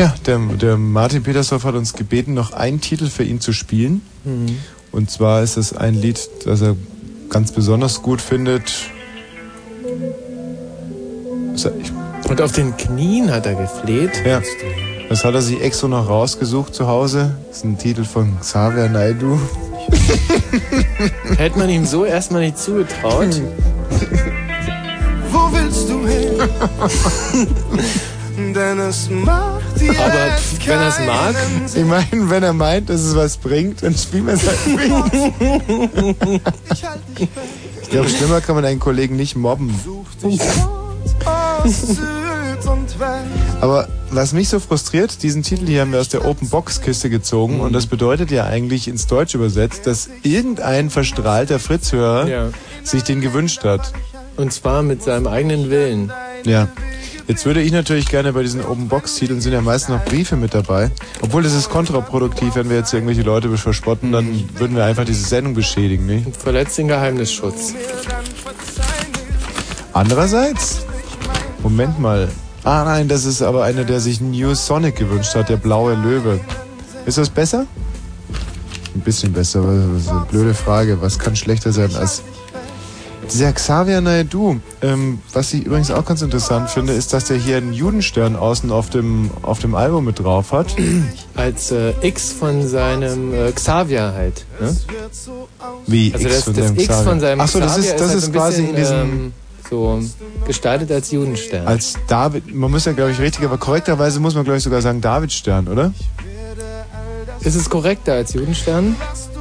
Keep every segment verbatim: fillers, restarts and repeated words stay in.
Tja, der, der Martin Petersdorf hat uns gebeten, noch einen Titel für ihn zu spielen. Mhm. Und zwar ist es ein Lied, das er ganz besonders gut findet. Und auf den Knien hat er gefleht. Ja, das hat er sich extra noch rausgesucht zu Hause. Das ist ein Titel von Xavier Naidoo. Hätte man ihm so erstmal nicht zugetraut. Wo willst du hin? Denn es macht jetzt aber wenn er es mag, ich meine, wenn er meint, dass es was bringt, dann spielen wir es halt bringt. Ich glaube, schlimmer kann man einen Kollegen nicht mobben. Aber was mich so frustriert, diesen Titel hier haben wir aus der Open-Box-Kiste gezogen, mhm. und das bedeutet ja eigentlich ins Deutsch übersetzt, dass irgendein verstrahlter Fritzhörer ja. sich den gewünscht hat. Und zwar mit seinem eigenen Willen. Ja. Jetzt würde ich natürlich gerne bei diesen Open-Box-Titeln, sind ja meist noch Briefe mit dabei. Obwohl, das ist kontraproduktiv, wenn wir jetzt irgendwelche Leute verspotten, dann würden wir einfach diese Sendung beschädigen, nicht? Und verletzt den Geheimnisschutz. Andererseits, Moment mal. Ah nein, das ist aber einer, der sich New Sonic gewünscht hat, der blaue Löwe. Ist das besser? Ein bisschen besser, aber das ist eine blöde Frage. Was kann schlechter sein als... Dieser Xavier Naidoo, ähm, was ich übrigens auch ganz interessant finde, ist, dass der hier einen Judenstern außen auf dem, auf dem Album mit drauf hat. Als äh, X von seinem äh, Xavier halt. Ne? Wie also X das, von das seinem X Xavier? von seinem Ach so, das Xavier ist, das ist, ist halt quasi bisschen, in diesem... Ähm, so gestaltet als Judenstern. Als David, man muss ja glaube ich richtig, aber korrekterweise muss man glaube ich sogar sagen Davidstern, oder? Ist es korrekter als Judenstern?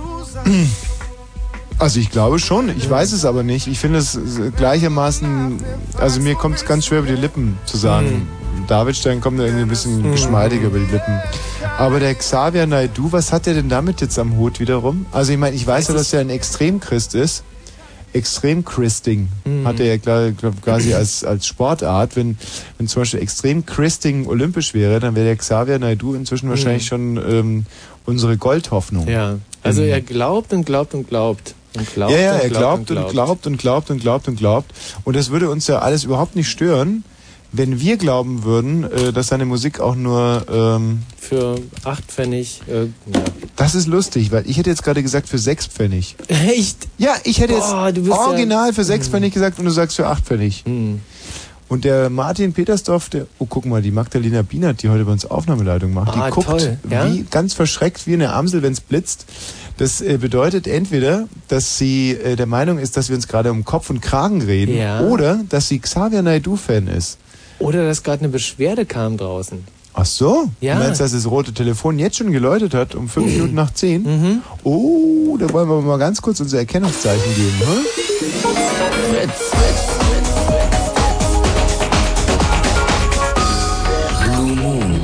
Also ich glaube schon, ich weiß es aber nicht. Ich finde es gleichermaßen, also mir kommt es ganz schwer über die Lippen zu sagen. Mhm. Davidstern kommt da irgendwie ein bisschen mhm. geschmeidiger über die Lippen. Aber der Xavier Naidoo, was hat der denn damit jetzt am Hut wiederum? Also ich meine, ich weiß ja, dass er ein Extremchrist ist. Extremchristing mhm. hat er ja glaub, quasi als, als Sportart. Wenn, wenn zum Beispiel Extremchristing olympisch wäre, dann wäre der Xavier Naidoo inzwischen mhm. wahrscheinlich schon ähm, unsere Goldhoffnung. Ja, also er glaubt und glaubt und glaubt. Und glaubt ja, ja, und er glaubt glaubt und glaubt und glaubt und glaubt und glaubt. Und das würde uns ja alles überhaupt nicht stören, wenn wir glauben würden, äh, dass seine Musik auch nur... Ähm, für acht Pfennig... Äh, ja. Das ist lustig, weil ich hätte jetzt gerade gesagt für sechs Pfennig. Echt? Ja, ich hätte jetzt Boah, du bist original ja, für sechs Pfennig gesagt und du sagst für acht Pfennig. Mhm. Und der Martin Petersdorf, der, oh guck mal, die Magdalena Bienert, die heute bei uns Aufnahmeleitung macht, ah, die guckt toll, ja? wie ganz verschreckt wie eine Amsel, wenn es blitzt. Das äh, bedeutet entweder, dass sie äh, der Meinung ist, dass wir uns gerade um Kopf und Kragen reden, ja. oder dass sie Xavier Naidoo-Fan ist. Oder dass gerade eine Beschwerde kam draußen. Ach so? Ja. Du meinst, dass das rote Telefon jetzt schon geläutet hat, um fünf Minuten nach zehn? Mhm. Oh, da wollen wir mal ganz kurz unser Erkennungszeichen geben, hm? Fritz, Fritz, Blue Moon.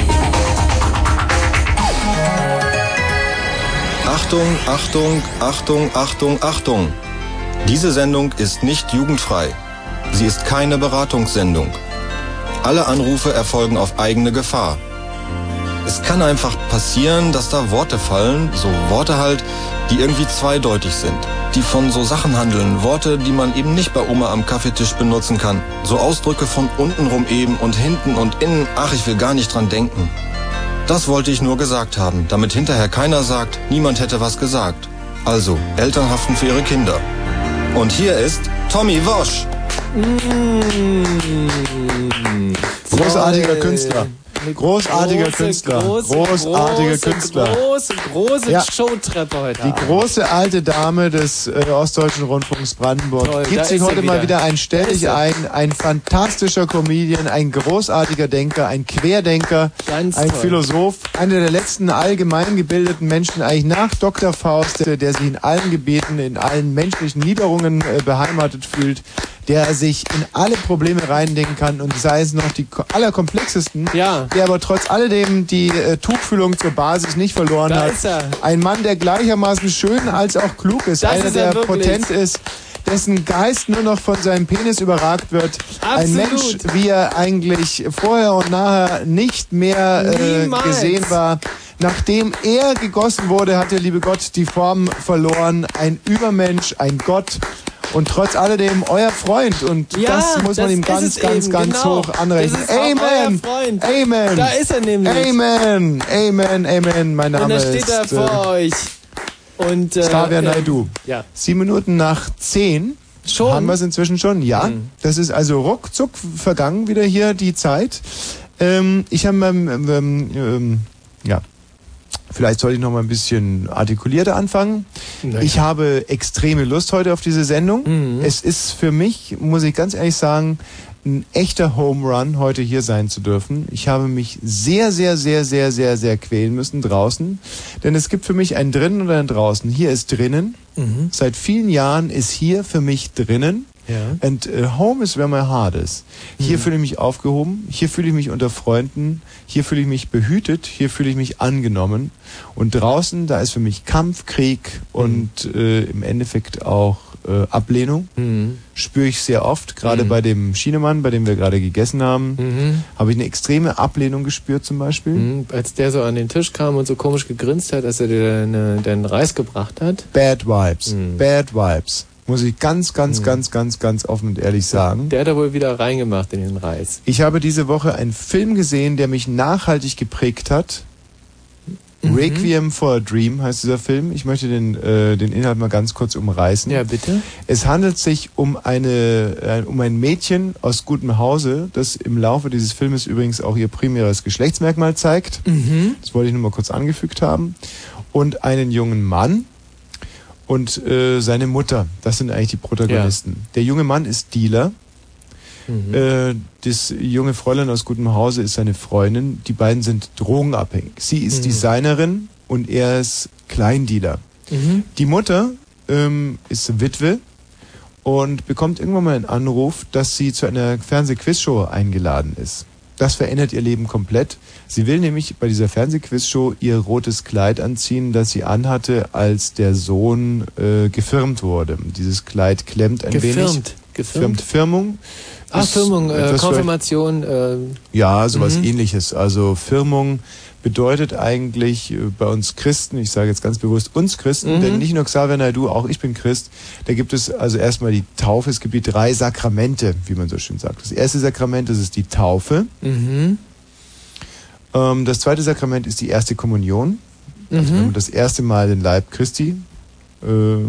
Achtung, Achtung, Achtung, Achtung, Achtung. Diese Sendung ist nicht jugendfrei. Sie ist keine Beratungssendung. Alle Anrufe erfolgen auf eigene Gefahr. Es kann einfach passieren, dass da Worte fallen, so Worte halt, die irgendwie zweideutig sind, die von so Sachen handeln, Worte, die man eben nicht bei Oma am Kaffeetisch benutzen kann. So Ausdrücke von untenrum eben und hinten und innen, ach, ich will gar nicht dran denken. Das wollte ich nur gesagt haben, damit hinterher keiner sagt, niemand hätte was gesagt. Also, Eltern haften für ihre Kinder. Und hier ist Tommy Wosch. Mmh. Großartiger Künstler. Großartiger große, Künstler. Große, Großartiger große, Künstler. Große, große ja. Showtreppe heute. Die Abend. große alte Dame des äh, Ostdeutschen Rundfunks Brandenburg Toll, gibt sich heute wieder. mal wieder ein Stell dich ein, ein fantastischer Comedian, ein großartiger Denker, ein Querdenker, Ganz ein toll. Philosoph, einer der letzten allgemein gebildeten Menschen, eigentlich nach Doktor Faust, der, der sich in allen Gebieten, in allen menschlichen Niederungen äh, beheimatet fühlt, der sich in alle Probleme reindenken kann und sei es noch die allerkomplexesten, ja. der aber trotz alledem die äh, Tuchfühlung zur Basis nicht verloren Da hat. ist er. Ein Mann, der gleichermaßen schön als auch klug ist. Das Einer, ist er der wirklich. potent ist, dessen Geist nur noch von seinem Penis überragt wird. Absolut. Ein Mensch, wie er eigentlich vorher und nachher nicht mehr äh, Niemals. gesehen war. Nachdem er gegossen wurde, hat der liebe Gott die Form verloren. Ein Übermensch, ein Gott. Und trotz alledem euer Freund. Und Ja, das muss man das ihm ist ganz, es ganz, eben, ganz genau. hoch anrechnen. Das ist auch Amen. euer Freund. Amen. Da ist er nämlich. Amen. Amen. Amen. Mein Name Und da steht ist er vor äh, euch. Und, äh, Xavier äh, Naidoo. Ja. Sieben Minuten nach zehn. Schon? Haben wir es inzwischen schon? Ja. Mhm. Das ist also ruckzuck vergangen wieder hier die Zeit. Ähm, ich habe ähm, ähm, ähm, ja. Vielleicht sollte ich noch mal ein bisschen artikulierter anfangen. Naja. Ich habe extreme Lust heute auf diese Sendung. Mhm. Es ist für mich, muss ich ganz ehrlich sagen, ein echter Home Run, heute hier sein zu dürfen. Ich habe mich sehr, sehr, sehr, sehr, sehr, sehr quälen müssen draußen. Denn es gibt für mich ein Drinnen und ein Draußen. Hier ist drinnen. Mhm. Seit vielen Jahren ist hier für mich drinnen. Ja. And uh, home is where my heart is. Hier Mhm. fühle ich mich aufgehoben, hier fühle ich mich unter Freunden, hier fühle ich mich behütet, hier fühle ich mich angenommen. Und draußen, da ist für mich Kampf, Krieg und äh, im Endeffekt auch äh, Ablehnung. Mhm. Spüre ich sehr oft, gerade Mhm. bei dem Schienemann, bei dem wir gerade gegessen haben, Mhm. habe ich eine extreme Ablehnung gespürt zum Beispiel. Mhm. Als der so an den Tisch kam und so komisch gegrinst hat, als er dir deine, deinen Reis gebracht hat. Bad Vibes, Mhm. Bad Vibes. Muss ich ganz, ganz, Mhm. ganz, ganz, ganz offen und ehrlich sagen. Der hat er wohl wieder reingemacht in den Reis. Ich habe diese Woche einen Film gesehen, der mich nachhaltig geprägt hat. Mhm. Requiem for a Dream heißt dieser Film. Ich möchte den, äh, den Inhalt mal ganz kurz umreißen. Ja, bitte. Es handelt sich um eine äh, um ein Mädchen aus gutem Hause, das im Laufe dieses Filmes übrigens auch ihr primäres Geschlechtsmerkmal zeigt. Mhm. Das wollte ich nur mal kurz angefügt haben. Und einen jungen Mann und äh, seine Mutter. Das sind eigentlich die Protagonisten. Ja. Der junge Mann ist Dealer. Mhm. Äh, das junge Fräulein aus gutem Hause ist seine Freundin. Die beiden sind drogenabhängig. Sie ist mhm. Designerin und er ist Kleindealer. Mhm. Die Mutter ähm, ist Witwe und bekommt irgendwann mal einen Anruf, dass sie zu einer Fernsehquizshow eingeladen ist. Das verändert ihr Leben komplett. Sie will nämlich bei dieser Fernsehquizshow ihr rotes Kleid anziehen, das sie anhatte, als der Sohn äh, gefirmt wurde. Dieses Kleid klemmt ein gefirmt. wenig. Gefirmt? Gefirmt. Firmung. Ach, Firmung, äh, Konfirmation. Äh, ja, sowas mhm. Ähnliches. Also Firmung bedeutet eigentlich äh, bei uns Christen, ich sage jetzt ganz bewusst uns Christen, mhm. denn nicht nur Xavier Naidoo, auch ich bin Christ, da gibt es also erstmal die Taufe, es gibt die drei Sakramente, wie man so schön sagt. Das erste Sakrament, das ist die Taufe. Mhm. Ähm, das zweite Sakrament ist die erste Kommunion. Also mhm. wenn man das erste Mal den Leib Christi äh,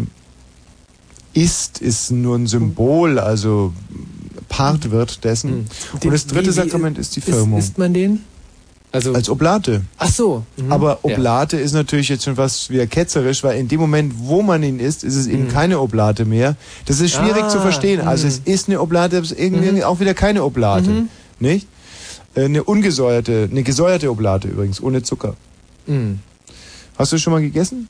isst, ist nur ein Symbol, also Part wird dessen. Mhm. Und das dritte wie, wie, Sakrament ist die Firmung. Isst man den? Also als Oblate. Ach so. Mhm. Aber Oblate ja. ist natürlich jetzt schon fast wieder ketzerisch, weil in dem Moment, wo man ihn isst, ist es eben mhm. keine Oblate mehr. Das ist schwierig ah, zu verstehen. Mhm. Also es ist eine Oblate, aber es ist irgendwie mhm. auch wieder keine Oblate. Mhm. Nicht? Eine ungesäuerte, eine gesäuerte Oblate übrigens, ohne Zucker. Mhm. Hast du schon mal gegessen?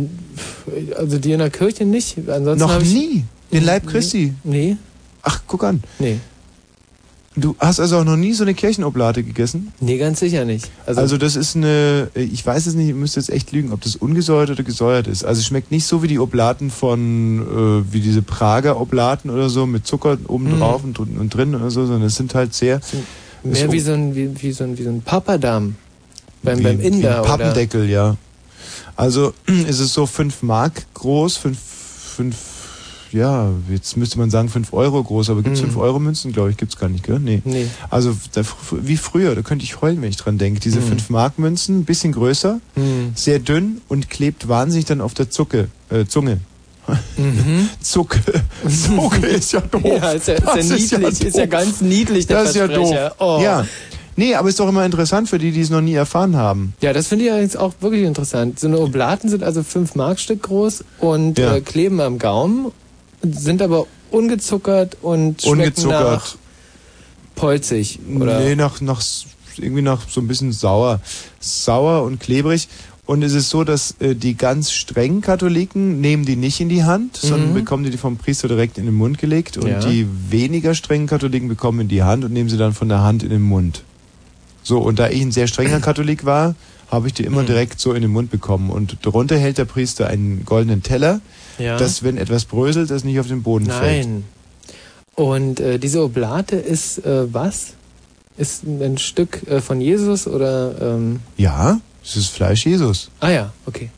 Also die in der Kirche nicht. Ansonsten Noch ich nie? Den Leib Christi? Nee. Ach, guck an. Nee. Du hast also auch noch nie so eine Kirchenoblate gegessen? Nee, ganz sicher nicht. Also, also das ist eine, ich weiß es nicht, ich müsste jetzt echt lügen, ob das ungesäuert oder gesäuert ist. Also es schmeckt nicht so wie die Oblaten von, äh, wie diese Prager Oblaten oder so, mit Zucker oben mhm. drauf und, und drin oder so, sondern es sind halt sehr... Mehr wie so ein, wie, wie so ein, wie so ein Papadam. Beim, wie, beim Inder, wie ein Pappendeckel, oder? Ja. Also ist es so fünf Mark groß, fünf, fünf, ja, jetzt müsste man sagen fünf Euro groß, aber gibt's mhm. fünf Euro Münzen? Glaube ich, gibt's gar nicht, gell? Nee. nee. Also da, wie früher, da könnte ich heulen, wenn ich dran denke. Diese mhm. fünf Mark Münzen, bisschen größer, mhm. sehr dünn und klebt wahnsinnig dann auf der Zucke, äh, Zunge. Mhm. Zucke. Zucke ist ja doof. Ja, ist ja, ist ja niedlich, ist ja, ist ja ganz niedlich, der Das ist ja doof. Oh. Ja. Nee, aber ist doch immer interessant für die, die es noch nie erfahren haben. Ja, das finde ich jetzt auch wirklich interessant. So eine Oblaten sind also fünf Markstück groß und ja. äh, kleben am Gaumen, sind aber ungezuckert und schmecken ungezuckert. nach polzig. Oder? Nee, nach, nach, irgendwie nach so ein bisschen sauer. Sauer und klebrig. Und es ist so, dass äh, die ganz strengen Katholiken nehmen die nicht in die Hand, mhm. sondern bekommen die vom Priester direkt in den Mund gelegt. Und ja. die weniger strengen Katholiken bekommen in die Hand und nehmen sie dann von der Hand in den Mund. So, und da ich ein sehr strenger Katholik war, habe ich die immer mhm. direkt so in den Mund bekommen. Und darunter hält der Priester einen goldenen Teller, ja. dass, wenn etwas bröselt, das nicht auf den Boden Nein. fällt. Nein. Und äh, diese Oblate ist äh, was? Ist ein Stück äh, von Jesus oder... Ähm Ja, es ist Fleisch Jesus. Ah ja, okay.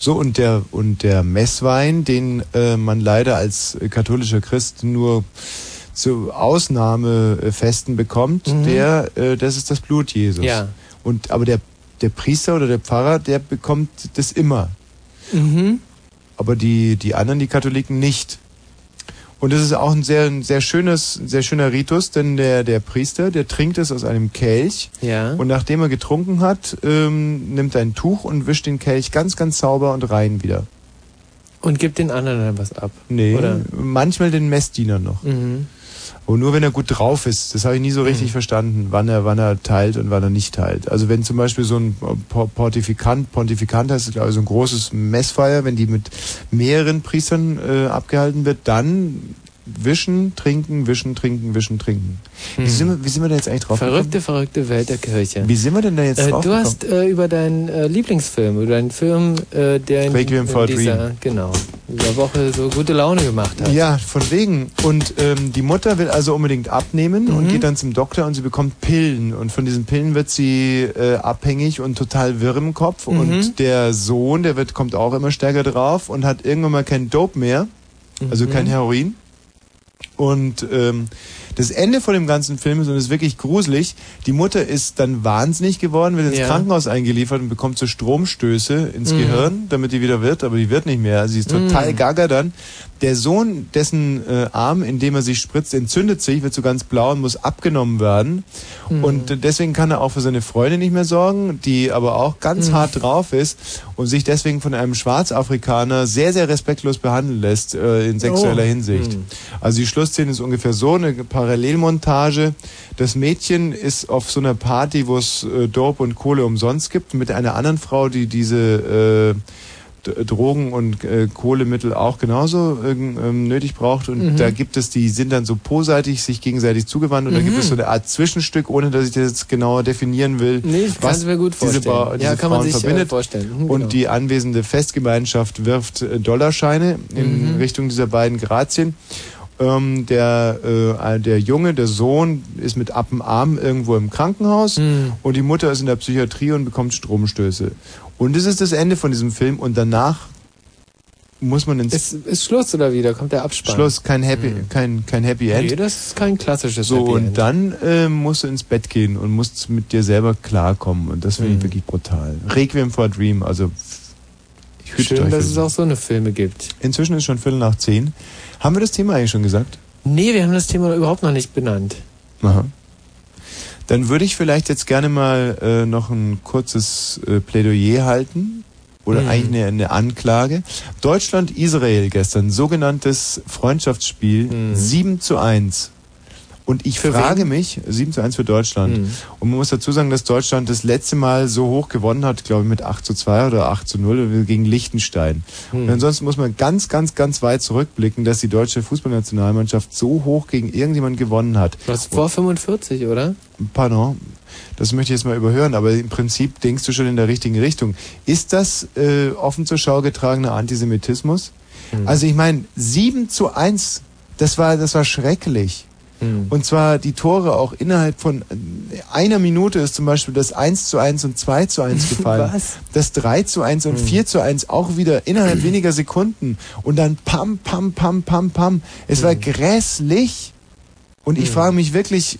So, und der und der Messwein, den äh, man leider als katholischer Christ nur zu Ausnahmefesten bekommt, mhm. der äh, das ist das Blut Jesus. Ja. Und aber der der Priester oder der Pfarrer, der bekommt das immer. Mhm. Aber die die anderen, die Katholiken nicht. Und das ist auch ein sehr, ein sehr schönes, sehr schöner Ritus, denn der, der Priester, der trinkt es aus einem Kelch. Ja. Und nachdem er getrunken hat, ähm, nimmt er ein Tuch und wischt den Kelch ganz, ganz sauber und rein wieder. Und gibt den anderen dann was ab? Nee, oder? Manchmal den Messdiener noch. Mhm. Aber nur wenn er gut drauf ist. Das habe ich nie so richtig mhm. verstanden, wann er, wann er teilt und wann er nicht teilt. Also wenn zum Beispiel so ein Pontifikant, Pontifikant heißt es, glaube ich, so ein großes Messfeier, wenn die mit mehreren Priestern äh, abgehalten wird, dann wischen, trinken, wischen, trinken, wischen, trinken. Hm. Wie, sind wir, wie sind wir da jetzt eigentlich drauf Verrückte, gekommen? verrückte Welt der Kirche. Wie sind wir denn da jetzt äh, drauf Du gekommen? hast äh, über deinen äh, Lieblingsfilm, über deinen Film, äh, der in, Requiem for a in dieser, Dream. genau, dieser Woche so gute Laune gemacht hat. Ja, von wegen. Und ähm, die Mutter will also unbedingt abnehmen mhm. und geht dann zum Doktor und sie bekommt Pillen. Und von diesen Pillen wird sie äh, abhängig und total wirr im Kopf. Mhm. Und der Sohn, der wird kommt auch immer stärker drauf und hat irgendwann mal kein Dope mehr, also mhm. kein Heroin. Und ähm, das Ende von dem ganzen Film ist, und es ist wirklich gruselig, die Mutter ist dann wahnsinnig geworden, wird ins ja. Krankenhaus eingeliefert und bekommt so Stromstöße ins mhm. Gehirn, damit die wieder wird, aber die wird nicht mehr. Also sie ist total mhm. gaga dann. Der Sohn, dessen äh, Arm, in dem er sich spritzt, entzündet sich, wird so ganz blau und muss abgenommen werden. Mhm. Und deswegen kann er auch für seine Freundin nicht mehr sorgen, die aber auch ganz mhm. hart drauf ist und sich deswegen von einem Schwarzafrikaner sehr, sehr respektlos behandeln lässt äh, in sexueller oh. Hinsicht. Mhm. Also die Schlussszene ist ungefähr so, eine Parallelmontage. Das Mädchen ist auf so einer Party, wo es äh, Dope und Kohle umsonst gibt, mit einer anderen Frau, die diese äh, Drogen und äh, Kohlemittel auch genauso ähm, nötig braucht und mhm. da gibt es, die sind dann so po-seitig sich gegenseitig zugewandt und mhm. da gibt es so eine Art Zwischenstück, ohne dass ich das jetzt genauer definieren will, nee, ich was mir gut diese, ba- diese ja, kann Frauen man sich verbindet. Äh, vorstellen. Mhm, und genau. die anwesende Festgemeinschaft wirft äh, Dollarscheine in mhm. Richtung dieser beiden Grazien. Ähm, der, äh, der Junge, der Sohn, ist mit ab dem Arm irgendwo im Krankenhaus mhm. und die Mutter ist in der Psychiatrie und bekommt Stromstöße. Und das ist das Ende von diesem Film und danach muss man ins... Ist, ist Schluss oder wie? Da kommt der Abspann. Schluss, kein Happy, mhm. kein, kein Happy End. Nee, das ist kein klassisches so, Happy und End. dann äh, musst du ins Bett gehen und musst mit dir selber klarkommen und das finde mhm. ich wirklich brutal. Requiem for a Dream, also... Ich hüte Schön, euch dass für es auch so eine Filme gibt. Inzwischen ist schon Viertel nach zehn. Haben wir das Thema eigentlich schon gesagt? Nee, wir haben das Thema überhaupt noch nicht benannt. Aha. Dann würde ich vielleicht jetzt gerne mal äh, noch ein kurzes äh, Plädoyer halten. Oder mhm. eigentlich eine, eine Anklage. Deutschland-Israel gestern, sogenanntes Freundschaftsspiel, mhm. sieben zu eins. Und ich für frage wen? mich, sieben zu eins für Deutschland. Mhm. Und man muss dazu sagen, dass Deutschland das letzte Mal so hoch gewonnen hat, glaube ich mit acht zu zwei oder acht zu null gegen Liechtenstein. Mhm. Und ansonsten muss man ganz, ganz, ganz weit zurückblicken, dass die deutsche Fußballnationalmannschaft so hoch gegen irgendjemanden gewonnen hat. Was vor fünfundvierzig, oder? Pardon. Das möchte ich jetzt mal überhören, aber im Prinzip denkst du schon in der richtigen Richtung. Ist das äh, offen zur Schau getragener Antisemitismus? Mhm. Also ich meine, sieben zu eins, das war, das war schrecklich. Mhm. Und zwar die Tore auch innerhalb von einer Minute ist zum Beispiel das eins zu eins und zwei zu eins gefallen. Was? Das drei zu eins und mhm. vier zu eins auch wieder innerhalb weniger Sekunden. Und dann pam, pam, pam, pam, pam. Es mhm. war grässlich. Und ich mhm. frage mich wirklich...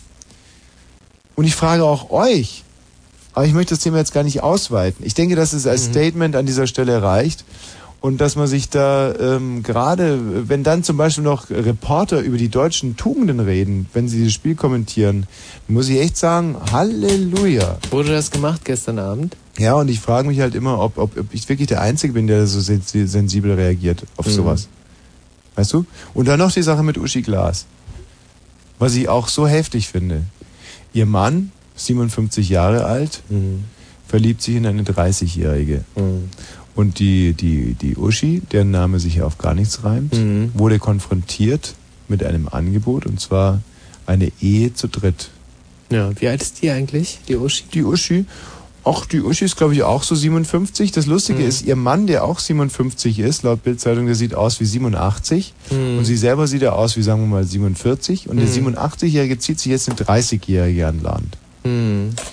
Und ich frage auch euch, aber ich möchte das Thema jetzt gar nicht ausweiten. Ich denke, dass es als mhm. Statement an dieser Stelle reicht und dass man sich da ähm, gerade, wenn dann zum Beispiel noch Reporter über die deutschen Tugenden reden, wenn sie das Spiel kommentieren, muss ich echt sagen, Halleluja. Wurde das gemacht gestern Abend? Ja, und ich frage mich halt immer, ob, ob, ob ich wirklich der Einzige bin, der so sensibel reagiert auf mhm. sowas. Weißt du? Und dann noch die Sache mit Uschi Glas, was ich auch so heftig finde. Ihr Mann, siebenundfünfzig Jahre alt, mhm. verliebt sich in eine dreißigjährige. Mhm. Und die, die, die Uschi, deren Name sich auf gar nichts reimt, mhm. wurde konfrontiert mit einem Angebot, und zwar eine Ehe zu dritt. Ja, wie alt ist die eigentlich, die Uschi? Die Uschi, ach, die Uschi ist, glaube ich, auch so siebenundfünfzig. Das Lustige mhm. ist, ihr Mann, der auch siebenundfünfzig ist, laut Bild-Zeitung, der sieht aus wie siebenundachtzig. Mhm. Und sie selber sieht ja aus wie, sagen wir mal, siebenundvierzig. Und mhm. der siebenundachtzigjährige zieht sich jetzt eine dreißigjährige an Land. Mhm.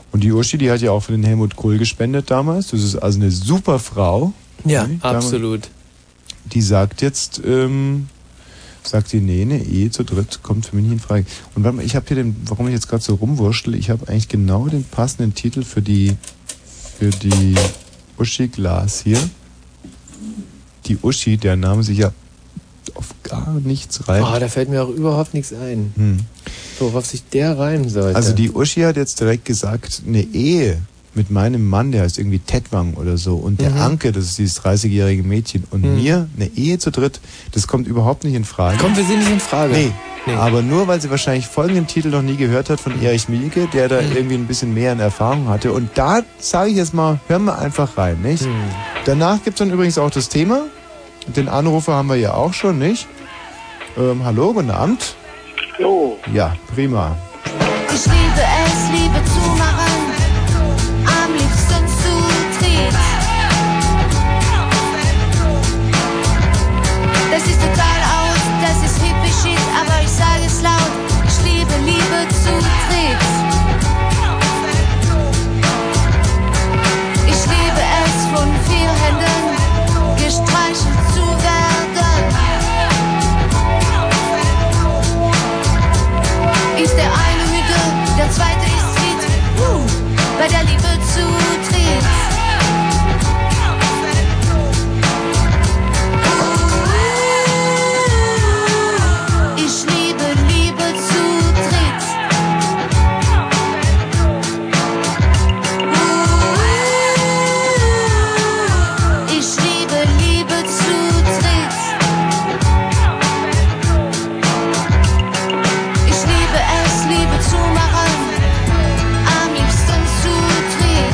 Und die Uschi, die hat ja auch für den Helmut Kohl gespendet damals. Das ist also eine super Frau. Ja, ne? absolut. Die sagt jetzt, ähm, sagt die, nee, eine Ehe zu dritt kommt für mich nicht in Frage. Und warte mal, ich habe hier den, warum ich jetzt gerade so rumwurschtel, ich habe eigentlich genau den passenden Titel für die, für die Uschi Glas hier. Die Uschi, der Name sich ja auf gar nichts reimt. Oh, da fällt mir auch überhaupt nichts ein, Hm. worauf sich der reimen sollte. Also die Uschi hat jetzt direkt gesagt, eine Ehe mit meinem Mann, der heißt irgendwie Tetwang oder so, und der Mhm. Anke, das ist dieses dreißigjährige Mädchen, und Mhm. mir, eine Ehe zu dritt, das kommt überhaupt nicht in Frage. Kommt für Sie nicht in Frage? Nee. Nee. Aber nur, weil sie wahrscheinlich folgenden Titel noch nie gehört hat von Erich Mielke, der da Mhm. irgendwie ein bisschen mehr in Erfahrung hatte. Und da sage ich jetzt mal, hören wir einfach rein, nicht? Mhm. Danach gibt's dann übrigens auch das Thema. Den Anrufer haben wir ja auch schon, nicht? Ähm, hallo, guten Abend. Jo. Ja, prima. Ich liebe es, Liebe zu machen, am liebsten zu dritt. Das ist total out, das ist hippie shit, aber ich sage es laut, ich liebe Liebe zu dritt. Ich liebe es, von vier Händen gestreichelt zu werden. Ist der eine müde, der zweite ist fit, uh, bei der Liebe zu dritt. Ich liebe Liebe zu dritt. Ich liebe Liebe zu dritt. Ich liebe es, Liebe zu machen, am liebsten zu dritt.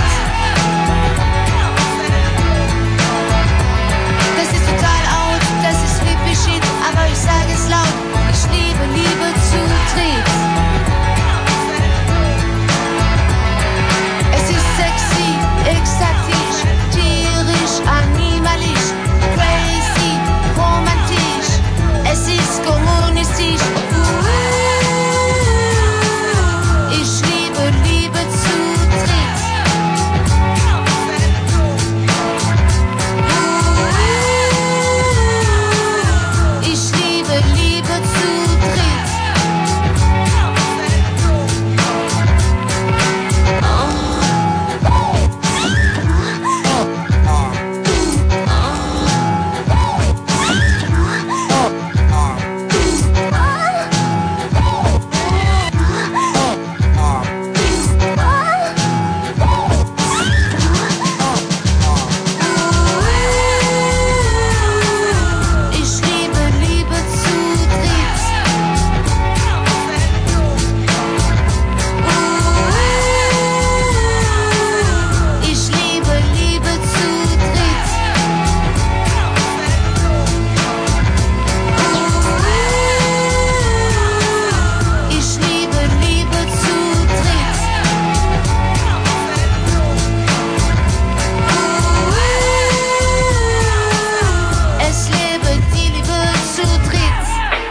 Das ist total out, das ist hippie shit, aber ich sage es laut, ich liebe Liebe zu dritt. Es ist sexy, ekstatisch, tierisch, animalisch, crazy, romantisch, es ist kommunistisch. Ich liebe Liebe zu dritt. Ich liebe Liebe zu dritt. Ich liebe Liebe zu dritt. Ich liebe Liebe zu dritt. Ich liebe Liebe zu dritt. Es lebe die Liebe zu dritt.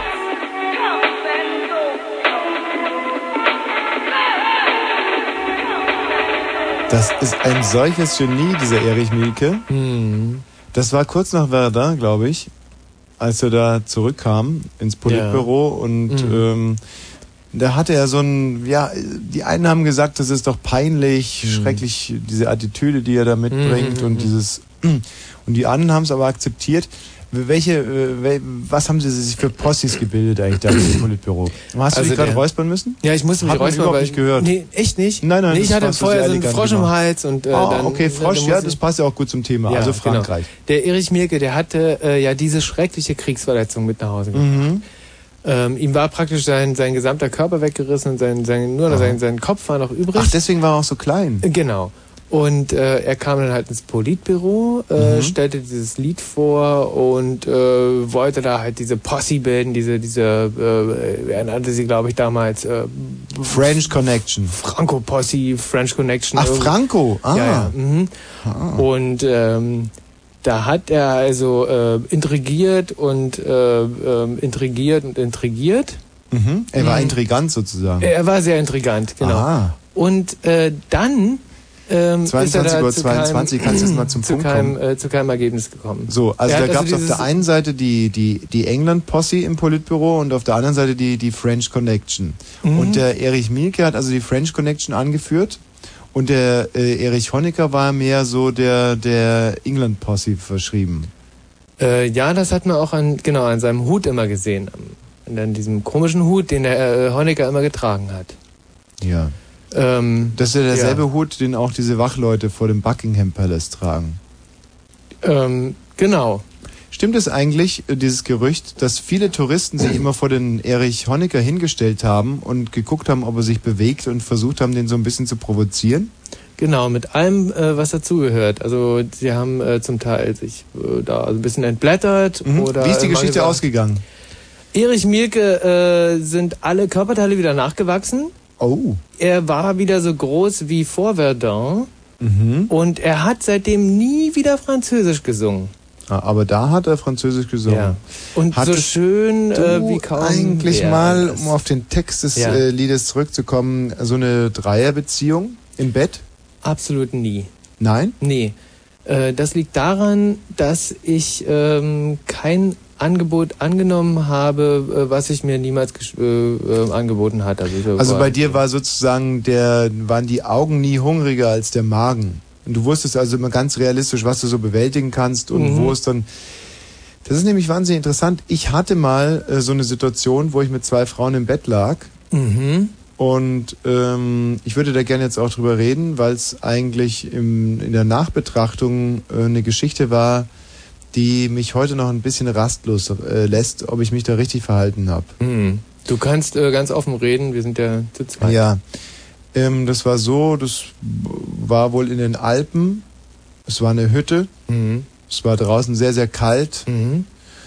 Das ist ein solches Genie, dieser Erich Mielke. Mhm. Das war kurz nach Verdun, glaube ich, als er da zurückkam ins Politbüro und Mhm. ähm, da hatte er so ein, ja, die einen haben gesagt, das ist doch peinlich, Mhm. schrecklich, diese Attitüde, die er da mitbringt Mhm. und dieses, und die anderen haben es aber akzeptiert. Welche, äh, wel- was haben Sie sich für Possis gebildet eigentlich da im Politbüro? Hast du Also dich gerade der- räuspern müssen? Ja, ich musste mich Hat man räuspern, überhaupt weil nicht gehört. Nee, echt nicht? Nein, nein, nee, das ich hatte hast du vorher sehr so einen elegant Frosch im gemacht. Hals und äh, Ah, dann okay, Frosch, dann ja, musste das ich- passt ja auch gut zum Thema. Ja, also genau. Frankreich. Der Erich Mielke, der hatte äh, ja diese schreckliche Kriegsverletzung mit nach Hause gebracht. Mhm. Ähm, ihm war praktisch sein, sein gesamter Körper weggerissen und sein, sein, nur noch sein, sein Kopf war noch übrig. Ach, deswegen war er auch so klein. Genau. Und äh, er kam dann halt ins Politbüro, äh, Mhm. stellte dieses Lied vor und äh, wollte da halt diese Posse bilden, diese, diese, äh, er nannte sie, glaube ich, damals äh, French Connection. Franco Posse, French Connection. Ach, irgendwie. Franco. Ah. Ja, ja. Mhm. Ah. Und ähm, da hat er also äh, intrigiert und äh, ähm, intrigiert und intrigiert. Mhm. Er war Mhm. intrigant sozusagen. Er war sehr intrigant, genau. Ah. Und äh, dann ähm, zweiundzwanzig Uhr zweiundzwanzig, kannst du jetzt mal zum zu Punkt keinem, kommen? äh, zu keinem Ergebnis gekommen. So, also Er da hat gab es also auf der einen Seite die, die, die England-Posse im Politbüro und auf der anderen Seite die, die French Connection. Mhm. Und der Erich Mielke hat also die French Connection angeführt und der äh, Erich Honecker war mehr so der, der England-Posse verschrieben. Äh, ja, das hat man auch an, genau, an seinem Hut immer gesehen. An, an diesem komischen Hut, den der äh, Honecker immer getragen hat. Ja. Ähm, Das ist ja derselbe ja. Hut, den auch diese Wachleute vor dem Buckingham Palace tragen. Ähm, genau. Stimmt es eigentlich, dieses Gerücht, dass viele Touristen sich immer vor den Erich Honecker hingestellt haben und geguckt haben, ob er sich bewegt und versucht haben, den so ein bisschen zu provozieren? Genau, mit allem, äh, was dazugehört. Also sie haben äh, zum Teil sich äh, da ein bisschen entblättert. Mhm. Oder Wie ist die äh, Geschichte gesagt, ausgegangen? Erich Mielke äh, sind alle Körperteile wieder nachgewachsen. Oh. Er war wieder so groß wie vor Verdun. Mhm. Und er hat seitdem nie wieder Französisch gesungen. Ah, aber da hat er Französisch gesungen. Ja. Und Hattest so schön äh, wie kaum eigentlich wer mal, das. um auf den Text des Ja. äh, Liedes zurückzukommen, so eine Dreierbeziehung im Bett? Absolut nie. Nein? Nee. Äh, das liegt daran, dass ich ähm, kein Angebot angenommen habe, äh, was ich mir niemals gesch- äh, äh, angeboten hat. Also, ich Also war- bei dir war sozusagen der, waren die Augen nie hungriger als der Magen. Und du wusstest also immer ganz realistisch, was du so bewältigen kannst und Mhm. wo es dann... Das ist nämlich wahnsinnig interessant. Ich hatte mal äh, so eine Situation, wo ich mit zwei Frauen im Bett lag. Mhm. Und ähm, ich würde da gerne jetzt auch drüber reden, weil es eigentlich im, in der Nachbetrachtung äh, eine Geschichte war, die mich heute noch ein bisschen rastlos äh, lässt, ob ich mich da richtig verhalten habe. Mhm. Du kannst äh, ganz offen reden, wir sind ja zu zweit. Ja, ähm, das war so, das war wohl in den Alpen. Es war eine Hütte. Mhm. Es war draußen sehr, sehr kalt. Mhm.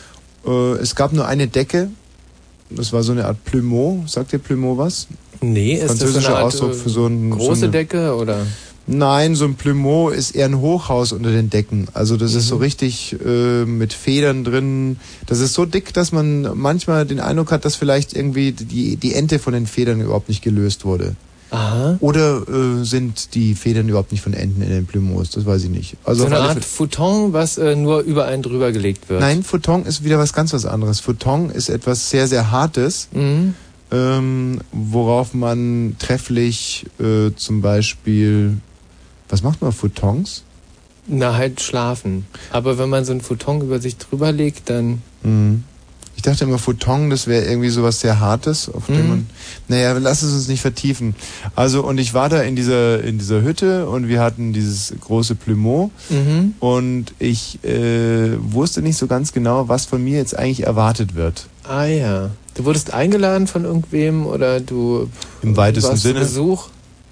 Äh, es gab nur eine Decke. Das war so eine Art Plumeau. Sagt dir Plumeau was? Nee, ist das so Französischer eine Art, Ausdruck für so ein... große so eine, Decke oder? Nein, so ein Plumeau ist eher ein Hochhaus unter den Decken. Also das Mhm. ist so richtig äh, mit Federn drin. Das ist so dick, dass man manchmal den Eindruck hat, dass vielleicht irgendwie die, die Ente von den Federn überhaupt nicht gelöst wurde. Aha. Oder äh, sind die Federn überhaupt nicht von Enten in den Plumeaus? Das weiß ich nicht. Also So auf eine alle Art Futon, was äh, nur über einen drüber gelegt wird. Nein, Futon ist wieder was ganz was anderes. Futon ist etwas sehr, sehr Hartes, Mhm. ähm, worauf man trefflich äh, zum Beispiel... Was macht man auf Futons? Na, halt schlafen. Aber wenn man so ein Futon über sich drüber legt, dann... Mhm. Ich dachte immer, Futon, das wäre irgendwie sowas sehr Hartes, auf dem Mhm. man... Naja, lass es uns nicht vertiefen. Also, und ich war da in dieser, in dieser Hütte und wir hatten dieses große Plumeau Mhm. und ich äh, wusste nicht so ganz genau, was von mir jetzt eigentlich erwartet wird. Ah ja. Du wurdest eingeladen von irgendwem oder du... Im weitesten warst zu Sinne. Besuch?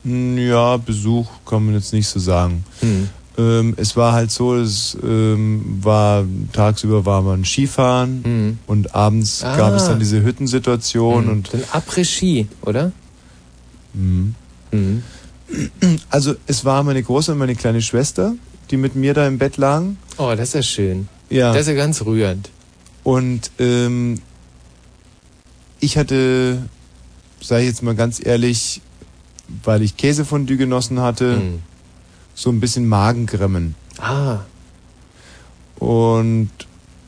Ja, Besuch kann man jetzt nicht so sagen. Hm. Ähm, es war halt so, es ähm, war tagsüber war man Skifahren Hm. und abends Ah. gab es dann diese Hüttensituation Hm. und Dann Après-Ski, oder? mh. Hm. Also es war meine große und meine kleine Schwester, die mit mir da im Bett lagen. Oh, das ist ja schön. Ja. Das ist ja ganz rührend. Und ähm, ich hatte, sage ich jetzt mal ganz ehrlich, weil ich Käsefondue genossen hatte, Hm. so ein bisschen Magengrimmen. Ah. Und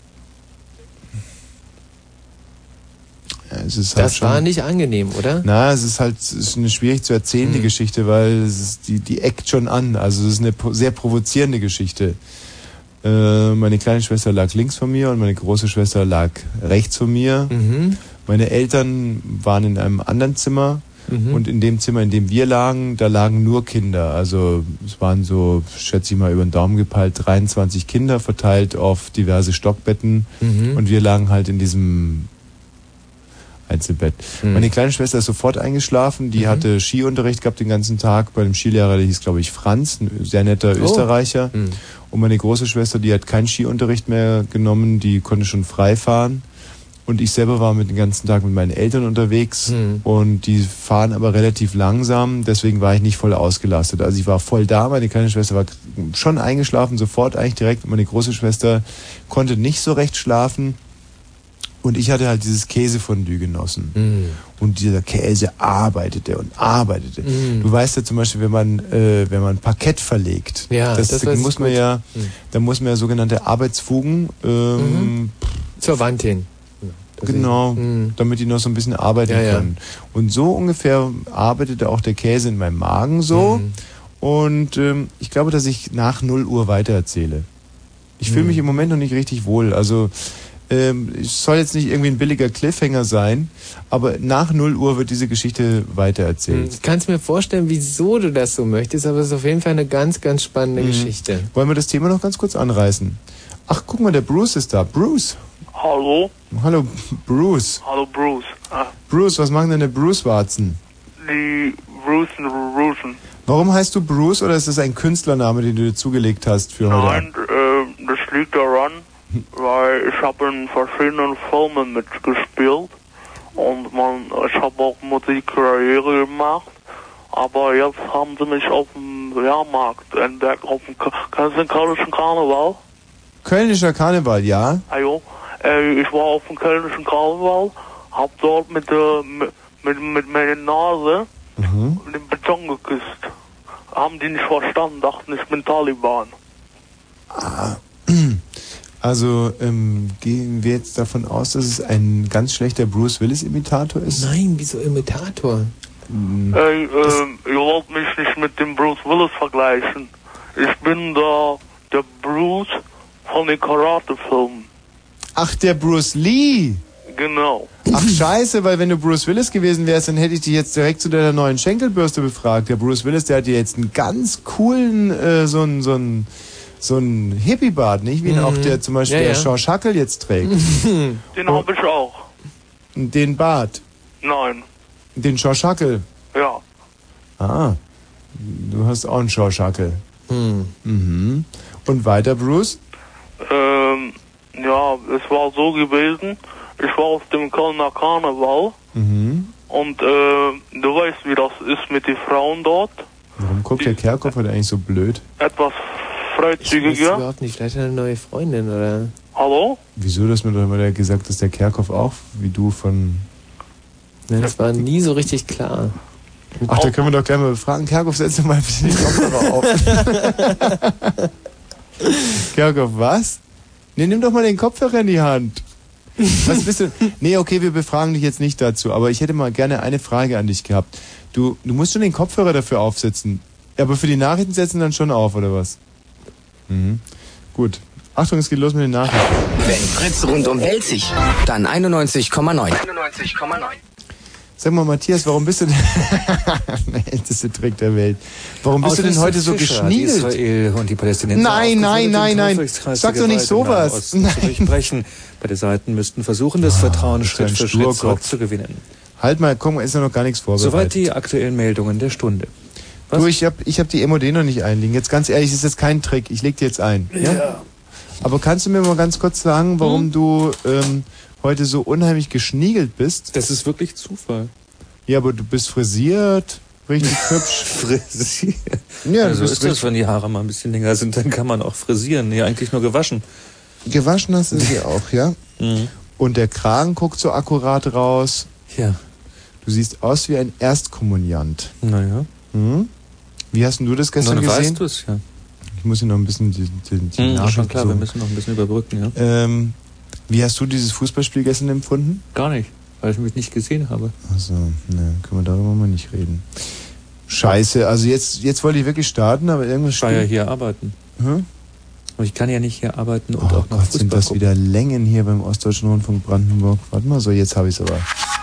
ja, es ist halt Das schon, war nicht angenehm, oder? Na, es ist halt, es ist eine schwierig zu erzählen, die Hm. Geschichte, weil es ist, die, die eckt schon an. Also es ist eine po- sehr provozierende Geschichte. Äh, meine kleine Schwester lag links von mir und meine große Schwester lag rechts von mir. Mhm. Meine Eltern waren in einem anderen Zimmer. Mhm. Und in dem Zimmer, in dem wir lagen, da lagen nur Kinder. Also es waren so, schätze ich mal über den Daumen gepeilt, dreiundzwanzig Kinder verteilt auf diverse Stockbetten. Mhm. Und wir lagen halt in diesem Einzelbett. Mhm. Meine kleine Schwester ist sofort eingeschlafen. Die Mhm. hatte Skiunterricht gehabt den ganzen Tag bei einem Skilehrer, der hieß, glaube ich, Franz, ein sehr netter Oh. Österreicher. Mhm. Und meine große Schwester, die hat keinen Skiunterricht mehr genommen, die konnte schon frei fahren. Und ich selber war mit den ganzen Tag mit meinen Eltern unterwegs Mhm. und die fahren aber relativ langsam, deswegen war ich nicht voll ausgelastet. Also ich war voll da, meine kleine Schwester war schon eingeschlafen, sofort eigentlich direkt. Meine große Schwester konnte nicht so recht schlafen Und ich hatte halt dieses Käsefondue genossen. Mm. Und dieser Käse arbeitete und arbeitete. Mm. Du weißt ja zum Beispiel, wenn man äh, wenn man Parkett verlegt, ja, das, das da muss man gut. ja, mm. da muss man ja sogenannte Arbeitsfugen ähm, mhm. zur Wand hin. Ja, genau, mm. damit die noch so ein bisschen arbeiten ja, können. Ja. Und so ungefähr arbeitete auch der Käse in meinem Magen so. Mm. Und ähm, ich glaube, dass ich nach null Uhr weitererzähle. Ich mm. fühle mich im Moment noch nicht richtig wohl. Also Ähm, es soll jetzt nicht irgendwie ein billiger Cliffhanger sein, aber nach null Uhr wird diese Geschichte weitererzählt. Ich kann es mir vorstellen, wieso du das so möchtest, aber es ist auf jeden Fall eine ganz, ganz spannende mhm. Geschichte. Wollen wir das Thema noch ganz kurz anreißen? Ach, guck mal, der Bruce ist da. Bruce. Hallo. Hallo, Bruce. Hallo, Bruce. Ah. Bruce, was machen denn der Bruce-Warzen? Die Bruce und Brucen. Warum heißt du Bruce oder ist das ein Künstlername, den du dir zugelegt hast für heute? Nein, äh, das liegt daran, weil ich habe in verschiedenen Filmen mitgespielt und man, ich habe auch Musikkarriere gemacht, aber jetzt haben sie mich auf dem Jahrmarkt entdeckt, auf dem, kennst du den kölnischen Karneval? Kölnischer Karneval, ja. Ajo, äh, ich war auf dem kölnischen Karneval, hab dort mit der, mit, mit, mit meiner Nase mhm. den Beton geküsst. Haben die nicht verstanden, dachten, ich bin Taliban. Ah. Also ähm, gehen wir jetzt davon aus, dass es ein ganz schlechter Bruce Willis-Imitator ist? Nein, wieso Imitator? Hm. Ey, ähm, ihr wollt mich nicht mit dem Bruce Willis vergleichen. Ich bin da der Bruce von den Karate-Filmen. Ach, der Bruce Lee! Genau. Ach scheiße, weil wenn du Bruce Willis gewesen wärst, dann hätte ich dich jetzt direkt zu deiner neuen Schenkelbürste befragt. Der Bruce Willis, der hat dir jetzt einen ganz coolen, äh, so einen, so einen so ein Hippie-Bart, nicht? Wie ihn mhm. auch der zum Beispiel ja, ja. der George Hackel jetzt trägt. Den habe ich auch. Den Bart? Nein. Den George Hackel? Ja. Ah, du hast auch einen George Hackel. Mhm. Mhm. Und weiter, Bruce? Ähm, ja, es war so gewesen, ich war auf dem Kölner Karneval mhm. und äh, du weißt, wie das ist mit den Frauen dort. Warum guckt der Kerkhoff heute eigentlich so blöd? Etwas freizügiger. Ich weiß überhaupt nicht, vielleicht eine neue Freundin, oder? Hallo? Wieso, du hast mir doch immer gesagt, dass der Kerkhoff auch, wie du, von... Nein, das war nie so richtig klar. Ach, da können wir doch gleich mal befragen. Kerkhoff, setz doch mal ein bisschen die Kopfhörer auf. Kerkhoff, was? Nee, nimm doch mal den Kopfhörer in die Hand. Was bist du? Nee, okay, wir befragen dich jetzt nicht dazu, aber ich hätte mal gerne eine Frage an dich gehabt. Du, du musst schon den Kopfhörer dafür aufsetzen. Aber für die Nachrichten setzen dann schon auf, oder was? Mhm. Gut. Achtung, es geht los mit den Nachrichten. Wenn Fritz rundum hält sich, dann einundneunzig Komma neun. einundneunzig Komma neun. Sag mal, Matthias, warum bist du denn... der älteste Trick der Welt. Warum bist Aus du denn heute so Fischer, geschniegelt? Israel und die Palästinenser nein, nein, nein, nein. Sag doch nicht sowas. Nein. Beide Seiten müssten versuchen, das Vertrauen ah, Schritt für Schritt zurückzugewinnen. Halt mal, komm, ist ja noch gar nichts vorbereitet. Soweit die aktuellen Meldungen der Stunde. Was? Du, ich hab, ich hab die M O D noch nicht einliegen. Jetzt ganz ehrlich, das ist jetzt kein Trick. Ich leg dir jetzt ein. Ja. ja? Aber kannst du mir mal ganz kurz sagen, warum hm? du ähm, heute so unheimlich geschniegelt bist? Das ist wirklich Zufall. Ja, aber du bist frisiert, richtig hübsch. Frisiert? Ja, also ist das, wenn die Haare mal ein bisschen länger sind, dann kann man auch frisieren. Nee, eigentlich nur gewaschen. Gewaschen hast du sie auch, ja? Mhm. Und der Kragen guckt so akkurat raus. Ja. Du siehst aus wie ein Erstkommuniant. Naja. Mhm. Wie hast denn du das gestern Dann gesehen? Weißt du es, ja. Ich muss hier noch ein bisschen die, die, die mhm, Nachricht schon klar, so. wir müssen noch ein bisschen überbrücken, ja. Ähm, wie hast du dieses Fußballspiel gestern empfunden? Gar nicht, weil ich mich nicht gesehen habe. Also, ne, können wir darüber mal nicht reden. Scheiße, also jetzt, jetzt wollte ich wirklich starten, aber irgendwas Ich war ja hier arbeiten. Hm? Aber ich kann ja nicht hier arbeiten und oh auch noch Gott, Fußball sind das gucken. wieder Längen hier beim Ostdeutschen Rundfunk Brandenburg. Warte mal, so, jetzt habe ich es aber.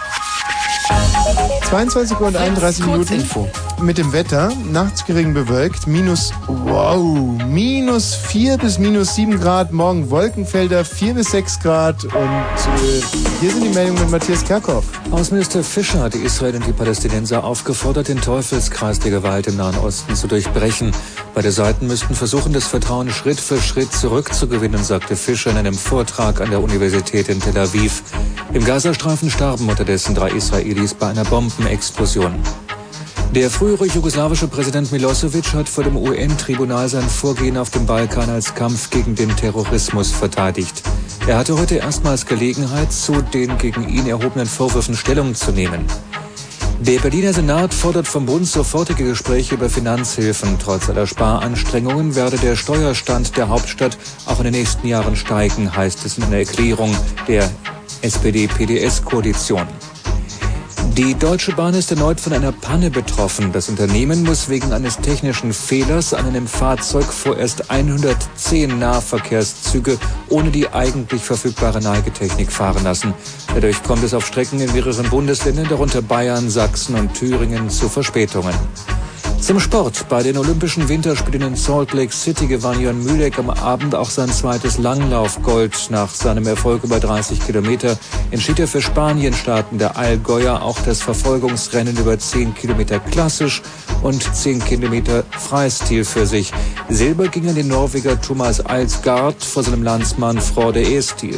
zweiundzwanzig Uhr und einunddreißig Minuten mit dem Wetter. Nachts gering bewölkt. Minus, wow, minus vier bis minus sieben Grad. Morgen Wolkenfelder, vier bis sechs Grad. Und äh, hier sind die Meldungen mit Matthias Kerkhoff. Außenminister Fischer hat Israel und die Palästinenser aufgefordert, den Teufelskreis der Gewalt im Nahen Osten zu durchbrechen. Beide Seiten müssten versuchen, das Vertrauen Schritt für Schritt zurückzugewinnen, sagte Fischer in einem Vortrag an der Universität in Tel Aviv. Im Gazastreifen starben unterdessen drei Israelis bei einer Bombenexplosion. Der frühere jugoslawische Präsident Milosevic hat vor dem U N-Tribunal sein Vorgehen auf dem Balkan als Kampf gegen den Terrorismus verteidigt. Er hatte heute erstmals Gelegenheit, zu den gegen ihn erhobenen Vorwürfen Stellung zu nehmen. Der Berliner Senat fordert vom Bund sofortige Gespräche über Finanzhilfen. Trotz aller Sparanstrengungen werde der Steuerstand der Hauptstadt auch in den nächsten Jahren steigen, heißt es in einer Erklärung der S P D-P D S-Koalition. Die Deutsche Bahn ist erneut von einer Panne betroffen. Das Unternehmen muss wegen eines technischen Fehlers an einem Fahrzeug vorerst hundertzehn Nahverkehrszüge ohne die eigentlich verfügbare Neigetechnik fahren lassen. Dadurch kommt es auf Strecken in mehreren Bundesländern, darunter Bayern, Sachsen und Thüringen, zu Verspätungen. Zum Sport. Bei den Olympischen Winterspielen in Salt Lake City gewann Jan Mühlek am Abend auch sein zweites Langlaufgold. Nach seinem Erfolg über dreißig Kilometer entschied er für Spanien startende Allgäuer auch das Verfolgungsrennen über zehn Kilometer klassisch und zehn Kilometer Freistil für sich. Silber ging an den Norweger Thomas Eilsgaard vor seinem Landsmann Frode E-Stil.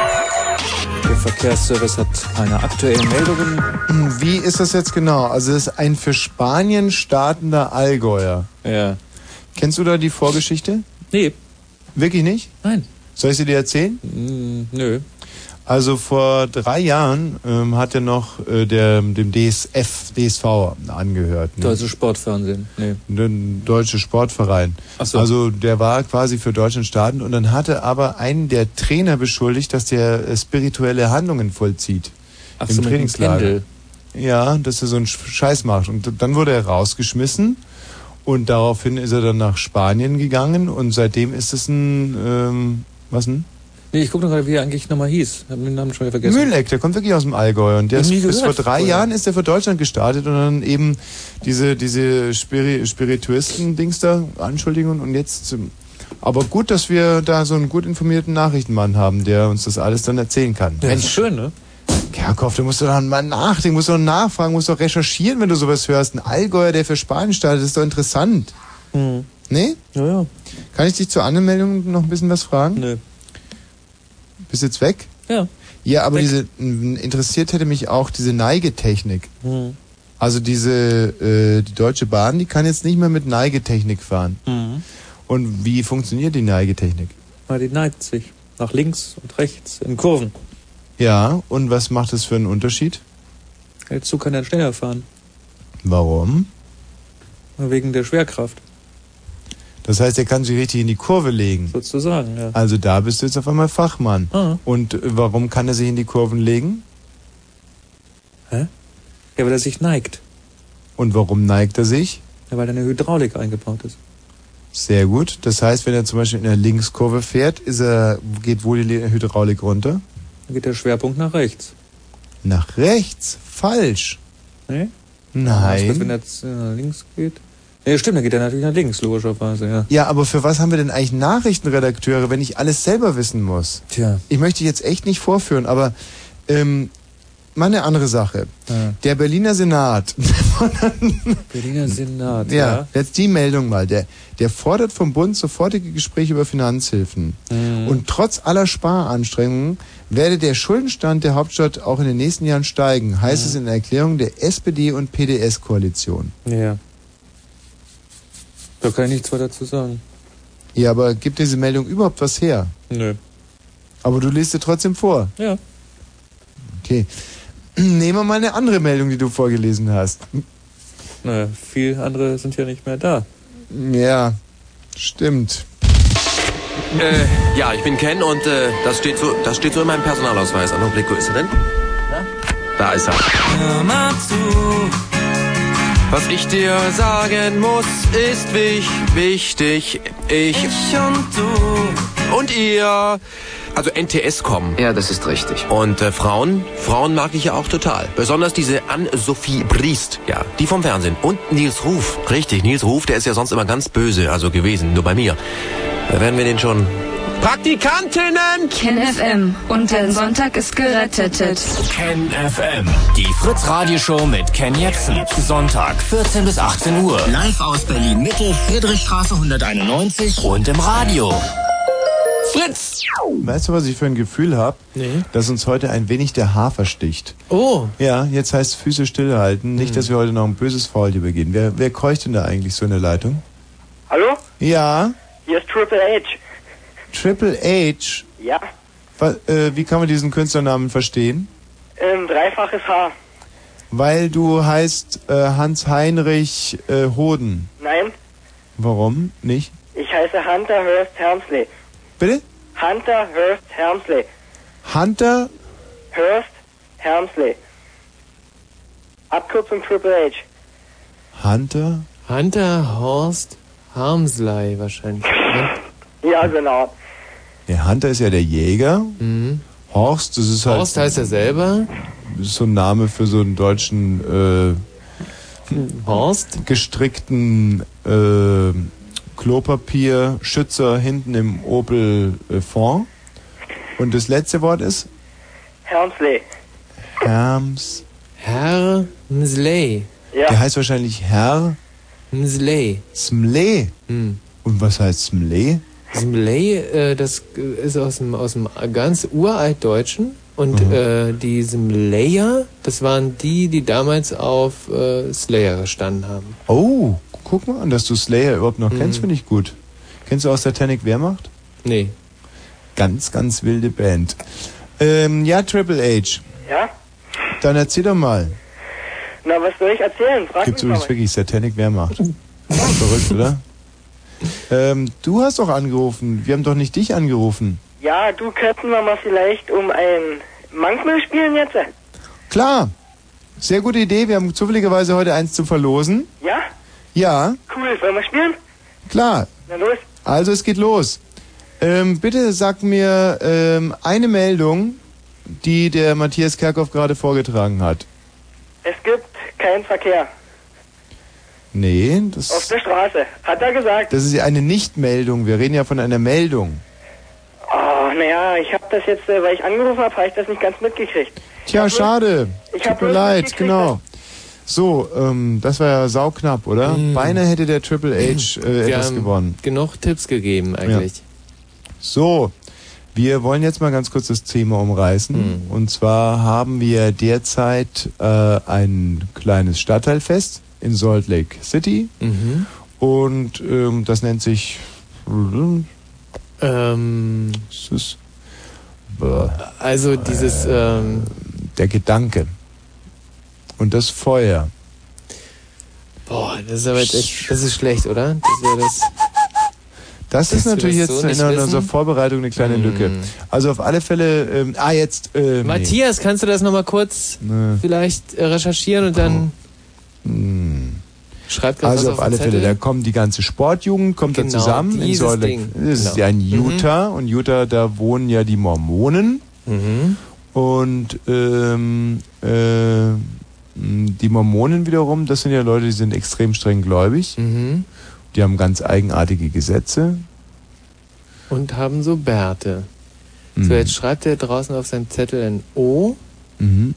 Der Verkehrsservice hat keine aktuellen Meldungen. Wie ist das jetzt genau? Also es ist ein für Spanien startender Allgäuer. Ja. Kennst du da die Vorgeschichte? Nee. Wirklich nicht? Nein. Soll ich sie dir erzählen? Mm, nö. Also vor drei Jahren ähm, hat er noch äh, der, dem D S F, D S V angehört. Ne? Deutsche Sportfernsehen. Nee. Der Deutsche Sportverein. Ach so. Also der war quasi für Deutschland startend und dann hatte aber einen der Trainer beschuldigt, dass der äh, spirituelle Handlungen vollzieht. Ach im so, Trainingslager. Ja, dass er so einen Scheiß macht. Und dann wurde er rausgeschmissen und daraufhin ist er dann nach Spanien gegangen und seitdem ist es ein, ähm, was denn? Nee, ich gucke noch gerade, wie er eigentlich nochmal hieß. Ich habe den Namen schon wieder vergessen. Mühlek, der kommt wirklich aus dem Allgäu. Und der ist, bis vor drei vorher. Jahren ist er für Deutschland gestartet und dann eben diese, diese Spiri- Spirituisten-Dings da, Anschuldigungen und jetzt... Aber gut, dass wir da so einen gut informierten Nachrichtenmann haben, der uns das alles dann erzählen kann. Ja, Mensch, schön, ne? Kerkhoff, du musst doch dann mal nachdenken, musst doch nachfragen, musst doch recherchieren, wenn du sowas hörst. Ein Allgäuer, der für Spanien startet, das ist doch interessant. Hm. Nee? Ja, ja. Kann ich dich zur Anmeldung noch ein bisschen was fragen? Nö. Bist jetzt weg? Ja. Ja, aber weg. diese interessiert hätte mich auch diese Neigetechnik. Hm. Also diese äh, die Deutsche Bahn, die kann jetzt nicht mehr mit Neigetechnik fahren. Mhm. Und wie funktioniert die Neigetechnik? Ja, die neigt sich nach links und rechts in Kurven. Ja, und was macht das für einen Unterschied? Der Zug kann dann schneller fahren. Warum? Wegen der Schwerkraft. Das heißt, er kann sich richtig in die Kurve legen. Sozusagen, ja. Also da bist du jetzt auf einmal Fachmann. Ah. Und äh, warum kann er sich in die Kurven legen? Hä? Ja, weil er sich neigt. Und warum neigt er sich? Ja, weil da eine Hydraulik eingebaut ist. Sehr gut. Das heißt, wenn er zum Beispiel in der Linkskurve fährt, ist er, geht wohl die Hydraulik runter? Dann geht der Schwerpunkt nach rechts. Nach rechts? Falsch. Nee? Nein. Was, wenn er jetzt nach links geht? Ja, stimmt, dann geht er natürlich nach links, logischerweise, ja. Ja, aber für was haben wir denn eigentlich Nachrichtenredakteure, wenn ich alles selber wissen muss? Tja. Ich möchte jetzt echt nicht vorführen, aber ähm, mal eine andere Sache. Ja. Der Berliner Senat. Berliner Senat, ja, ja. jetzt die Meldung mal. Der, der fordert vom Bund sofortige Gespräche über Finanzhilfen. Mhm. Und trotz aller Sparanstrengungen werde der Schuldenstand der Hauptstadt auch in den nächsten Jahren steigen, heißt mhm. es in der Erklärung der S P D- und P D S-Koalition. Ja. Da kann ich nichts weiter zu sagen. Ja, aber gibt diese Meldung überhaupt was her? Nö. Aber du liest sie trotzdem vor? Ja. Okay. Nehmen wir mal eine andere Meldung, die du vorgelesen hast. Naja, viele andere sind ja nicht mehr da. Ja, stimmt. Äh, ja, ich bin Ken und äh, das steht so, das steht so in meinem Personalausweis. Einen Blick, wo ist er denn? Na? Da ist er. Hör mal zu. Was ich dir sagen muss, ist wich, wichtig. Ich, Ich und du. und ihr. Also N T S kommen. Ja, das ist richtig. Und äh, Frauen? Frauen mag ich ja auch total. Besonders diese Anne-Sophie Briest, ja, die vom Fernsehen. Und Nils Ruf. Richtig, Nils Ruf, der ist ja sonst immer ganz böse, also gewesen, nur bei mir. Da werden wir den schon... Praktikantinnen! Ken F M. Und dein Sonntag ist gerettet. Ken F M. Die Fritz-Radioshow mit Ken Jepsen. Sonntag, vierzehn bis achtzehn Uhr. Live aus Berlin-Mitte, Friedrichstraße hunderteinundneunzig. Und im Radio. Fritz! Weißt du, was ich für ein Gefühl habe? Nee. Dass uns heute ein wenig der Hafer sticht. Oh. Ja, jetzt heißt Füße stillhalten. Nicht, Hm. dass wir heute noch ein böses Foul hier begehen. Wer, wer keucht denn da eigentlich so in der Leitung? Hallo? Ja, Hier ist Triple H. Triple H. Ja? Was, äh, wie kann man diesen Künstlernamen verstehen? Ähm, dreifaches H. Weil du heißt äh, Hans-Heinrich äh, Hoden. Nein, Warum nicht? ich heiße Hunter Hurst Helmsley. Bitte? Hunter Hurst Helmsley. Hunter? Hurst Helmsley. Abkürzung Triple H. Hunter? Hunter Horst Harmsley wahrscheinlich. Ne? Ja, genau. Der Hunter ist ja der Jäger. Mhm. Horst, das ist halt... Horst heißt er selber. Das ist so ein Name für so einen deutschen... Äh, Horst? Gestrickten äh, Klopapierschützer hinten im Opel äh, Fond. Und das letzte Wort ist? Helmsley. Herms. Herr Msley. Ja. Der heißt wahrscheinlich Herr Msley. Smley. Hm. Und was heißt Smley? Smley, äh, das ist aus dem, aus dem ganz uraltdeutschen. Und Mhm. äh, die Smlayer, das waren die, die damals auf äh, Slayer gestanden haben. Oh, guck mal an, dass du Slayer überhaupt noch Mhm. kennst, finde ich gut. Kennst du aus Satanic Wehrmacht? Nee. Ganz, ganz wilde Band. Ähm, ja, Triple H. Ja? Dann erzähl doch mal. Na, was soll ich erzählen? Frag Gibt's mich mal. übrigens wirklich Satanic Wehrmacht. Verrückt, oder? Ähm, du hast doch angerufen. Wir haben doch nicht dich angerufen. Ja, du, könnten wir mal vielleicht um ein Mankmill spielen jetzt? Klar. Sehr gute Idee. Wir haben zufälligerweise heute eins zu verlosen. Ja? Ja, Cool, wollen wir spielen? klar. Na los. Also es geht los. Ähm, bitte sag mir ähm, eine Meldung, die der Matthias Kerkhoff gerade vorgetragen hat. Es gibt keinen Verkehr. Nee, Auf das, der Straße. Hat er gesagt. das ist ja eine Nichtmeldung. Wir reden ja von einer Meldung. Oh, naja, ich habe das jetzt, äh, weil ich angerufen habe, habe ich das nicht ganz mitgekriegt. Tja, schade. ich hab Tut mir bloß leid, mitgekriegt, genau. So, ähm, das war ja sauknapp, oder? Mm. Beinahe hätte der Triple H äh, Wir etwas haben gewonnen. genug Tipps gegeben eigentlich. So, wir wollen jetzt mal ganz kurz das Thema umreißen. Mhm. Und zwar haben wir derzeit äh, ein kleines Stadtteilfest in Salt Lake City. Mhm. Und ähm, das nennt sich... Ähm, es ist, also dieses... Ähm, der Gedanke. Und das Feuer. Boah, das ist aber jetzt echt, das ist schlecht, oder? Das wäre das... Das Dass ist wir natürlich das jetzt so in nicht unserer wissen? Vorbereitung eine kleine Mm. Lücke. Also auf alle Fälle... Ähm, ah, jetzt... Äh, Matthias, kannst du das nochmal kurz Nee. vielleicht äh, recherchieren und dann... Hm. Schreibt gerade Also was auf auf alle den Fälle, Zettel. da kommt die ganze Sportjugend, kommt Genau, da zusammen in dieses Salt Lake. Ding. Das ist Genau. ja in Mhm. Utah und Utah, da wohnen ja die Mormonen. Mhm. Und ähm, äh, die Mormonen wiederum, das sind ja Leute, die sind extrem streng gläubig. Mhm. Die haben ganz eigenartige Gesetze. Und haben so Bärte. Mhm. So, jetzt schreibt er draußen auf seinem Zettel ein O. Mhm.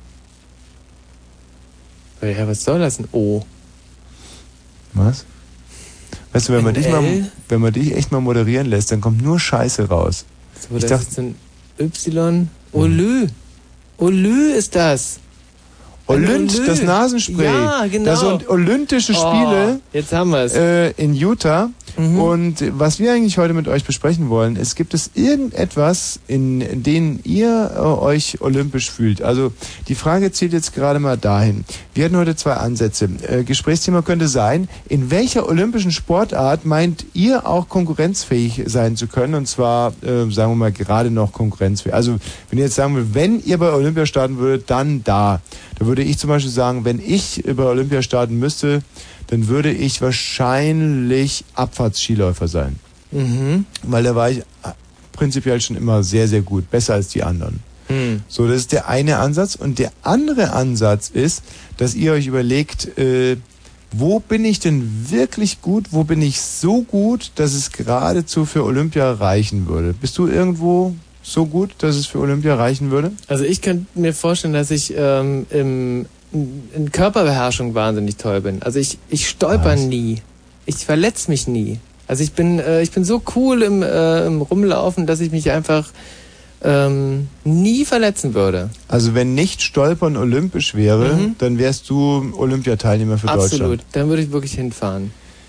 Ja, was soll das, ein O? Was? Weißt du, wenn man, Ein dich mal, L? wenn man dich echt mal moderieren lässt, dann kommt nur Scheiße raus. So, Ich das dachte- ist ein Y. Olü. Olü ist das. Ein Olynt, Olü. das Nasenspray. Ja, genau. Das sind olympische Spiele. Oh, jetzt haben wir es. Äh, in Utah. Mhm. Und was wir eigentlich heute mit euch besprechen wollen, ist, gibt es irgendetwas, in denen ihr äh, euch olympisch fühlt? Also die Frage zielt jetzt gerade mal dahin. Wir hatten heute zwei Ansätze. Äh, Gesprächsthema könnte sein, in welcher olympischen Sportart meint ihr auch konkurrenzfähig sein zu können? Und zwar, äh, sagen wir mal, gerade noch konkurrenzfähig. Also wenn ihr jetzt sagen würdet, wenn ihr bei Olympia starten würdet, dann da. Da würde ich zum Beispiel sagen, wenn ich bei Olympia starten müsste, dann würde ich wahrscheinlich Abfahrtsskiläufer sein. Mhm. Weil da war ich prinzipiell schon immer sehr, sehr gut. Besser als die anderen. Mhm. So, das ist der eine Ansatz. Und der andere Ansatz ist, dass ihr euch überlegt, äh, wo bin ich denn wirklich gut? Wo bin ich so gut, dass es geradezu für Olympia reichen würde? Bist du irgendwo so gut, dass es für Olympia reichen würde? Also ich könnte mir vorstellen, dass ich ähm, im, in Körperbeherrschung wahnsinnig toll bin. Also ich, ich stolper Was? nie. Ich verletze mich nie. Also ich bin, äh, ich bin so cool im, äh, im Rumlaufen, dass ich mich einfach ähm, nie verletzen würde. Also wenn nicht Stolpern olympisch wäre, Mhm. dann wärst du Olympiateilnehmer für Absolut. Deutschland. Dann würde ich wirklich hinfahren.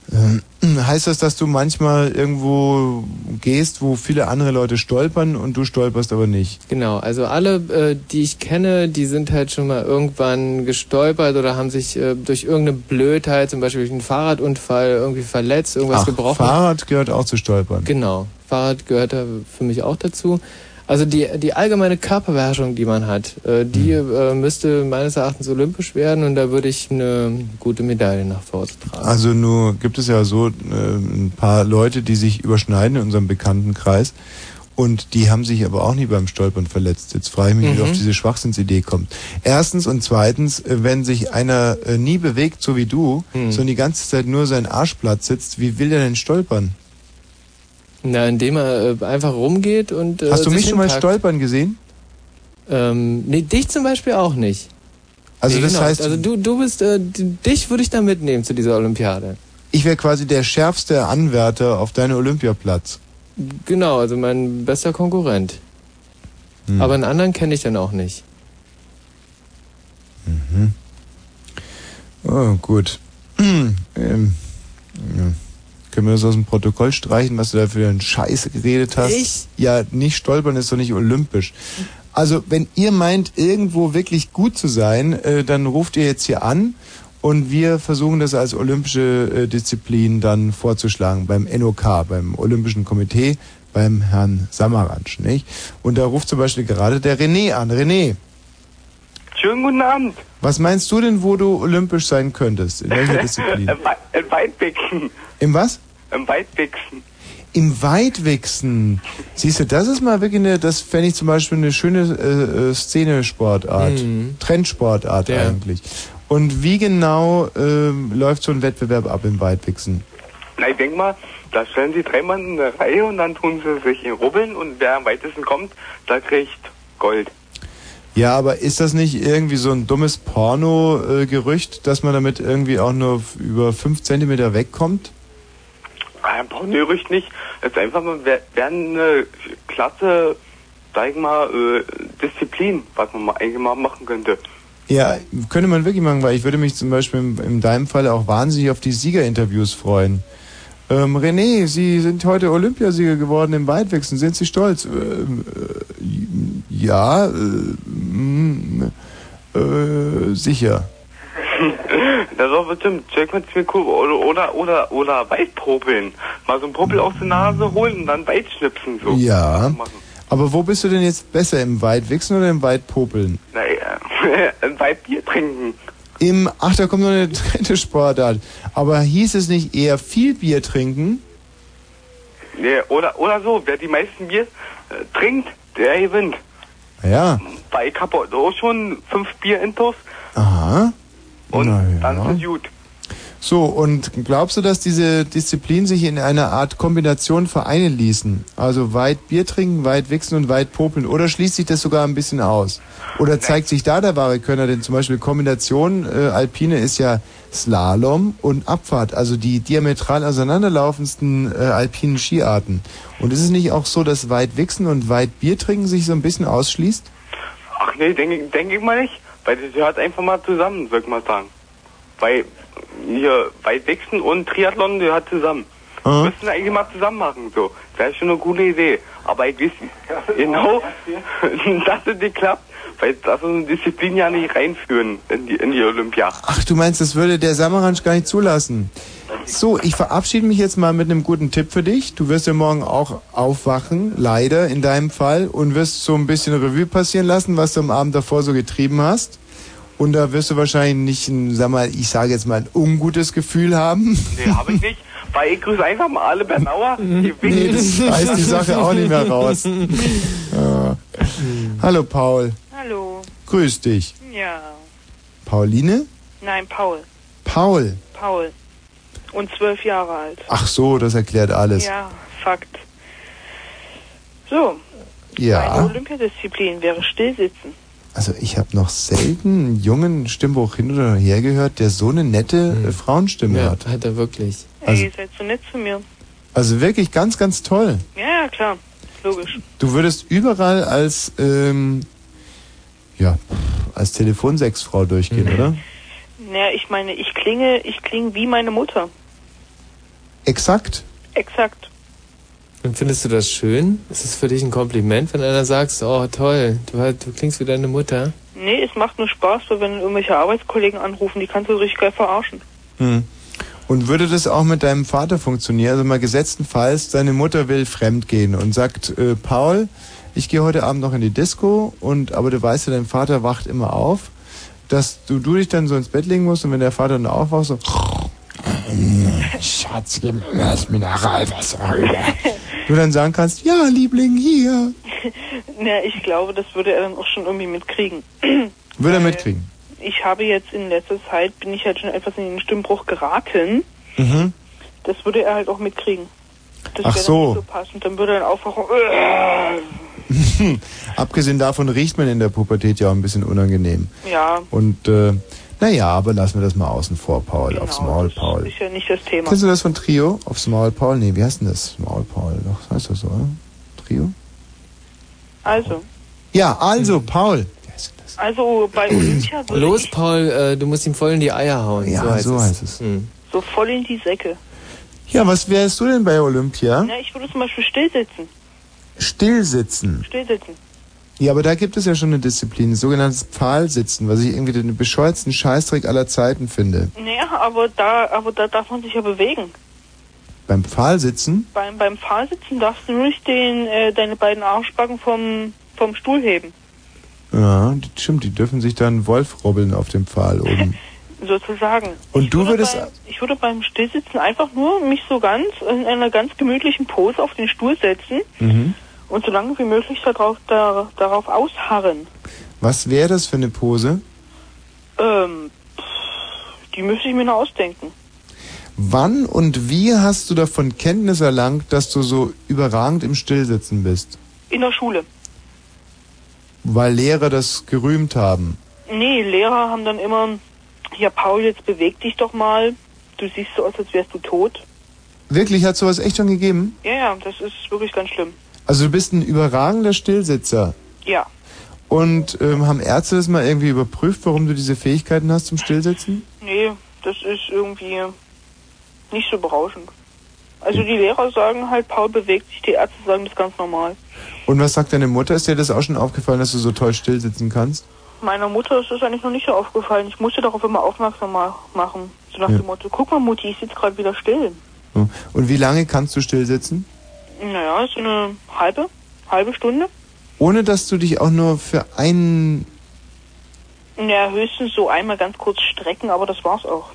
Ähm, heißt das, dass du manchmal irgendwo gehst, wo viele andere Leute stolpern und du stolperst aber nicht? Genau, also alle, äh, die ich kenne, die sind halt schon mal irgendwann gestolpert oder haben sich äh, durch irgendeine Blödheit, zum Beispiel durch einen Fahrradunfall, irgendwie verletzt, irgendwas Ach, gebrochen. Fahrrad gehört auch zu stolpern. Genau, Fahrrad gehört da für mich auch dazu. Also die die allgemeine Körperbeherrschung, die man hat, äh, die äh, müsste meines Erachtens olympisch werden und da würde ich eine gute Medaille nach Hause tragen. Also nur gibt es ja so äh, ein paar Leute, die sich überschneiden in unserem Bekanntenkreis und die haben sich aber auch nie beim Stolpern verletzt. Jetzt frage ich mich, mhm. wie du auf diese Schwachsinnsidee kommt. Erstens und zweitens, äh, wenn sich einer äh, nie bewegt, so wie du, mhm. sondern die ganze Zeit nur sein Arschblatt sitzt, wie will der denn stolpern? Na, indem er äh, einfach rumgeht und... Äh, Hast du mich schon mal hinpackt. stolpern gesehen? Ähm, nee, dich zum Beispiel auch nicht. Also nee, das genau. heißt... Also du, du bist, äh, dich würde ich da mitnehmen zu dieser Olympiade. Ich wäre quasi der schärfste Anwärter auf deinen Olympiaplatz. Genau, also mein bester Konkurrent. Hm. Aber einen anderen kenne ich dann auch nicht. Mhm. Oh, gut. ähm, ja. Können wir das aus dem Protokoll streichen, was du da für einen Scheiß geredet hast? Ich? Ja, nicht stolpern ist doch nicht olympisch. Also, wenn ihr meint, irgendwo wirklich gut zu sein, äh, dann ruft ihr jetzt hier an und wir versuchen das als olympische äh, Disziplin dann vorzuschlagen beim N O K, beim Olympischen Komitee, beim Herrn Samaranch, nicht? Und da ruft zum Beispiel gerade der René an. René. Schönen guten Abend. Was meinst du denn, wo du olympisch sein könntest? In welcher Disziplin? Im Weitwichsen. Im was? Im Weitwichsen. Im Weitwichsen. Siehst du, das ist mal wirklich eine, das fände ich zum Beispiel eine schöne äh, Szene-Sportart. Mhm. Trendsportart ja. eigentlich. Und wie genau äh, läuft so ein Wettbewerb ab im Weitwichsen? Na, ich denke mal, da stellen sie drei Mann in eine Reihe und dann tun sie sich rubbeln und wer am weitesten kommt, der kriegt Gold. Ja, aber ist das nicht irgendwie so ein dummes Porno-Gerücht, äh, dass man damit irgendwie auch nur über fünf Zentimeter wegkommt? Ein Porno-Gerücht nicht. Jetzt einfach mal, wäre eine klasse, sag ich mal, äh, Disziplin, was man mal eigentlich mal machen könnte. Ja, könnte man wirklich machen, weil ich würde mich zum Beispiel in, in deinem Fall auch wahnsinnig auf die Siegerinterviews freuen. Ähm, René, Sie sind heute Olympiasieger geworden im Weitwichsen. Sind Sie stolz? Ähm, äh, ja, äh, mh, äh, sicher. Das ist auch bestimmt. Check mal ziemlich cool. Oder, oder, oder, oder Weitpopeln. Mal so einen Popel aus der Nase holen und dann Weitschnipsen. So. Ja. Aber wo bist du denn jetzt besser? Im Weitwichsen oder im Weitpopeln? Naja, ein Weitbier trinken. Im, ach, da kommt noch eine dritte Sportart. Aber hieß es nicht eher viel Bier trinken? Nee, oder, oder so. Wer die meisten Bier äh, trinkt, der gewinnt. Ja. Weil ich habe auch schon fünf Bier intus. Aha. Und Na, dann ja. ist es gut. So, und glaubst du, dass diese Disziplinen sich in einer Art Kombination vereinen ließen? Also weit Bier trinken, weit wichsen und weit popeln. Oder schließt sich das sogar ein bisschen aus? Oder zeigt sich da der wahre Könner? Denn zum Beispiel Kombination äh, Alpine ist ja Slalom und Abfahrt. Also die diametral auseinanderlaufendsten äh, alpinen Skiarten. Und ist es nicht auch so, dass weit wichsen und weit Bier trinken sich so ein bisschen ausschließt? Ach nee, denke denk ich mal nicht. Weil das gehört einfach mal zusammen, würde ich mal sagen. Weil hier Weitwichsen und Triathlon gehört zusammen. Mhm. Wir müssen eigentlich mal zusammen machen, so. Das wäre schon eine gute Idee. Aber ich weiß genau, dass es nicht klappt, weil das so eine Disziplin ja nicht reinführen in die, in die Olympia. Ach, du meinst, das würde der Samaranch gar nicht zulassen. So, ich verabschiede mich jetzt mal mit einem guten Tipp für dich. Du wirst ja morgen auch aufwachen, leider in deinem Fall, und wirst so ein bisschen Revue passieren lassen, was du am Abend davor so getrieben hast. Und da wirst du wahrscheinlich nicht ein, sag mal, ich sage jetzt mal, ein ungutes Gefühl haben. Nee, habe ich nicht. Weil ich grüße einfach mal alle Bernauer. Die nee, das reißt die Sache auch nicht mehr raus. Ja. Hallo Paul. Hallo. Grüß dich. Ja. Pauline? Nein, Paul. Paul. Paul. Und zwölf Jahre alt. Ach so, das erklärt alles. Ja, Fakt. So. Ja. Meine Olympiadisziplin wäre Stillsitzen. Also ich habe noch selten einen jungen Stimmbruch hin oder her gehört, der so eine nette hm. Frauenstimme ja, hat. hat er wirklich. Hey, Also, ihr seid so nett zu mir. also wirklich ganz, ganz toll. Ja, ja, klar. Logisch. Du würdest überall als, ähm, ja, als Telefonsexfrau durchgehen, Mhm. oder? Naja, ich meine, ich klinge, ich klinge wie meine Mutter. Exakt? Exakt. Und findest du das schön? Ist es für dich ein Kompliment, wenn einer sagt, oh toll, du, du klingst wie deine Mutter? Nee, es macht nur Spaß, weil wenn irgendwelche Arbeitskollegen anrufen, die kannst du richtig geil verarschen. Hm. Und würde das auch mit deinem Vater funktionieren? Also mal gesetztenfalls, deine Mutter will fremd gehen und sagt, äh, Paul, ich gehe heute Abend noch in die Disco, und aber du weißt ja, dein Vater wacht immer auf, dass du, du dich dann so ins Bett legen musst, und wenn der Vater dann aufwacht, so Schatz, gib mir das Mineralwasser rüber. Du dann sagen kannst, ja, Liebling, hier. Na, ich glaube, das würde er dann auch schon irgendwie mitkriegen. Würde er mitkriegen? Ich habe jetzt in letzter Zeit, bin ich halt schon etwas in den Stimmbruch geraten. Mhm. Das würde er halt auch mitkriegen. Das Ach wäre so. dann nicht so passend. Dann würde er dann aufwachen. Äh. Abgesehen davon riecht man in der Pubertät ja auch ein bisschen unangenehm. Ja. Und, äh, naja, aber lassen wir das mal außen vor, Paul. Genau, aufs Maul, Paul. Das ist ja nicht das Thema. Kennst du das von Trio? Aufs Maul, Paul? Nee, wie heißt denn das? Maul, Paul. Doch, das heißt das so, oder? Trio? Also. Ja, also, Paul. Also bei Olympia würde Los, ich Paul, äh, du musst ihm voll in die Eier hauen. Ja, so heißt so es. heißt es. Hm. so voll in die Säcke. Ja, was wärst du denn bei Olympia? Na, ich würde zum Beispiel still sitzen. Still sitzen. Still sitzen. Ja, aber da gibt es ja schon eine Disziplin, sogenanntes Pfahlsitzen, was ich irgendwie den bescheuertsten Scheißdreck aller Zeiten finde. Naja, aber da, aber da darf man sich ja bewegen. Beim Pfahlsitzen? Beim, beim Pfahlsitzen darfst du nur nicht den, äh, deine beiden Arschbacken vom, vom Stuhl heben. Ja, das stimmt, die dürfen sich dann Wolf robbeln auf dem Pfahl oben. Sozusagen. Und ich du würde würdest... Beim, ich würde beim Stillsitzen einfach nur mich so ganz in einer ganz gemütlichen Pose auf den Stuhl setzen Mhm. und so lange wie möglich darauf, da, darauf ausharren. Was wäre das für eine Pose? Ähm, die müsste ich mir noch ausdenken. Wann und wie hast du davon Kenntnis erlangt, dass du so überragend im Stillsitzen bist? In der Schule. Weil Lehrer das gerühmt haben. Nee, Lehrer haben dann immer, ja Paul, jetzt beweg dich doch mal. Du siehst so aus, als wärst du tot. Wirklich, hat sowas echt schon gegeben? Ja, ja, das ist wirklich ganz schlimm. Also du bist ein überragender Stillsitzer. Ja. Und ähm, haben Ärzte das mal irgendwie überprüft, warum du diese Fähigkeiten hast zum Stillsitzen? Nee, das ist irgendwie nicht so berauschend. Also die Lehrer sagen halt, Paul bewegt sich, die Ärzte sagen das ganz normal. Und was sagt deine Mutter? Ist dir das auch schon aufgefallen, dass du so toll stillsitzen kannst? Meiner Mutter ist das eigentlich noch nicht so aufgefallen. Ich musste darauf immer aufmerksam ma- machen. So nach Ja. dem Motto, guck mal Mutti, ich sitze gerade wieder still. So. Und wie lange kannst du stillsitzen? Naja, so eine halbe, halbe Stunde. Ohne dass du dich auch nur für einen... Ja, höchstens so einmal ganz kurz strecken, aber das war's auch.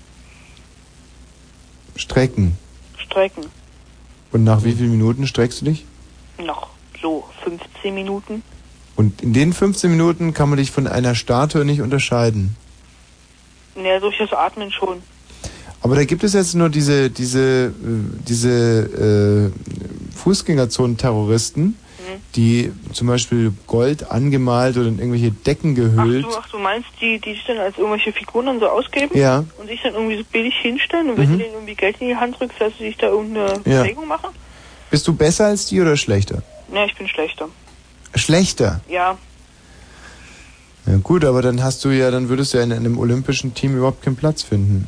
Strecken. Strecken. Und nach wie vielen Minuten streckst du dich? Noch so fünfzehn Minuten. Und in den fünfzehn Minuten kann man dich von einer Statue nicht unterscheiden. Ja, durch das Atmen schon. Aber da gibt es jetzt nur diese, diese, äh, diese äh, Fußgängerzonen-Terroristen, mhm. die zum Beispiel Gold angemalt oder in irgendwelche Decken gehüllt. Ach du, ach, du meinst, die, die sich dann als irgendwelche Figuren dann so ausgeben? Ja. Und sich dann irgendwie so billig hinstellen und wenn Mhm. du denen irgendwie Geld in die Hand drückst, dass sie sich da irgendeine Ja. Bewegung machen? Bist du besser als die oder schlechter? Ja, ich bin schlechter. Schlechter? Ja. Ja gut, aber dann hast du ja, dann würdest du ja in einem olympischen Team überhaupt keinen Platz finden.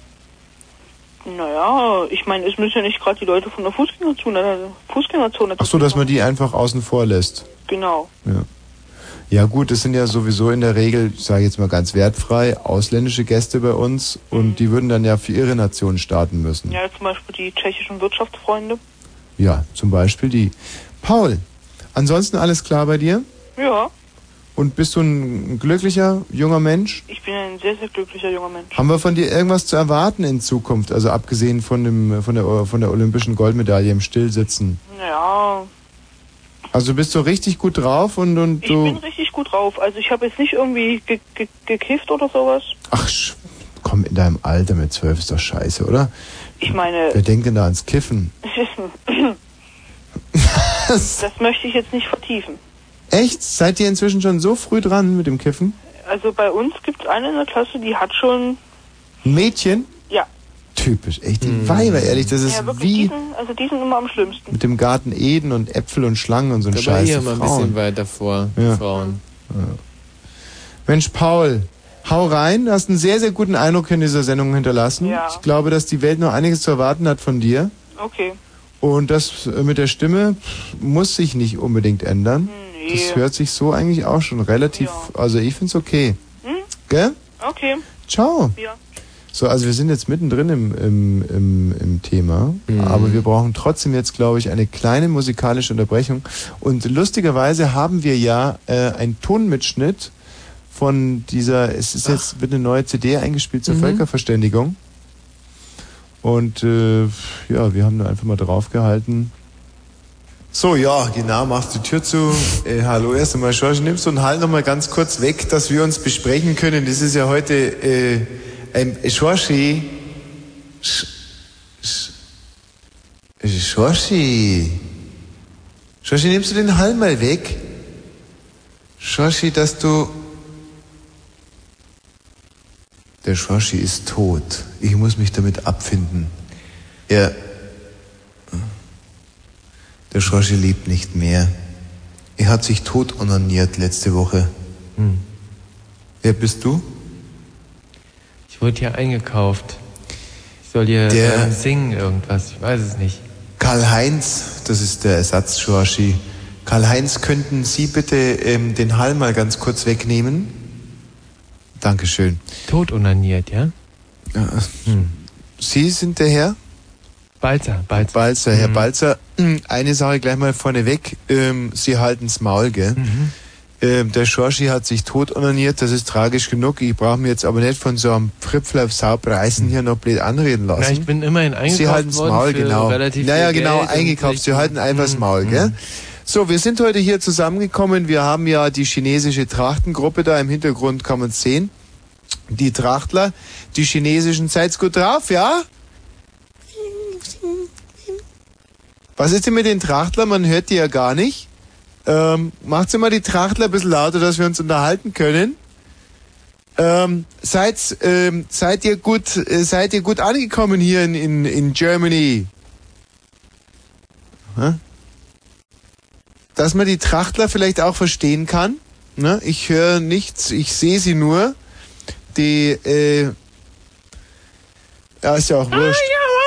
Naja, ich meine, es müssen ja nicht gerade die Leute von der Fußgängerzone, Fußgängerzone Ach so, dass man die einfach außen vor lässt. Genau. Ja. Ja gut, das sind ja sowieso in der Regel, ich sage jetzt mal ganz wertfrei, ausländische Gäste bei uns und Mhm. die würden dann ja für ihre Nation starten müssen. Ja, zum Beispiel die tschechischen Wirtschaftsfreunde. Ja, zum Beispiel die. Paul, ansonsten alles klar bei dir? Ja, Und bist du ein glücklicher junger Mensch? ich bin ein sehr, sehr glücklicher junger Mensch. Haben wir von dir irgendwas zu erwarten in Zukunft? Also abgesehen von dem von der von der olympischen Goldmedaille im Stillsitzen. Ja, Also du bist so richtig gut drauf und und ich bin du. richtig gut drauf. Also ich habe jetzt nicht irgendwie ge ge gekifft oder sowas. Ach, sch- komm, in deinem Alter mit zwölf ist doch scheiße, oder? Ich meine, Wer denkt denn da ans Kiffen? das möchte ich jetzt nicht vertiefen. Echt? Seid ihr inzwischen schon so früh dran mit dem Kiffen? Also bei uns gibt es eine in der Klasse, die hat schon, Ein Mädchen? ja, Typisch, echt, die Weiber, ehrlich, das ist ja wirklich, wie die sind, also die sind immer am schlimmsten. mit dem Garten Eden und Äpfel und Schlangen und so ein Da war Scheiß. hier mal ein Frauen. bisschen weiter vor, Ja. Frauen. Ja. Mensch, Paul, Hau rein, hast einen sehr, sehr guten Eindruck in dieser Sendung hinterlassen. Ja. Ich glaube, dass die Welt noch einiges zu erwarten hat von dir. Okay. Und das mit der Stimme muss sich nicht unbedingt ändern. Nee. Das hört sich so eigentlich auch schon relativ, ja. Also ich find's okay. Hm? Gell? Okay. Ciao. Ja. So, also wir sind jetzt mittendrin im, im, im, im Thema, mhm. aber wir brauchen trotzdem jetzt, glaube ich, eine kleine musikalische Unterbrechung. Und lustigerweise haben wir ja äh, einen Tonmitschnitt von dieser, es ist jetzt, wird eine neue C D eingespielt zur mhm. Völkerverständigung. Und äh, ja, wir haben da einfach mal draufgehalten. So, ja, genau, machst die Tür zu. Äh, hallo, erst einmal, Schorsch, nimmst du einen Halt nochmal ganz kurz weg, dass wir uns besprechen können. Das ist ja heute... Äh, Ähm, Schorschi. Sch, sch, Schorschi. Schorschi, nimmst du den Hall mal weg? Schorschi, dass du... Der Schorschi ist tot. Ich muss mich damit abfinden. Er... Der Schorschi lebt nicht mehr. Er hat sich tot onaniert letzte Woche. Hm. Wer bist du? Ich wurde hier eingekauft. Ich soll hier der ähm, singen irgendwas, ich weiß es nicht. Karl-Heinz, das ist der Ersatz-Schorschi. Karl-Heinz, könnten Sie bitte ähm, den Hall mal ganz kurz wegnehmen? Dankeschön. Tot onaniert, ja? ja hm. Sie sind der Herr? Balzer, Balzer. Balzer, Herr mhm. Balzer. Eine Sache gleich mal vorneweg. Ähm, Sie halten's Maul, gell? Mhm. Ähm, der Schorschi hat sich tot onaniert, das ist tragisch genug. Ich brauche mir jetzt aber nicht von so einem Fripfler-Saupreisen hier noch blöd anreden lassen. Na, ich bin immerhin eingekauft Sie halten's worden Maul, für genau. relativ naja, viel genau, Geld eingekauft. Sie halten einfach das mhm. Maul, gell? So, wir sind heute hier zusammengekommen. Wir haben ja die chinesische Trachtengruppe da im Hintergrund, kann man sehen. Die Trachtler, die chinesischen, seid's gut drauf, ja? Was ist denn mit den Trachtlern? Man hört die ja gar nicht. Ähm, macht's immer die Trachtler ein bisschen lauter, dass wir uns unterhalten können. Ähm, seid, ähm, seid ihr gut, äh, seid ihr gut angekommen hier in, in, in Germany? Hä? Dass man die Trachtler vielleicht auch verstehen kann. Ne? Ich höre nichts, ich sehe sie nur. Die, äh, ja, ist ja auch wurscht.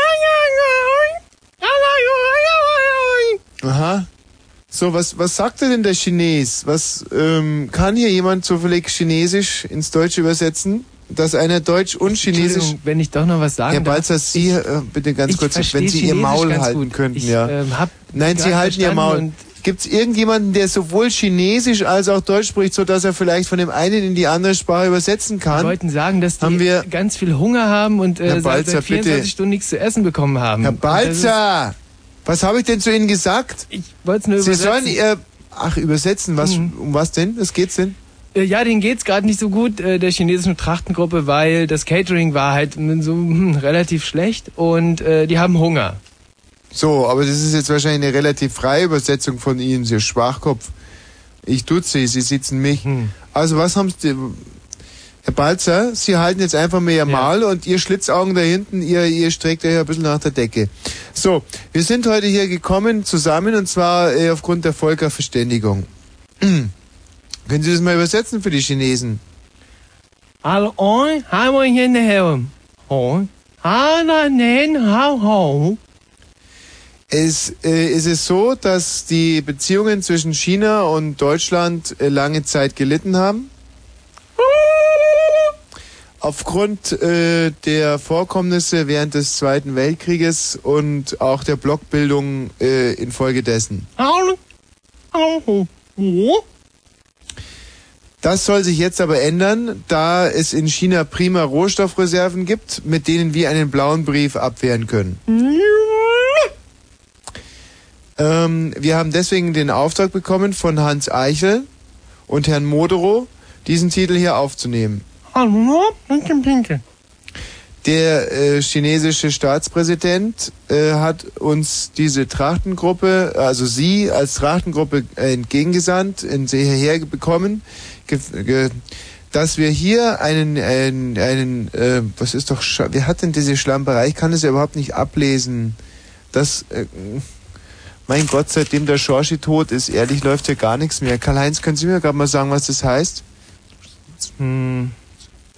Aha. So, was, was sagte denn der Chines? Was, ähm, kann hier jemand zufällig Chinesisch ins Deutsche übersetzen? Dass einer Deutsch und Chinesisch... Wenn ich doch noch was sagen Herr Balzer, Sie, äh, bitte ganz ich kurz, wenn Sie Chinesisch Ihr Maul halten gut. könnten, ich, ja. Ähm, hab Nein, Sie halten Ihr Maul. Gibt es irgendjemanden, der sowohl Chinesisch als auch Deutsch spricht, so dass er vielleicht von dem einen in die andere Sprache übersetzen kann? Wir wollten sagen, dass die haben wir ganz viel Hunger haben und äh, Herr Balzer, seit vierundzwanzig bitte. Stunden nichts zu essen bekommen haben. Herr Balzer! Was habe ich denn zu Ihnen gesagt? Ich wollte es nur Sie übersetzen. sollen ihr... Ach, übersetzen, was, mhm. um was denn? Was geht's denn? Äh, ja, denen geht's gerade nicht so gut, äh, der chinesischen Trachtengruppe, weil das Catering war halt so hm, relativ schlecht und äh, die haben Hunger. So, aber das ist jetzt wahrscheinlich eine relativ freie Übersetzung von Ihnen, Sie Schwachkopf. Ich tut's Sie, Sie sitzen mich. Hm. Also was haben Sie... Herr Balzer, Sie halten jetzt einfach mal Ihr Maul ja. und Ihr Schlitzaugen da hinten, ihr, ihr streckt euch ein bisschen nach der Decke. So, wir sind heute hier gekommen zusammen und zwar äh, aufgrund der Völkerverständigung. Können Sie das mal übersetzen für die Chinesen? Hallo, hallo, hier Es äh, ist es so, dass die Beziehungen zwischen China und Deutschland äh, lange Zeit gelitten haben. Aufgrund äh, der Vorkommnisse während des Zweiten Weltkrieges und auch der Blockbildung äh, infolgedessen. Das soll sich jetzt aber ändern, da es in China prima Rohstoffreserven gibt, mit denen wir einen blauen Brief abwehren können. ähm, wir haben deswegen den Auftrag bekommen von Hans Eichel und Herrn Moderow, diesen Titel hier aufzunehmen. Der äh, chinesische Staatspräsident äh, hat uns diese Trachtengruppe, also Sie als Trachtengruppe äh, entgegengesandt, in sie hierher bekommen, ge, ge, dass wir hier einen, einen, einen äh, was ist doch, wer hat denn diese Schlamperei? Ich kann es ja überhaupt nicht ablesen. Das, äh, mein Gott, seitdem der Schorschi tot ist, ehrlich, läuft ja gar nichts mehr. Karl-Heinz, können Sie mir gerade mal sagen, was das heißt? Hm.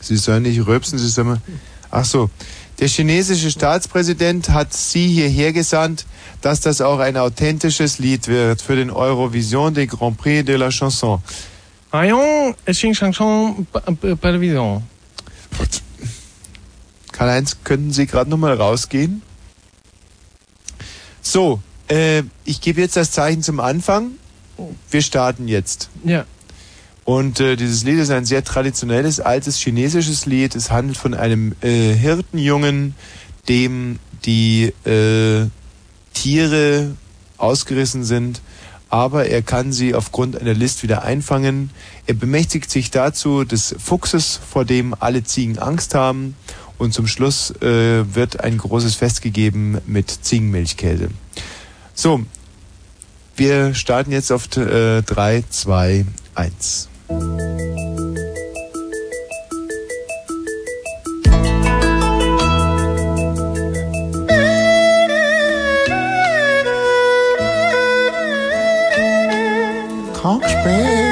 Sie sollen nicht rülpsen, Sie sollen... Ach so. Der chinesische Staatspräsident hat Sie hierher gesandt, dass das auch ein authentisches Lied wird für den Eurovision des Grand Prix de la Chanson. Rayon, es ist Chanson Television. Karl-Heinz, könnten Sie gerade nochmal rausgehen? So, äh, ich gebe jetzt das Zeichen zum Anfang. Wir starten jetzt. Ja. Und äh, dieses Lied ist ein sehr traditionelles, altes chinesisches Lied. Es handelt von einem äh, Hirtenjungen, dem die äh, Tiere ausgerissen sind, aber er kann sie aufgrund einer List wieder einfangen. Er bemächtigt sich dazu des Fuchses, vor dem alle Ziegen Angst haben. Und zum Schluss äh, wird ein großes Fest gegeben mit Ziegenmilchkäse. So, wir starten jetzt auf äh, drei, zwei, eins. Kochspeck.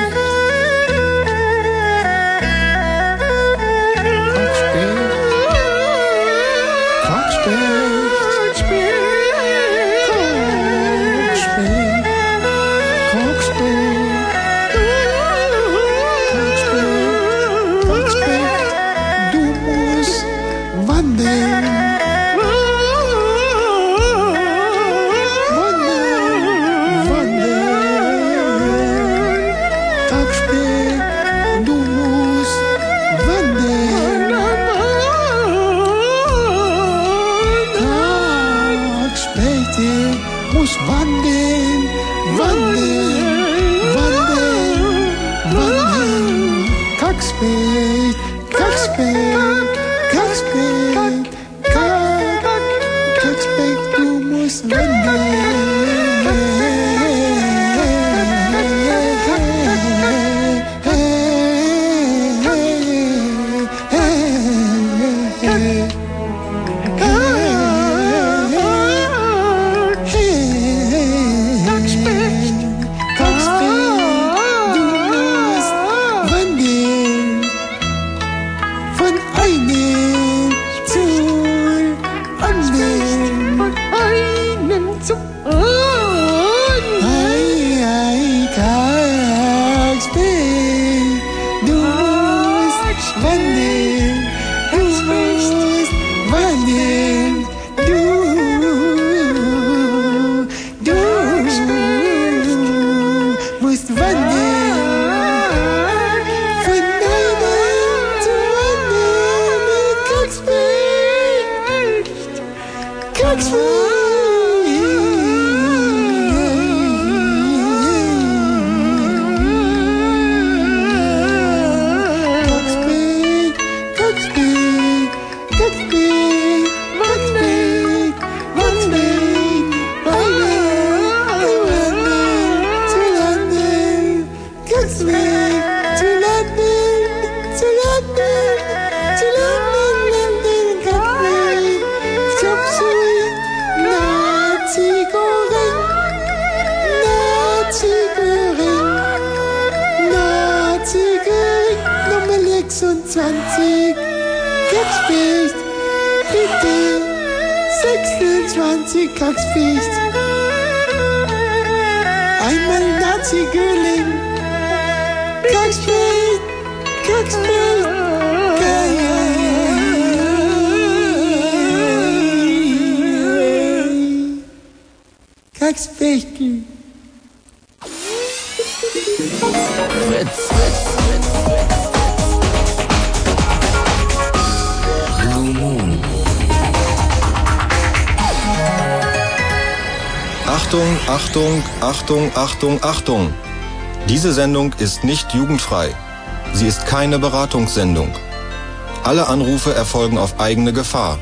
Achtung, Achtung, Achtung, Achtung! Diese Sendung ist nicht jugendfrei. Sie ist keine Beratungssendung. Alle Anrufe erfolgen auf eigene Gefahr.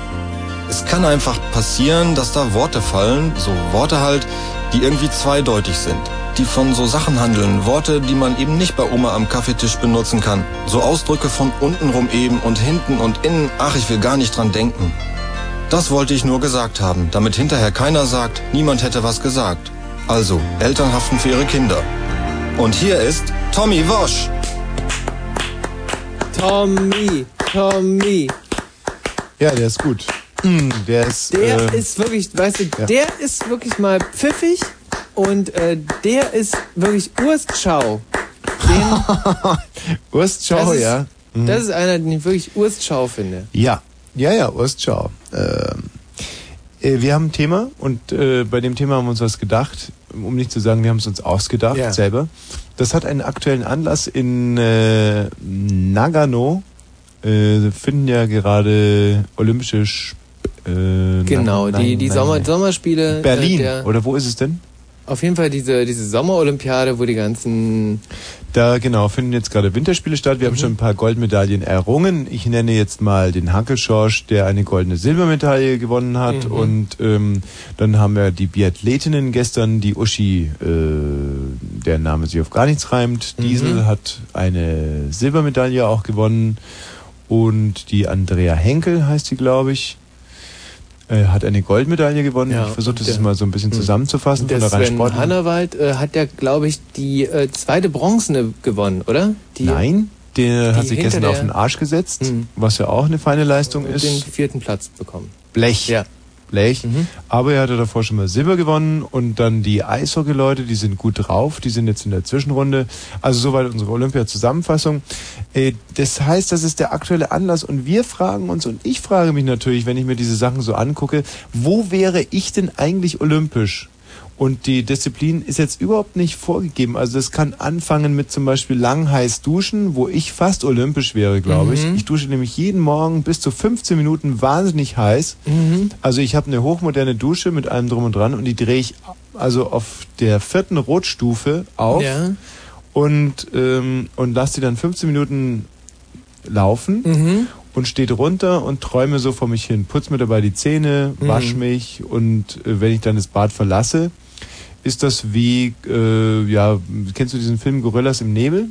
Es kann einfach passieren, dass da Worte fallen, so Worte halt, die irgendwie zweideutig sind, die von so Sachen handeln, Worte, die man eben nicht bei Oma am Kaffeetisch benutzen kann. So Ausdrücke von untenrum eben und hinten und innen, ach, ich will gar nicht dran denken. Das wollte ich nur gesagt haben, damit hinterher keiner sagt, niemand hätte was gesagt. Also, Eltern haften für ihre Kinder. Und hier ist Tommy Wosch. Tommy, Tommy. Ja, der ist gut. Der ist, der äh, ist wirklich, weißt du, ja. der ist wirklich mal pfiffig und äh, der ist wirklich Urstschau. Urstschau, ist, ja. Mhm. Das ist einer, den ich wirklich Urstschau finde. Ja, ja, ja, Urstschau. Ähm, äh, wir haben ein Thema und äh, bei dem Thema haben wir uns was gedacht, um nicht zu sagen, wir haben es uns ausgedacht ja. selber. Das hat einen aktuellen Anlass in äh, Nagano. Äh, finden ja gerade olympische Sp- äh, Genau, nein, die, die nein, Sommer, nein. Sommerspiele. Berlin, äh, der, oder wo ist es denn? Auf jeden Fall diese, diese Sommerolympiade, wo die ganzen... Da genau, finden jetzt gerade Winterspiele statt. Wir mhm. haben schon ein paar Goldmedaillen errungen. Ich nenne jetzt mal den Hankelschorsch, der eine goldene Silbermedaille gewonnen hat. Mhm. Und ähm, dann haben wir die Biathletinnen gestern, die Uschi, äh, der Name sich auf gar nichts reimt. Mhm. Diesel hat eine Silbermedaille auch gewonnen. Und die Andrea Henkel heißt sie, glaube ich, äh, hat eine Goldmedaille gewonnen. Ja, ich versuche das der, jetzt mal so ein bisschen zusammenzufassen. Der von der Sven Hannawald äh, hat ja, glaube ich, die äh, zweite Bronzene gewonnen, oder? Die, Nein, der die hat sich gestern auf den Arsch gesetzt, mhm. was ja auch eine feine Leistung ist. Den vierten Platz bekommen. Blech. Ja. Blech. Mhm. Aber er hatte davor schon mal Silber gewonnen und dann die Eishockey-Leute, die sind gut drauf, die sind jetzt in der Zwischenrunde. Also soweit unsere Olympia-Zusammenfassung. Äh, das heißt, das ist der aktuelle Anlass und wir fragen uns und ich frage mich natürlich, wenn ich mir diese Sachen so angucke, wo wäre ich denn eigentlich olympisch? Und die Disziplin ist jetzt überhaupt nicht vorgegeben. Also das kann anfangen mit zum Beispiel lang heiß duschen, wo ich fast olympisch wäre, glaube mhm. ich. Ich dusche nämlich jeden Morgen bis zu fünfzehn Minuten wahnsinnig heiß. Mhm. Also ich habe eine hochmoderne Dusche mit allem drum und dran und die drehe ich also auf der vierten Rotstufe auf ja. und, ähm, und lasse die dann fünfzehn Minuten laufen. Mhm. Und steht runter und träume so vor mich hin. Putz mir dabei die Zähne, mhm. wasch mich und äh, wenn ich dann das Bad verlasse, ist das wie, äh, ja, kennst du diesen Film Gorillas im Nebel?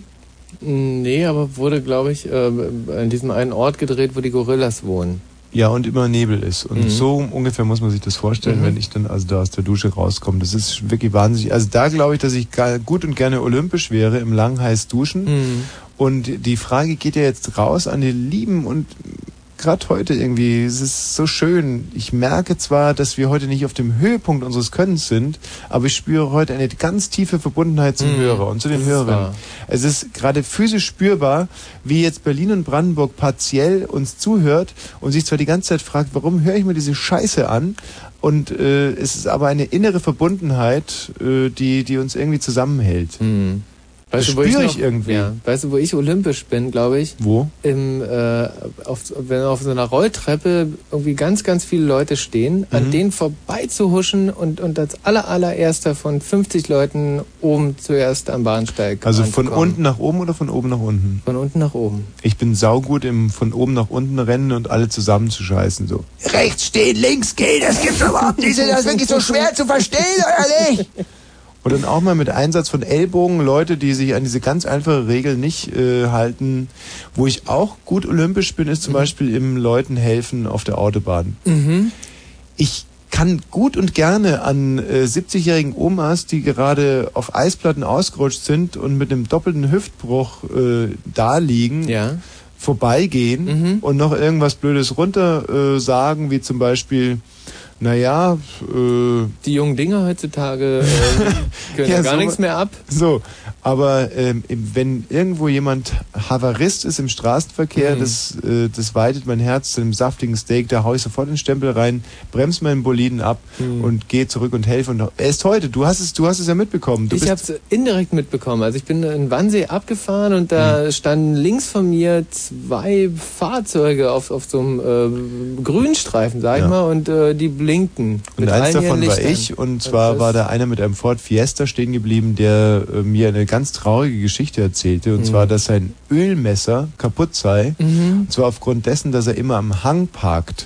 Nee, aber wurde, glaube ich, äh, an diesem einen Ort gedreht, wo die Gorillas wohnen. Ja, und immer Nebel ist. Und mhm. so ungefähr muss man sich das vorstellen, mhm. wenn ich dann also da aus der Dusche rauskomme. Das ist wirklich wahnsinnig. Also da glaube ich, dass ich gut und gerne olympisch wäre im lang heiß Duschen. Mhm. Und die Frage geht ja jetzt raus an die Lieben und gerade heute irgendwie, es ist so schön. Ich merke zwar, dass wir heute nicht auf dem Höhepunkt unseres Könnens sind, aber ich spüre heute eine ganz tiefe Verbundenheit zum mmh, Hörer und zu den Hörerinnen. Es ist gerade physisch spürbar, wie jetzt Berlin und Brandenburg partiell uns zuhört und sich zwar die ganze Zeit fragt, warum höre ich mir diese Scheiße an? Und äh, es ist aber eine innere Verbundenheit, äh, die, die uns irgendwie zusammenhält. Mmh. Weißt das du, wo spüre ich, ich noch, irgendwie. Ja, weißt du, wo ich olympisch bin, glaube ich? Wo? Im, äh, auf, wenn auf so einer Rolltreppe irgendwie ganz, ganz viele Leute stehen, mhm. an denen vorbei zu huschen und, und als aller, allererster von fünfzig Leuten oben zuerst am Bahnsteig Also von unten nach oben oder von oben nach unten? Von unten nach oben. Ich bin saugut im von oben nach unten rennen und alle zusammen zu scheißen, so. Rechts stehen, links gehen, das gibt's überhaupt nicht. Ist das wirklich so schwer zu verstehen, oder nicht? Und dann auch mal mit Einsatz von Ellbogen Leute, die sich an diese ganz einfache Regel nicht äh, halten. Wo ich auch gut olympisch bin, ist zum mhm. Beispiel im Leuten helfen auf der Autobahn. Mhm. Ich kann gut und gerne an äh, siebzigjährigen Omas, die gerade auf Eisplatten ausgerutscht sind und mit einem doppelten Hüftbruch äh, da liegen, ja. vorbeigehen mhm. und noch irgendwas Blödes runter äh, sagen, wie zum Beispiel... Naja, äh... Die jungen Dinger heutzutage äh, können ja gar so, nichts mehr ab. So, aber ähm, wenn irgendwo jemand Havarist ist im Straßenverkehr, mhm. das, äh, das weitet mein Herz zu einem saftigen Steak, da hau ich sofort den Stempel rein, bremse meinen Boliden ab mhm. und gehe zurück und helfe. Und er ist heute, du hast es, du hast es ja mitbekommen. Du ich habe es indirekt mitbekommen. Also ich bin in Wannsee abgefahren und da mhm. standen links von mir zwei Fahrzeuge auf, auf so einem äh, Grünstreifen, sag ich ja. mal, und äh, die blinkten. Und eins davon war ich, und zwar war da einer mit einem Ford Fiesta stehen geblieben, der äh, mir eine ganz traurige Geschichte erzählte, und mhm. zwar, dass sein Ölmesser kaputt sei, mhm. und zwar aufgrund dessen, dass er immer am Hang parkt.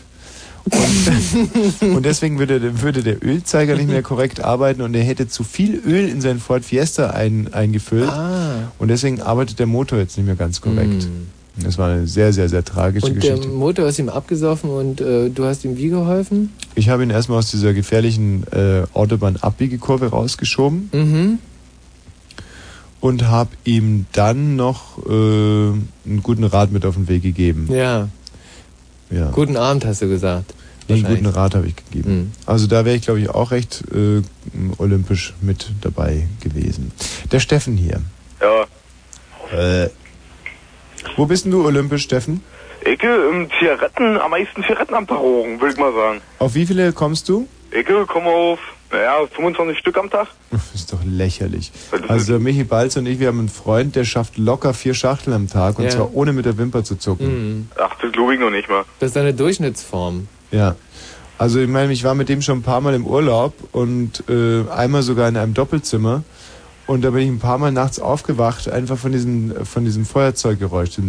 Und, und deswegen würde, würde der Ölzeiger nicht mehr korrekt arbeiten und er hätte zu viel Öl in seinen Ford Fiesta ein, eingefüllt ah. und deswegen arbeitet der Motor jetzt nicht mehr ganz korrekt. Mhm. Das war eine sehr, sehr, sehr tragische und Geschichte. Und der Motor ist ihm abgesoffen und äh, du hast ihm wie geholfen? Ich habe ihn erstmal aus dieser gefährlichen äh, Autobahn-Abbiegekurve rausgeschoben. Mhm. und habe ihm dann noch äh, einen guten Rat mit auf den Weg gegeben. Ja. Ja. Guten Abend hast du gesagt. Nee, einen guten Rat habe ich gegeben. Mhm. Also da wäre ich, glaube ich, auch recht äh, olympisch mit dabei gewesen. Der Steffen hier. Ja. Äh. Wo bist denn du olympisch, Steffen? Ich ähm, Zigaretten, am meisten Zigaretten am Tag rauchen, würde ich mal sagen. Auf wie viele kommst du? Ich komme auf, naja, fünfundzwanzig Stück am Tag. Das ist doch lächerlich. Also der Michi Balz und ich, wir haben einen Freund, der schafft locker vier Schachteln am Tag und Ja. zwar ohne mit der Wimper zu zucken. Mhm. Ach, das glaube ich noch nicht mal. Das ist eine Durchschnittsform. Ja. Also ich meine, ich war mit dem schon ein paar Mal im Urlaub und äh, einmal sogar in einem Doppelzimmer und da bin ich ein paar Mal nachts aufgewacht, einfach von diesem, von diesem Feuerzeuggeräusch. Und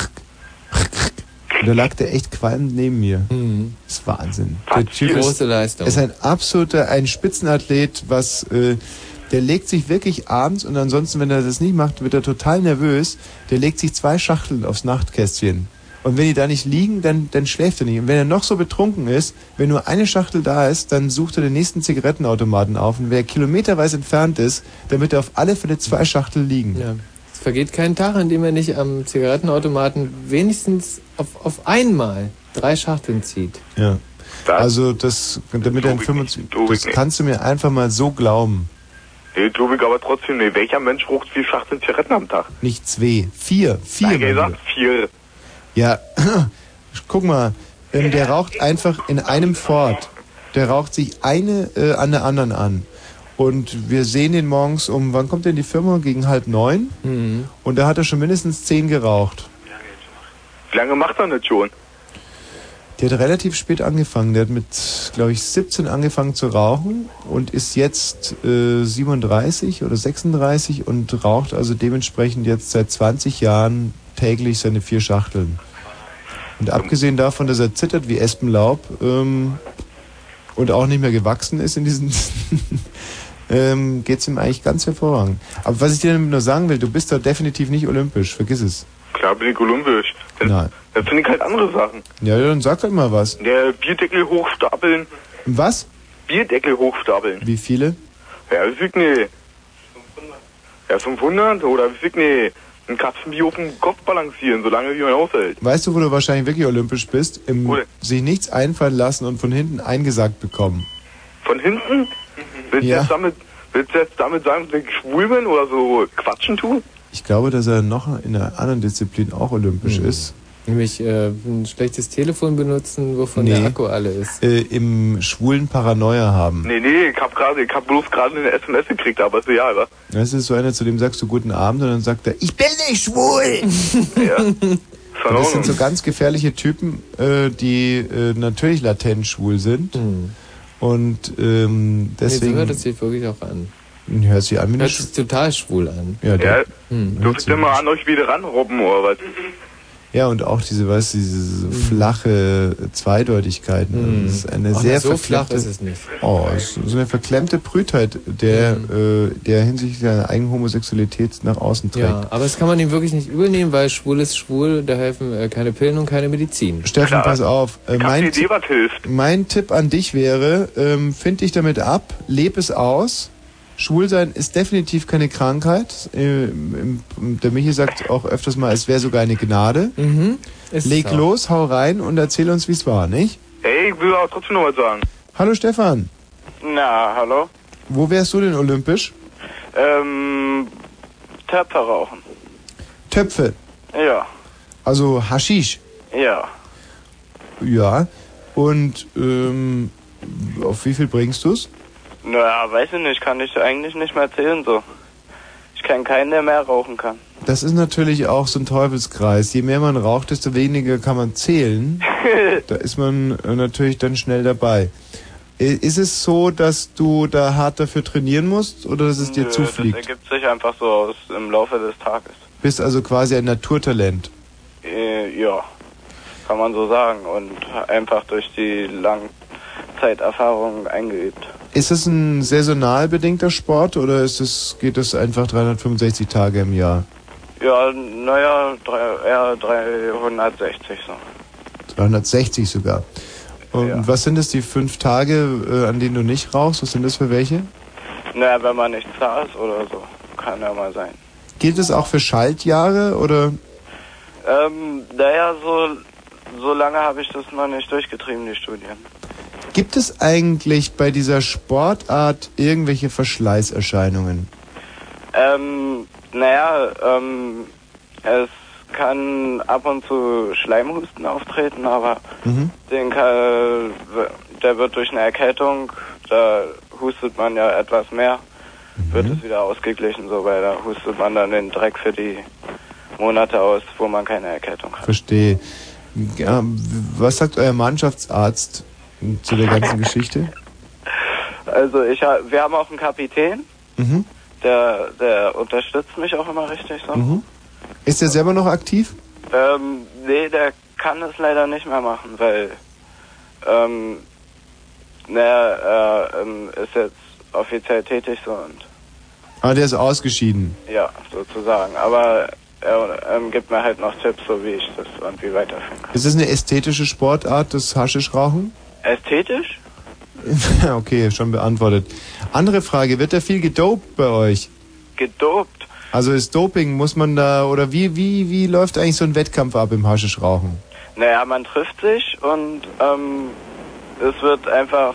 da lag der echt qualmend neben mir. Mhm. Das ist Wahnsinn. Der Der Typ große ist, Leistung. ist ein absoluter, ein Spitzenathlet, was, äh, der legt sich wirklich abends und ansonsten, wenn er das nicht macht, wird er total nervös. Der legt sich zwei Schachteln aufs Nachtkästchen. Und wenn die da nicht liegen, dann, dann schläft er nicht. Und wenn er noch so betrunken ist, wenn nur eine Schachtel da ist, dann sucht er den nächsten Zigarettenautomaten auf. Und wer kilometerweit entfernt ist, dann wird er auf alle Fälle zwei Schachteln liegen. Ja. Es vergeht kein Tag, an dem er nicht am Zigarettenautomaten wenigstens auf, auf einmal drei Schachteln zieht. Ja. Also das, damit er in fünfundzwanzig, das kannst du mir einfach mal so glauben. Nee, glaube ich aber trotzdem nicht. Welcher Mensch raucht vier Schachteln Zigaretten am Tag? Nicht zwei, vier, vier. Nein, mein gesagt Lieber. vier. Ja, guck mal, ähm, der raucht einfach in einem fort. Der raucht sich eine äh, an der anderen an. Und wir sehen ihn morgens um, wann kommt denn die Firma? Gegen halb neun? Mhm. Und da hat er schon mindestens zehn geraucht. Wie lange macht er das schon? Der hat relativ spät angefangen. Der hat mit, glaube ich, siebzehn angefangen zu rauchen und ist jetzt äh, siebenunddreißig oder sechsunddreißig und raucht also dementsprechend jetzt seit zwanzig Jahren täglich seine vier Schachteln. Und abgesehen davon, dass er zittert wie Espenlaub ähm, und auch nicht mehr gewachsen ist in diesen ähm, geht es ihm eigentlich ganz hervorragend. Aber was ich dir nur sagen will, du bist doch definitiv nicht olympisch, vergiss es. Klar bin ich olympisch. Dann, Nein. dann finde ich halt andere Sachen. Ja, dann sag halt mal was. Der Bierdeckel hochstapeln. Was? Bierdeckel hochstapeln. Wie viele? Ja, wie viel nee. Ja, fünfhundert oder wie viel nee. Ein Katzenbier auf dem Kopf balancieren, solange wie man aushält. Weißt du, wo du wahrscheinlich wirklich olympisch bist? Im sich nichts einfallen lassen und von hinten eingesagt bekommen. Von hinten? Willst du Ja. jetzt damit, willst du jetzt damit sagen, dass ich schwul bin oder so quatschen tun? Ich glaube, dass er noch in einer anderen Disziplin auch olympisch Mhm. ist. Nämlich äh, ein schlechtes Telefon benutzen, wovon Nee. der Akku alle ist. Äh, Im schwulen Paranoia haben. Nee, nee, ich hab gerade, ich hab bloß gerade eine S M S gekriegt, aber ist egal, wa? Das ist so einer, zu dem sagst du guten Abend und dann sagt er, ich bin nicht schwul. Ja. Und das sind so ganz gefährliche Typen, äh, die äh, natürlich latent schwul sind. Und ähm, deswegen... Nee, so hört es sich wirklich auch an. Hört sich an wie eine Hört sich total schwul an. Ja, Ja, der, Hm. dürft ihr mal an euch wieder ranrobben, oder was? ja, und auch diese, weißt du, diese so flache Zweideutigkeiten. Das ist eine Ach, sehr na, so verklemmte, flach ist es nicht. Oh, es ist so eine verklemmte Brütheit, der, äh, der hinsichtlich seiner eigenen Homosexualität nach außen trägt. Ja, aber das kann man ihm wirklich nicht übel nehmen, weil schwul ist schwul, da helfen äh, keine Pillen und keine Medizin. Steffen, pass auf. Äh, Ich hab mein, die Idee, was hilft. mein Tipp an dich wäre, ähm, find dich damit ab, leb es aus. Schwulsein ist definitiv keine Krankheit. Äh, im, der Michi sagt auch öfters mal, es wäre sogar eine Gnade. Mhm. Ist Leg es auch. los, hau rein und erzähl uns, wie es war, nicht? Ey, ich will aber trotzdem noch was sagen. Hallo Stefan, Na, hallo? wo wärst du denn olympisch? Ähm, Töpfe rauchen. Töpfe, Ja, also Haschisch. ja. Ja. Und ähm, auf wie viel bringst du's? Naja, weiß ich nicht, kann ich eigentlich nicht mehr erzählen so. Ich kenne keinen, der mehr rauchen kann. Das ist natürlich auch so ein Teufelskreis. Je mehr man raucht, desto weniger kann man zählen. Da ist man äh, natürlich dann schnell dabei. Äh, Ist es so, dass du da hart dafür trainieren musst oder dass es dir Nö, zufliegt? Das ergibt sich einfach so aus im Laufe des Tages. Bist also quasi ein Naturtalent. Äh, ja, kann man so sagen. Und einfach durch die Langzeiterfahrung eingeübt. Ist es ein saisonal bedingter Sport oder ist es, geht es einfach dreihundertfünfundsechzig Tage im Jahr? Ja, naja, drei, eher dreihundertsechzig so. dreihundertsechzig sogar. Und was sind es, die fünf Tage, äh, an denen du nicht rauchst? Was sind das für welche? Naja, wenn man nichts da ist oder so, kann ja mal sein. Gilt es auch für Schaltjahre oder? Ähm, naja, so, so lange habe ich das noch nicht durchgetrieben, die Studien. Gibt es eigentlich bei dieser Sportart irgendwelche Verschleißerscheinungen? Ähm, naja, ähm, es kann ab und zu Schleimhusten auftreten, aber Mhm. den kann, der wird durch eine Erkältung, da hustet man ja etwas mehr, Mhm. wird es wieder ausgeglichen, so, weil da hustet man dann den Dreck für die Monate aus, wo man keine Erkältung hat. Verstehe. Ja, was sagt euer Mannschaftsarzt zu der ganzen Geschichte? Also ich ha- wir haben auch einen Kapitän, Mhm. der, der unterstützt mich auch immer richtig so. Mhm. Ist er selber noch aktiv? Ähm, nee, der kann es leider nicht mehr machen, weil ähm, naja, er ähm, ist jetzt offiziell tätig so und Ah, der ist ausgeschieden. ja, sozusagen. Aber er ähm, gibt mir halt noch Tipps, so wie ich das irgendwie weiterführen kann. Ist es eine ästhetische Sportart, das Haschischrauchen? Ästhetisch? Okay, schon beantwortet. Andere Frage, wird da viel gedopt bei euch? Gedopt? Also ist Doping, muss man da, oder wie, wie, wie läuft eigentlich so ein Wettkampf ab im Haschischrauchen? Naja, man trifft sich und ähm, es wird einfach,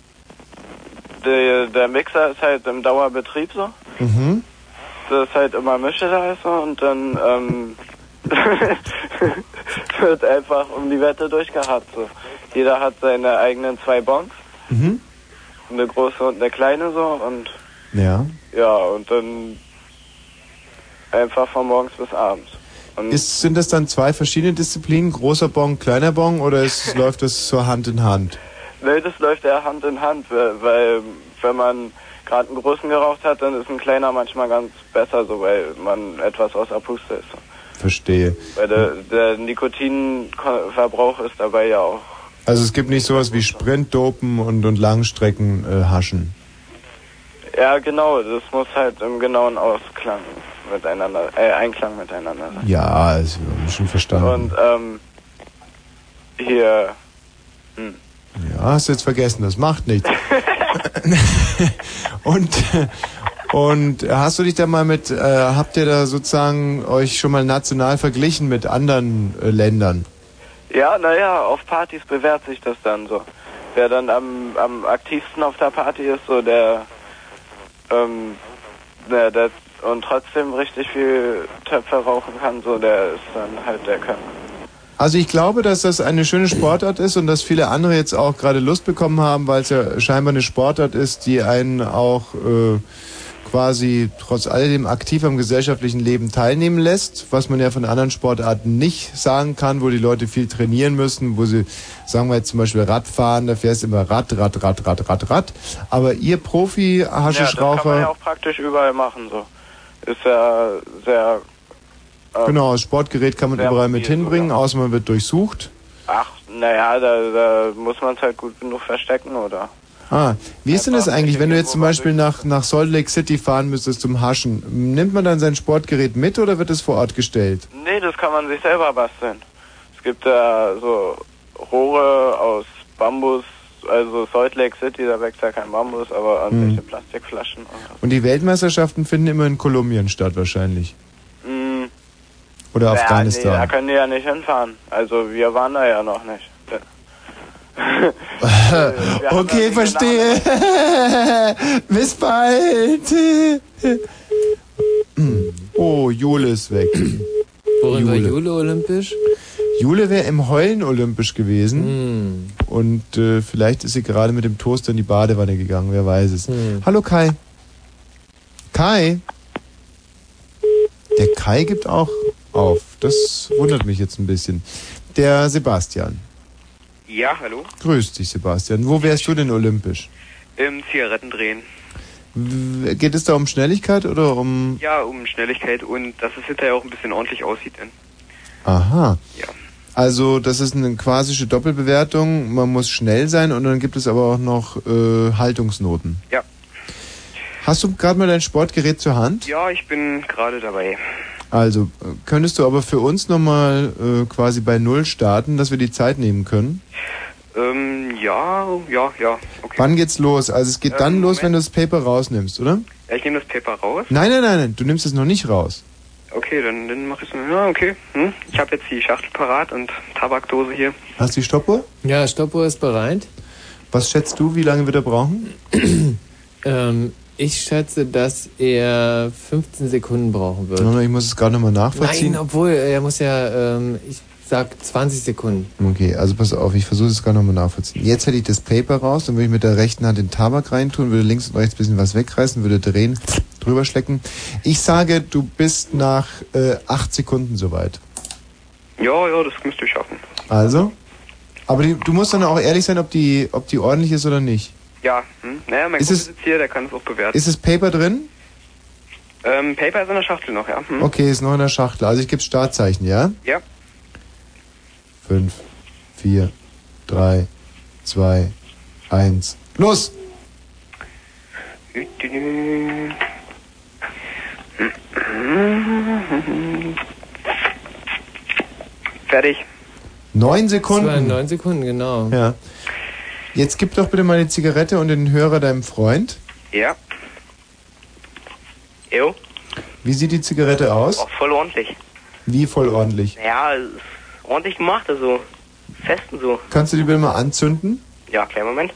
der, der Mixer ist halt im Dauerbetrieb so. Mhm. Das ist halt immer Mische da ist so und dann ähm, wird einfach um die Wette durchgehabt so. Jeder hat seine eigenen zwei Bons, Mhm. eine große und eine kleine so und Ja. ja und dann einfach von morgens bis abends. Und Ist, sind das dann zwei verschiedene Disziplinen, großer Bon, kleiner Bon, oder ist, läuft das so Hand in Hand? nee, das läuft ja Hand in Hand, weil, weil wenn man gerade einen großen geraucht hat, dann ist ein kleiner manchmal ganz besser so, weil man etwas außer Puste ist. So. Verstehe. Weil der, der Nikotinverbrauch ist dabei ja auch. Also es gibt nicht sowas wie Sprintdopen und, und Langstrecken äh, haschen. Ja, genau, das muss halt im genauen Ausklang miteinander, äh, Einklang miteinander sein. Ja, ist schon verstanden. Und ähm, hier, hm. Ja, hast du jetzt vergessen, das macht nichts. und, und hast du dich da mal mit, äh, habt ihr da sozusagen euch schon mal national verglichen mit anderen äh, Ländern? Ja, naja, auf Partys bewährt sich das dann so. Wer dann am, am aktivsten auf der Party ist, so der, ähm, der, der und trotzdem richtig viel Töpfe rauchen kann, so der ist dann halt der Körper. Also ich glaube, dass das eine schöne Sportart ist und dass viele andere jetzt auch gerade Lust bekommen haben, weil es ja scheinbar eine Sportart ist, die einen auch äh, quasi trotz alledem aktiv am gesellschaftlichen Leben teilnehmen lässt, was man ja von anderen Sportarten nicht sagen kann, wo die Leute viel trainieren müssen, wo sie, sagen wir jetzt zum Beispiel Radfahren, da fährst du immer Rad, Rad, Rad, Rad, Rad, Rad. Aber ihr Profi-Haschischraucher... Ja, das kann man ja auch praktisch überall machen, so. Ist ja sehr... Ähm, genau, das Sportgerät kann man sehr überall mit mobil hinbringen, außer man wird durchsucht. Ach, naja, da, da muss man es halt gut genug verstecken, oder? Ah, wie ist denn das eigentlich, wenn du jetzt zum Beispiel nach, nach Salt Lake City fahren müsstest zum Haschen? Nimmt man dann sein Sportgerät mit oder wird es vor Ort gestellt? Nee, das kann man sich selber basteln. Es gibt da so Rohre aus Bambus, also Salt Lake City, da wächst ja kein Bambus, aber irgendwelche Hm. Plastikflaschen. Und die Weltmeisterschaften finden immer in Kolumbien statt wahrscheinlich. Mm, Oder naja, Afghanistan. Nee, da können die ja nicht hinfahren. Also wir waren da ja noch nicht. Okay, verstehe. Bis bald. Oh, Jule ist weg. Worin war Jule olympisch? Jule wäre im Heulen olympisch gewesen. Hm. Und äh, vielleicht ist sie gerade mit dem Toaster in die Badewanne gegangen, wer weiß es. Hm. Hallo Kai. Kai? Der Kai gibt auch auf. Das wundert mich jetzt ein bisschen. Der Sebastian. Ja, hallo. Grüß dich, Sebastian. Wo wärst du denn olympisch? Im Zigarettendrehen. W- Geht es da um Schnelligkeit oder um... Ja, um Schnelligkeit und dass es hinterher auch ein bisschen ordentlich aussieht. Denn. Aha. Ja. Also das ist eine quasische Doppelbewertung. Man muss schnell sein und dann gibt es aber auch noch äh, Haltungsnoten. Ja. Hast du gerade mal dein Sportgerät zur Hand? Ja, ich bin gerade dabei. Also, äh, könntest du aber für uns nochmal äh, quasi bei Null starten, dass wir die Zeit nehmen können? Ähm, ja, ja, ja. Okay. Wann geht's los? Also es geht Ähm, dann los, Moment. wenn du das Paper rausnimmst, oder? Ja, ich nehme das Paper raus. Nein, nein, nein, nein, du nimmst es noch nicht raus. Okay, dann, dann mach ich so. Ja, okay. Hm? Ich habe jetzt die Schachtel parat und Tabakdose hier. Hast du die Stoppuhr? Ja, Stoppuhr ist bereit. Was schätzt du, wie lange wird er brauchen? ähm, ich schätze, dass er fünfzehn Sekunden brauchen wird. Ich muss es gerade nochmal nachvollziehen. Nein, obwohl, er muss ja, ähm, ich sag zwanzig Sekunden. Okay, also pass auf, ich versuche es gerade nochmal nachvollziehen. Jetzt hätte ich das Paper raus, dann würde ich mit der rechten Hand den Tabak reintun, würde links und rechts ein bisschen was wegreißen, würde drehen, drüber schlecken. Ich sage, du bist nach äh, acht Sekunden soweit. Ja, ja, das müsste ich schaffen. Also? Aber die, du musst dann auch ehrlich sein, ob die, ob die ordentlich ist oder nicht. Ja, hm? Naja, mein Kumpel sitzt hier, der kann es auch bewerten. Ist das Paper drin? Ähm, Paper ist in der Schachtel noch, ja. Hm? Okay, ist noch in der Schachtel. Also ich gebe Startzeichen, ja? Ja. Fünf, vier, drei, zwei, eins, los! Fertig. Neun Sekunden. Das waren neun Sekunden, genau. Ja. Jetzt gib doch bitte mal die Zigarette und den Hörer deinem Freund. Ja. Jo. Wie sieht die Zigarette aus? Oh, voll ordentlich. Wie voll ordentlich? Ja, ist ordentlich gemacht, also fest und so. Kannst du die bitte mal anzünden? Ja, kleinen Moment.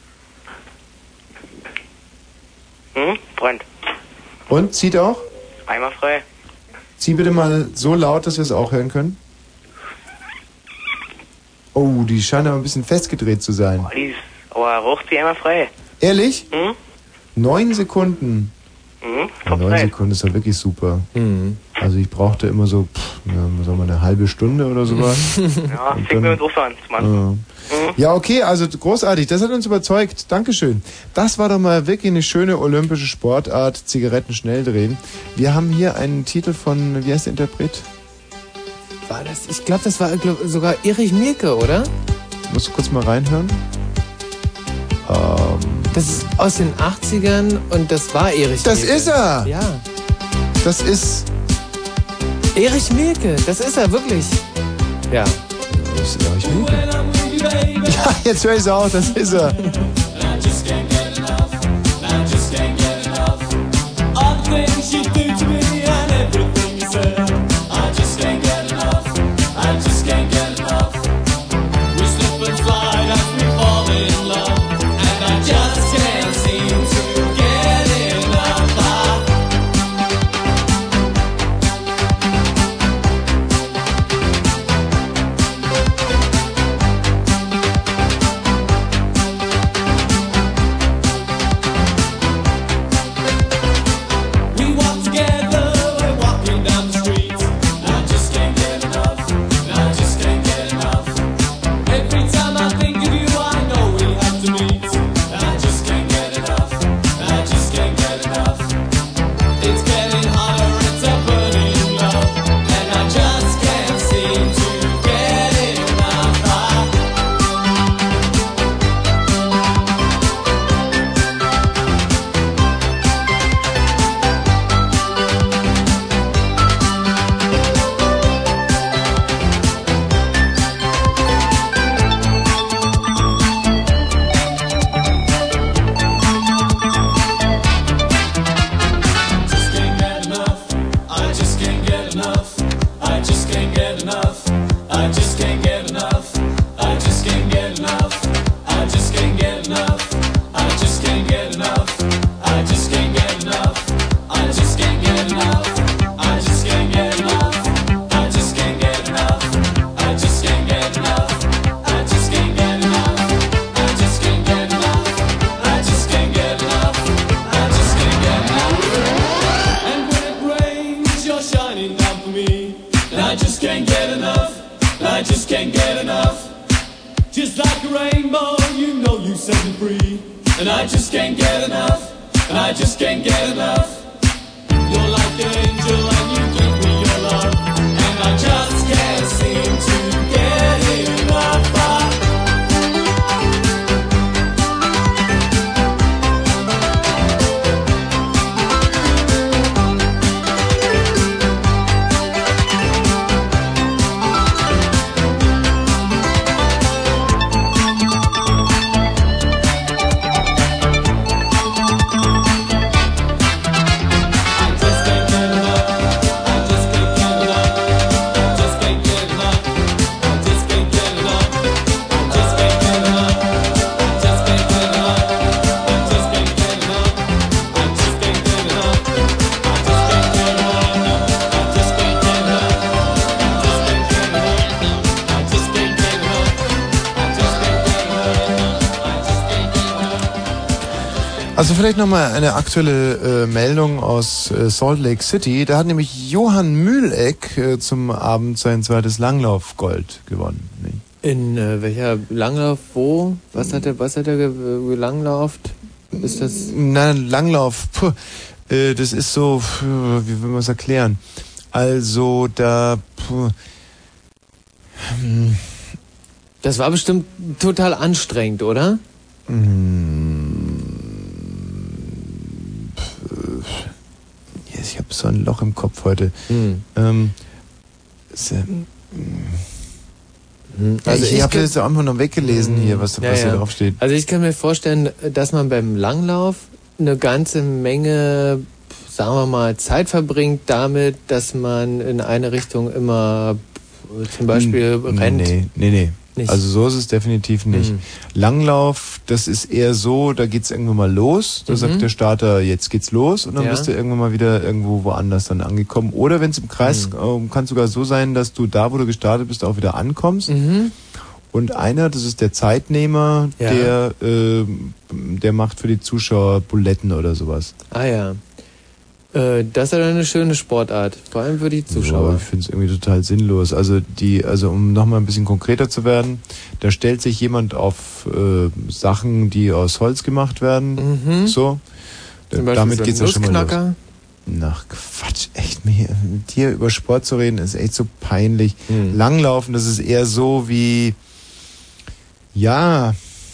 Hm, brennt. Und, zieht auch? Einmal frei. Zieh bitte mal so laut, dass wir es auch hören können. Oh, die scheint aber ein bisschen festgedreht zu sein. Oh, die ist, aber raucht sie einmal frei. Ehrlich? Hm? Neun Sekunden. Mhm, ja, neun Sekunden ist ja wirklich super. Mhm. Also ich brauchte immer so, pff, ja, sagen wir eine halbe Stunde oder sowas. Ja, fängt mir mit drauf an, Mann. Ja. Mhm. Ja, okay, also großartig, das hat uns überzeugt. Dankeschön. Das war doch mal wirklich eine schöne olympische Sportart, Zigaretten schnell drehen. Wir haben hier einen Titel von, wie heißt der Interpret? War das? Ich glaube, das war glaub, sogar Erich Mielke, oder? Musst du kurz mal reinhören? Ähm, das ist aus den achtzigern und das war Erich das Mielke. Das ist er! Ja. Das ist... Erich Mielke, das ist er, wirklich. Ja. Das ist Erich Mielke. Ja, jetzt höre ich es auch, das ist er. Also vielleicht nochmal eine aktuelle äh, Meldung aus äh, Salt Lake City. Da hat nämlich Johann Mühleck äh, zum Abend sein zweites Langlaufgold gewonnen. Nee. In äh, welcher Langlauf, wo? Was hat er, was hat er ge- gelanglauft? Ist das? Nein, Langlauf, puh, äh, das ist so, puh, wie will man es erklären? Also da, puh, hm. Das war bestimmt total anstrengend, oder? Yes, ich habe so ein Loch im Kopf heute. Hm. Ähm, ist, äh, also ich, ich habe das jetzt auch noch weggelesen hier, was, ja, was ja. hier drauf steht. Also ich kann mir vorstellen, dass man beim Langlauf eine ganze Menge, sagen wir mal, Zeit verbringt damit, dass man in eine Richtung immer zum Beispiel N- rennt. Nee, nee, nee. Nicht. Also so ist es definitiv nicht. Mhm. Langlauf, das ist eher so, da geht's irgendwann mal los, da Mhm. sagt der Starter, jetzt geht's los und dann Ja. bist du irgendwann mal wieder irgendwo woanders dann angekommen. Oder wenn es im Kreis, Mhm. ähm, kann sogar so sein, dass du da, wo du gestartet bist, auch wieder ankommst. Mhm. Und einer, das ist der Zeitnehmer, Ja. der, äh, der macht für die Zuschauer Buletten oder sowas. Ah ja. Äh, das ist ja eine schöne Sportart, vor allem für die Zuschauer. Ja, ich finde es irgendwie total sinnlos. Also die, also um nochmal ein bisschen konkreter zu werden, da stellt sich jemand auf äh, Sachen, die aus Holz gemacht werden. Mhm. So. Zum Beispiel Damit so ein geht's ja schon mal los. Nussknacker. Ach Quatsch, echt, mir, mit dir über Sport zu reden, ist echt so peinlich. Mhm. Langlaufen, das ist eher so wie, ja,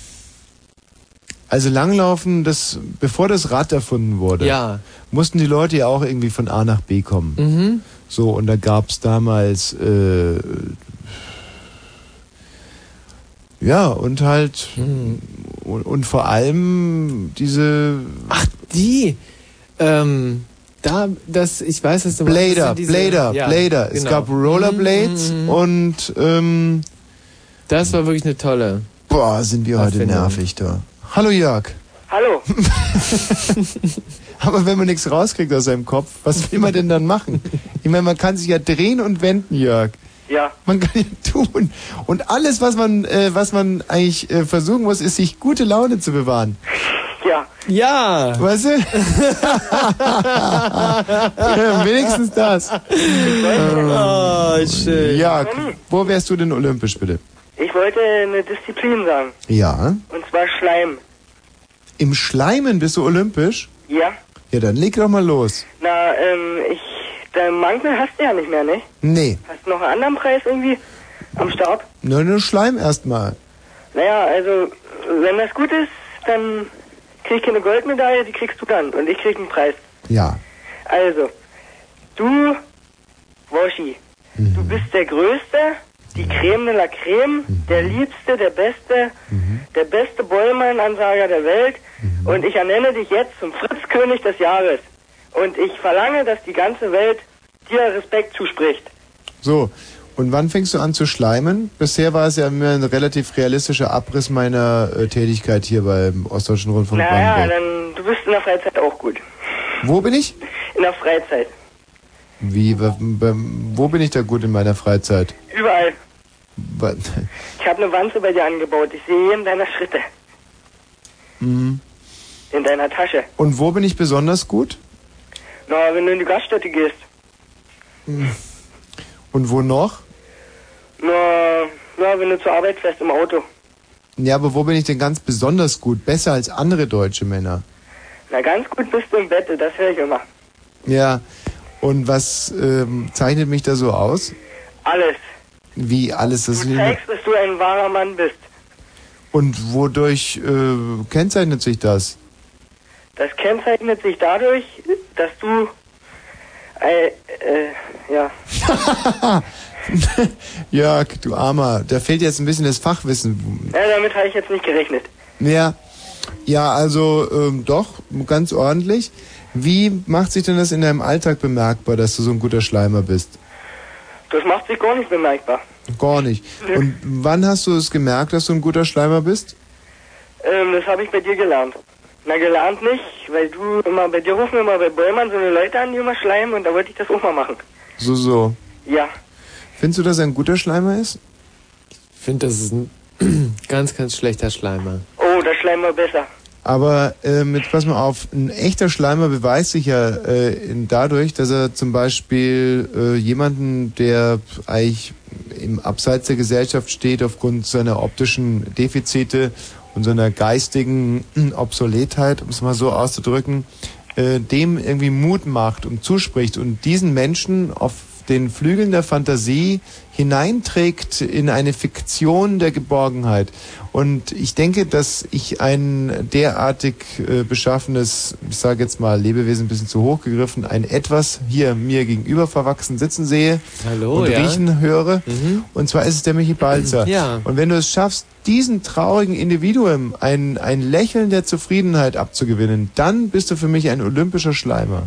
also Langlaufen, das, bevor das Rad erfunden wurde, Ja. mussten die Leute ja auch irgendwie von A nach B kommen. Mhm. So, und da gab's damals, äh, ja, und halt, Mhm. und, und vor allem diese... Ach, die, ähm, da, das, ich weiß, dass du Blader, das sind diese- Blader, ja, Blader. Es genau. gab Rollerblades Mhm, mhm, mhm. und, ähm, Das war wirklich eine tolle. boah, sind wir heute Erfindung. nervig da. Hallo Jörg. Hallo. Aber wenn man nichts rauskriegt aus seinem Kopf, was will man denn dann machen? Ich meine, man kann sich ja drehen und wenden, Jörg. Ja. Man kann ja tun. Und alles, was man, äh, was man eigentlich äh, versuchen muss, ist, sich gute Laune zu bewahren. Ja. Ja. Weißt du? Ja, wenigstens das. Oh, schön. Jörg, wo wärst du denn olympisch, bitte? Ich wollte eine Disziplin sagen. Ja. Und zwar Schleim. Im Schleimen bist du olympisch? Ja. Ja, dann leg doch mal los. Na, ähm, ich, dein Mantel hast du ja nicht mehr, ne? Nee, Hast du noch einen anderen Preis irgendwie am Start? nur nur Schleim erstmal. Naja, also, wenn das gut ist, dann krieg ich keine Goldmedaille, die kriegst du dann. Und ich krieg einen Preis. Ja. Also, du, Woshi, du bist der Größte, die Creme de la Creme, der Liebste, der Beste, der beste Bollmann-Ansager der Welt. Und ich ernenne dich jetzt zum Fritz-König des Jahres. Und ich verlange, dass die ganze Welt dir Respekt zuspricht. So, und wann fängst du an zu schleimen? Bisher war es ja immer ein relativ realistischer Abriss meiner äh, Tätigkeit hier beim Ostdeutschen Rundfunk Naja, Brandenburg. dann, du bist in der Freizeit auch gut. Wo bin ich? In der Freizeit. Wie, w- w- wo bin ich da gut in meiner Freizeit? Überall. Wa- Ich habe eine Wanze bei dir angebaut. Ich sehe jeden deiner Schritte. Mhm. In deiner Tasche. Und wo bin ich besonders gut? Na, wenn du in die Gaststätte gehst. Und wo noch? Na, na, wenn du zur Arbeit fährst im Auto. Ja, aber wo bin ich denn ganz besonders gut? Besser als andere deutsche Männer. Na, ganz gut bist du im Bett, das höre ich immer. Ja, und was ähm, zeichnet mich da so aus? Alles. Wie alles das Du zeigst, dass du ein wahrer Mann bist. Und wodurch äh, kennzeichnet sich das? Das kennzeichnet sich dadurch, dass du, äh, äh, ja. Jörg, du Armer, da fehlt jetzt ein bisschen das Fachwissen. Ja, damit habe ich jetzt nicht gerechnet. Ja, ja, also ähm, doch, ganz ordentlich. Wie macht sich denn das in deinem Alltag bemerkbar, dass du so ein guter Schleimer bist? Das macht sich gar nicht bemerkbar. Gar nicht. Nö. Und wann hast du es gemerkt, dass du ein guter Schleimer bist? Ähm, das habe ich bei dir gelernt. Na, gelernt nicht, weil du immer, bei dir rufen immer bei Bollmann so eine Leute an, die immer schleimen und da wollte ich das auch mal machen. So, so. Ja. Findest du, dass er ein guter Schleimer ist? Ich finde, das ist ein ganz, ganz schlechter Schleimer. Oh, der Schleim war besser. Aber äh, mit, pass mal auf, ein echter Schleimer beweist sich ja äh, in, dadurch, dass er zum Beispiel äh, jemanden, der eigentlich im Abseits der Gesellschaft steht, aufgrund seiner optischen Defizite und seiner geistigen Obsoletheit, um es mal so auszudrücken, äh, dem irgendwie Mut macht und zuspricht und diesen Menschen auf den Flügeln der Fantasie hineinträgt in eine Fiktion der Geborgenheit. Und ich denke, dass ich ein derartig äh, beschaffenes, ich sage jetzt mal Lebewesen ein bisschen zu hoch gegriffen, ein etwas hier mir gegenüber verwachsen sitzen sehe Hallo, und ja? riechen höre. Mhm. Und zwar ist es der Michi Balzer. Ja. Und wenn du es schaffst, diesen traurigen Individuum ein, ein Lächeln der Zufriedenheit abzugewinnen, dann bist du für mich ein olympischer Schleimer.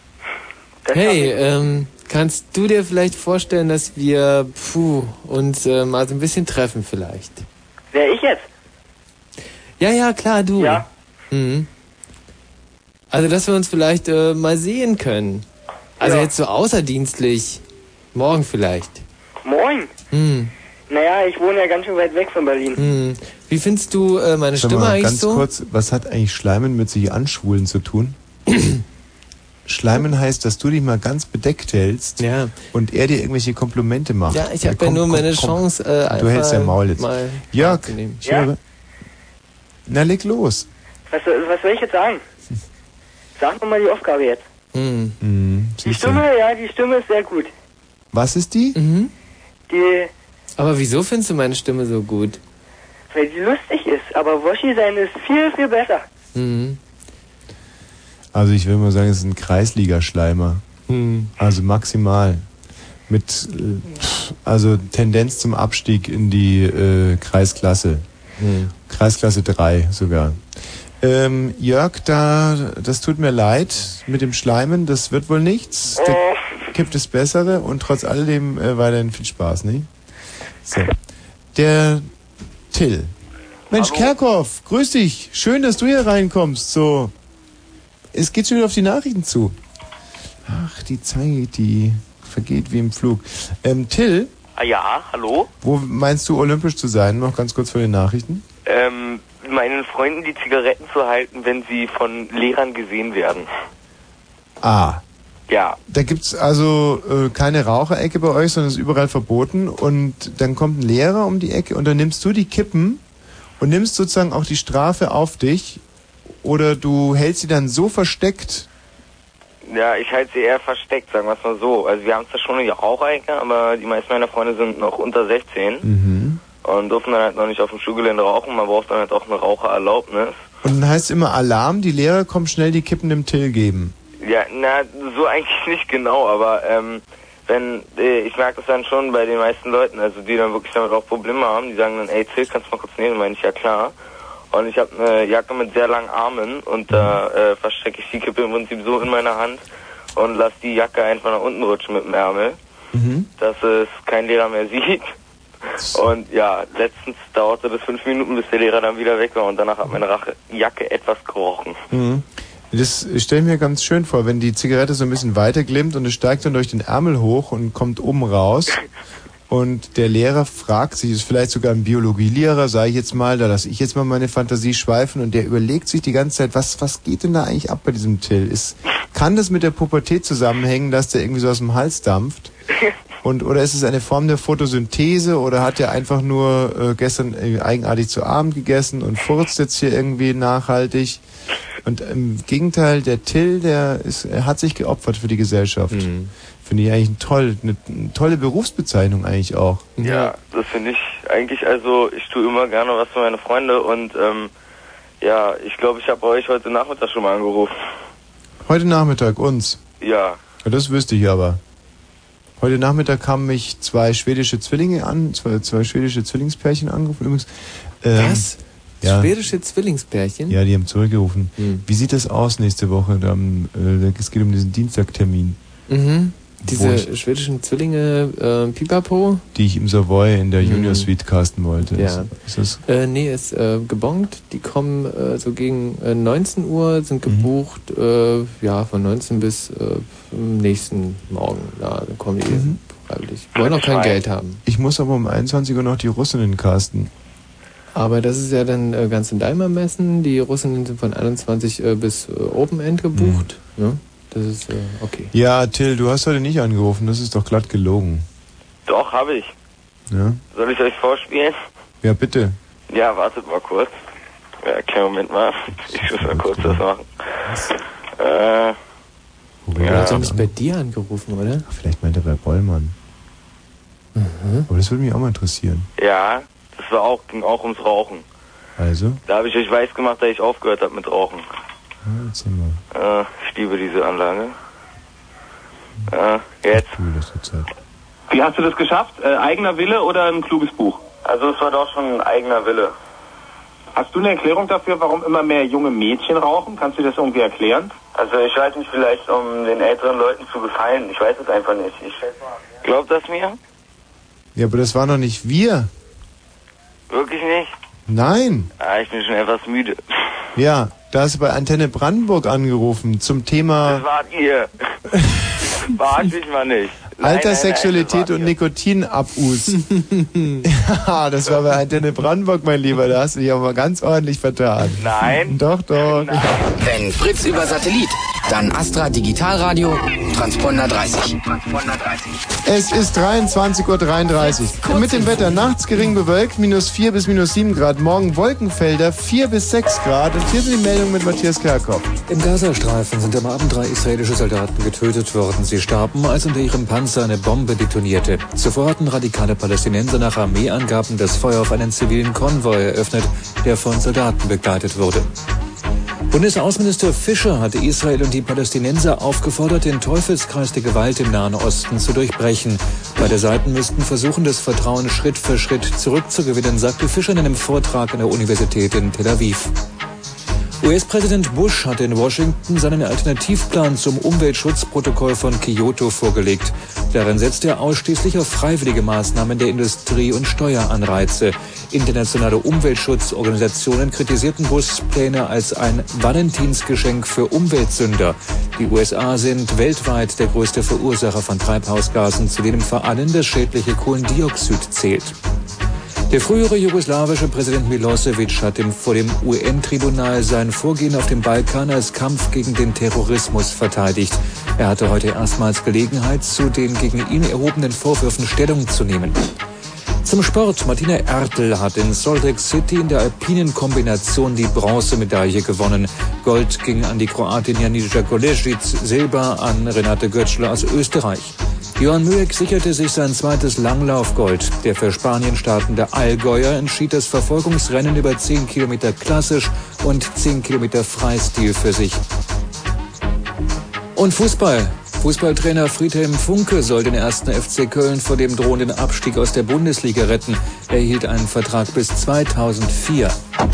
Hey, ähm, kannst du dir vielleicht vorstellen, dass wir puh, uns äh, mal so ein bisschen treffen vielleicht? Wer, ich jetzt? Ja, ja, klar, du. Ja. Mhm. Also, dass wir uns vielleicht äh, mal sehen können. Also Ja. jetzt so außerdienstlich. Morgen vielleicht. Moin. Hm. Naja, ich wohne ja ganz schön weit weg von Berlin. Hm. Wie findest du äh, meine Sag Stimme mal, eigentlich ganz so? kurz, was hat eigentlich Schleimen mit sich anschwulen zu tun? Schleimen heißt, dass du dich mal ganz bedeckt hältst ja. und er dir irgendwelche Komplimente macht. Ja, ich habe ja nur meine Chance, äh, einfach Du hältst dein Maul jetzt. mal Jörg, abzunehmen. ich höre. Na, leg los. Was, soll- was soll ich jetzt sagen? Sag doch mal die Aufgabe jetzt. Hm. Hm, Die siehst du. Stimme, ja, die Stimme ist sehr gut. Was ist die? Mhm. Die, Aber wieso findest du meine Stimme so gut? weil die lustig ist. Aber Woshi sein ist viel, viel besser. Mhm. Also ich will mal sagen, es ist ein Kreisliga-Schleimer. Hm. Also maximal. Mit äh, also Tendenz zum Abstieg in die äh, Kreisklasse. Hm. Kreisklasse drei sogar. Ähm, Jörg, da, das tut mir leid mit dem Schleimen, das wird wohl nichts. Da gibt es bessere und trotz alledem äh, weiterhin viel Spaß, nicht? So. Der Till. Mensch, Hallo. Kerkhoff, grüß dich. Schön, dass du hier reinkommst. So. Es geht schon wieder auf die Nachrichten zu. Ach, die Zeit, die vergeht wie im Flug. Ähm, Till, Ah ja, hallo? wo meinst du olympisch zu sein? Noch ganz kurz vor den Nachrichten. Ähm, meinen Freunden die Zigaretten zu halten, wenn sie von Lehrern gesehen werden. Ah. Ja. Da gibt's also äh, keine Raucherecke bei euch, sondern es ist überall verboten. Und dann kommt ein Lehrer um die Ecke und dann nimmst du die Kippen und nimmst sozusagen auch die Strafe auf dich. Oder du hältst sie dann so versteckt. Ja, ich halte sie eher versteckt, sagen wir es mal so. Also wir haben zwar schon eine Raucherecke, aber die meisten meiner Freunde sind noch unter sechzehn Mhm. und dürfen dann halt noch nicht auf dem Schulgelände rauchen. Man braucht dann halt auch eine Rauchererlaubnis. Und dann heißt es immer Alarm, die Lehrer kommen schnell die Kippen dem Till geben. Ja, na, so eigentlich nicht genau, aber ähm, wenn, äh, ich merke das dann schon bei den meisten Leuten, also die dann wirklich damit auch Probleme haben, die sagen dann, ey Till, kannst du mal kurz nehmen? Meine ich, ja klar. Und ich habe eine Jacke mit sehr langen Armen und da äh, verstecke ich die Kippe im Prinzip so in meiner Hand und lasse die Jacke einfach nach unten rutschen mit dem Ärmel, Mhm. dass es kein Lehrer mehr sieht. Und ja, letztens dauerte das fünf Minuten, bis der Lehrer dann wieder weg war und danach hat meine Rache Jacke etwas gerochen. Mhm. Das stelle ich mir ganz schön vor, wenn die Zigarette so ein bisschen weiter glimmt und es steigt dann durch den Ärmel hoch und kommt oben raus. Und der Lehrer fragt sich, ist vielleicht sogar ein Biologielehrer, sage ich jetzt mal, da lasse ich jetzt mal meine Fantasie schweifen und der überlegt sich die ganze Zeit, was was geht denn da eigentlich ab bei diesem Till? Ist, kann das mit der Pubertät zusammenhängen, dass der irgendwie so aus dem Hals dampft? Und oder ist es eine Form der Photosynthese oder hat er einfach nur äh, gestern äh, eigenartig zu Abend gegessen und furzt jetzt hier irgendwie nachhaltig? Und im Gegenteil, der Till, der ist, er hat sich geopfert für die Gesellschaft. Mhm. Finde ich eigentlich ein toll, eine, eine tolle Berufsbezeichnung eigentlich auch. Ja, das finde ich eigentlich, also ich tue immer gerne was für meine Freunde und ähm, ja, ich glaube, ich habe euch heute Nachmittag schon mal angerufen. Heute Nachmittag uns. Ja. Ja, das wüsste ich aber. Heute Nachmittag kamen mich zwei schwedische Zwillinge an, zwei, zwei schwedische Zwillingspärchen angerufen übrigens. Ähm, Was? Ja. Schwedische Zwillingspärchen? Ja, die haben zurückgerufen. Hm. Wie sieht das aus nächste Woche? Da, äh, es geht um diesen Dienstagtermin. Mhm. Wo Diese ich- schwedischen Zwillinge, äh, Pipapo? Die ich im Savoy in der Mhm. Junior Suite casten wollte. Ja. Ist, ist das? Äh, nee, ist äh, gebongt. Die kommen äh, so gegen äh, neunzehn Uhr, sind gebucht, äh, ja, von neunzehn bis äh, am nächsten Morgen. Ja, dann kommen die Mhm. freiwillig. Wollen auch kein Geld haben. Ich muss aber um einundzwanzig Uhr noch die Russinnen casten. Aber das ist ja dann äh, ganz in Daimler-Messen. Die Russen sind von einundzwanzig äh, bis äh, Open End gebucht. Mhm. Ne? Das ist äh, okay. Ja, Till, du hast heute nicht angerufen. Das ist doch glatt gelogen. Doch, habe ich. Ja? Soll ich euch vorspielen? Ja, bitte. Ja, wartet mal kurz. Ja, kleinen Moment mal. Ich muss mal kurz das machen. Äh, ja. Er hat doch nicht bei dir angerufen, oder? Ach, vielleicht meint er bei Bollmann. Mhm. Aber das würde mich auch mal interessieren. Ja, das war auch, ging auch ums Rauchen. Also? Da habe ich euch weiß gemacht, dass ich aufgehört habe mit Rauchen. Ja, erzähl mal. Äh, ich liebe diese Anlage. Äh, jetzt. Wie hast du das geschafft? Äh, eigener Wille oder ein kluges Buch? Also es war doch schon ein eigener Wille. Hast du eine Erklärung dafür, warum immer mehr junge Mädchen rauchen? Kannst du das irgendwie erklären? Also ich weiß nicht, vielleicht um den älteren Leuten zu gefallen. Ich weiß es einfach nicht. Ich glaub das mir? Ja, aber das waren doch nicht wir. Wirklich nicht? Nein. Ah, ich bin schon etwas müde. Ja, da hast du bei Antenne Brandenburg angerufen zum Thema... Das wart ihr. Verarsch mich mal nicht. Nein, Alter, nein, Sexualität nein, und Nikotinabus. Ja, das war bei Antenne Brandenburg, mein Lieber. Da hast du dich aber mal ganz ordentlich vertan. Nein. Doch, doch. Nein. Wenn Fritz über Satellit, dann Astra Digitalradio, Transponder dreißig. Transponder dreißig. Es ist dreiundzwanzig Uhr dreiunddreißig. Mit dem Wetter nachts gering bewölkt, minus vier bis minus sieben Grad. Morgen Wolkenfelder, vier bis sechs Grad. Und hier sind die Meldungen mit Matthias Kerkhoff. Im Gazastreifen sind am Abend drei israelische Soldaten getötet worden. Sie starben, als unter ihrem Panzer eine Bombe detonierte. Zuvor hatten radikale Palästinenser nach Armeeangaben das Feuer auf einen zivilen Konvoi eröffnet, der von Soldaten begleitet wurde. Bundesaußenminister Fischer hatte Israel und die Palästinenser aufgefordert, den Teufelskreis der Gewalt im Nahen Osten zu durchbrechen. Beide Seiten müssten versuchen, das Vertrauen Schritt für Schritt zurückzugewinnen, sagte Fischer in einem Vortrag an der Universität in Tel Aviv. U S-Präsident Bush hat in Washington seinen Alternativplan zum Umweltschutzprotokoll von Kyoto vorgelegt. Darin setzt er ausschließlich auf freiwillige Maßnahmen der Industrie- und Steueranreize. Internationale Umweltschutzorganisationen kritisierten Bushs Pläne als ein Valentinsgeschenk für Umweltsünder. Die U S A sind weltweit der größte Verursacher von Treibhausgasen, zu denen vor allem das schädliche Kohlendioxid zählt. Der frühere jugoslawische Präsident Milosevic hat dem, vor dem U N-Tribunal sein Vorgehen auf dem Balkan als Kampf gegen den Terrorismus verteidigt. Er hatte heute erstmals Gelegenheit, zu den gegen ihn erhobenen Vorwürfen Stellung zu nehmen. Zum Sport. Martina Ertl hat in Salt Lake City in der alpinen Kombination die Bronzemedaille gewonnen. Gold ging an die Kroatin Janica Kolesic, Silber an Renate Götzschler aus Österreich. Johann Müeck sicherte sich sein zweites Langlaufgold. Der für Spanien startende Allgäuer entschied das Verfolgungsrennen über zehn Kilometer klassisch und zehn Kilometer Freistil für sich. Und Fußball. Fußballtrainer Friedhelm Funke soll den ersten F C Köln vor dem drohenden Abstieg aus der Bundesliga retten. Er erhielt einen Vertrag bis zweitausendvier.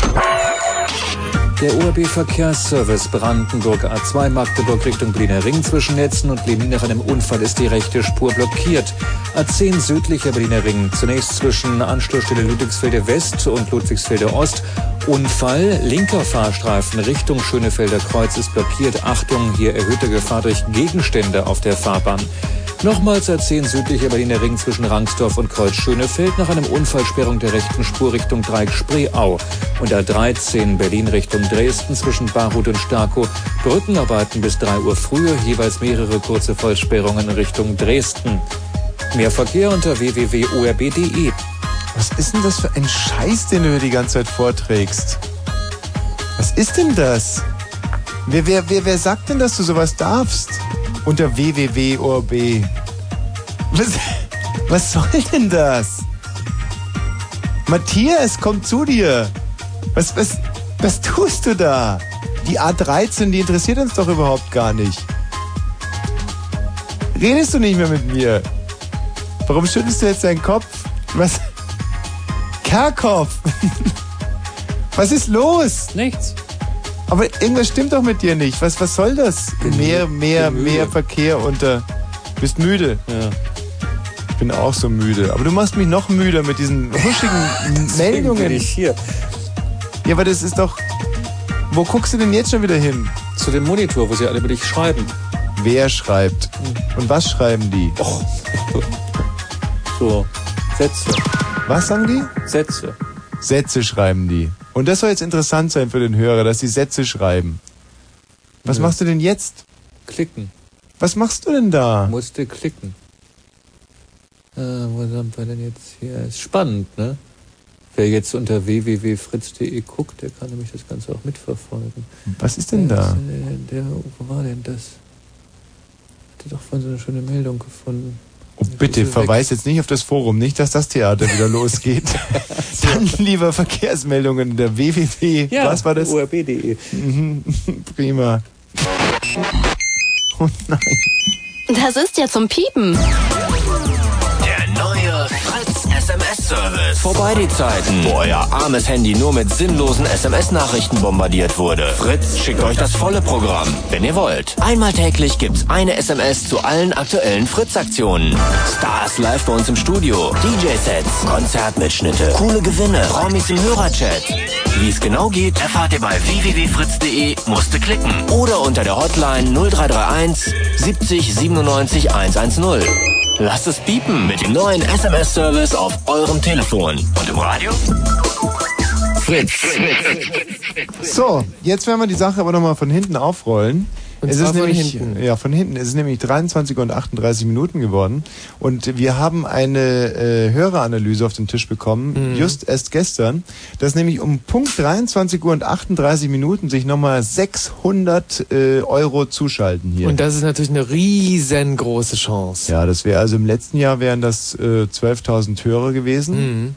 Der O R B-Verkehrsservice Brandenburg A zwei Magdeburg Richtung Berliner Ring zwischen Netzen und Lenin nach einem Unfall ist die rechte Spur blockiert. A zehn südlicher Berliner Ring, zunächst zwischen Anschlussstelle Ludwigsfelde West und Ludwigsfelde Ost. Unfall, linker Fahrstreifen Richtung Schönefelder Kreuz ist blockiert. Achtung, hier erhöhte Gefahr durch Gegenstände auf der Fahrbahn. Nochmals A zehn südlicher Berliner Ring zwischen Rangsdorf und Kreuz Schönefeld nach einem Unfallsperrung der rechten Spur Richtung Dreieck Spreeau. Und A dreizehn Berlin Richtung Dresden zwischen Barut und Starkow. Brückenarbeiten bis drei Uhr früher, jeweils mehrere kurze Vollsperrungen Richtung Dresden. Mehr Verkehr unter w w w punkt o r b punkt d e. Was ist denn das für ein Scheiß, den du hier die ganze Zeit vorträgst? Was ist denn das? Wer, wer, wer, wer sagt denn, dass du sowas darfst? Unter w w w punkt o r b. Was, was soll denn das? Matthias, komm zu dir. Was, was, was tust du da? Die A dreizehn, die interessiert uns doch überhaupt gar nicht. Redest du nicht mehr mit mir? Warum schüttelst du jetzt deinen Kopf? Was? Kerkhoff! Was ist los? Nichts. Aber irgendwas stimmt doch mit dir nicht. Was, was soll das? Bin mehr, mehr, mehr Verkehr unter... Bist müde? Ja. Ich bin auch so müde. Aber du machst mich noch müder mit diesen huschigen Meldungen. Bin ich hier. Ja, aber das ist doch... Wo guckst du denn jetzt schon wieder hin? Zu dem Monitor, wo sie alle über dich schreiben. Wer schreibt? Und was schreiben die? Och. So, Sätze. Was sagen die? Sätze. Sätze schreiben die. Und das soll jetzt interessant sein für den Hörer, dass die Sätze schreiben. Was ja. machst du denn jetzt? Klicken. Was machst du denn da? Musste klicken. Äh, wo sind wir denn jetzt hier? Ist spannend, ne? Wer jetzt unter w w w punkt fritz punkt d e guckt, der kann nämlich das Ganze auch mitverfolgen. Was ist denn da? Der, der, wo war denn das? Ich hatte doch vorhin so eine schöne Meldung gefunden. Oh, bitte, verweis jetzt nicht auf das Forum, nicht, dass das Theater wieder losgeht. Dann lieber Verkehrsmeldungen der w w w. Ja, was war das? o r b punkt d e. Mhm, prima. Oh nein. Das ist ja zum Piepen. Der neue Fritz S M S-Service. Vorbei die Zeiten, wo euer armes Handy nur mit sinnlosen S M S-Nachrichten bombardiert wurde. Fritz schickt euch das volle Programm, wenn ihr wollt. Einmal täglich gibt's eine S M S zu allen aktuellen Fritz-Aktionen. Stars live bei uns im Studio, D J-Sets, Konzertmitschnitte, coole Gewinne, Promis im Hörerchat. Wie es genau geht, erfahrt ihr bei w w w punkt fritz punkt d e, musste klicken. Oder unter der Hotline null drei drei eins siebzig siebenundneunzig hundertzehn. Lasst es piepen mit dem neuen S M S-Service auf eurem Telefon. Und im Radio? Fritz. So, jetzt werden wir die Sache aber nochmal von hinten aufrollen. Und es zwar ist von nämlich, hinten. ja, von hinten. Es ist nämlich dreiundzwanzig und achtunddreißig Minuten geworden. Und wir haben eine äh, Höreranalyse auf den Tisch bekommen, mhm. just erst gestern, dass nämlich um Punkt dreiundzwanzig Uhr und achtunddreißig Minuten sich nochmal sechshundert äh, Euro zuschalten hier. Und das ist natürlich eine riesengroße Chance. Ja, das wäre also im letzten Jahr wären das äh, zwölftausend Hörer gewesen. Mhm.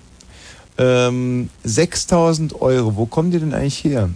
Ähm, sechstausend Euro, wo kommen die denn eigentlich her?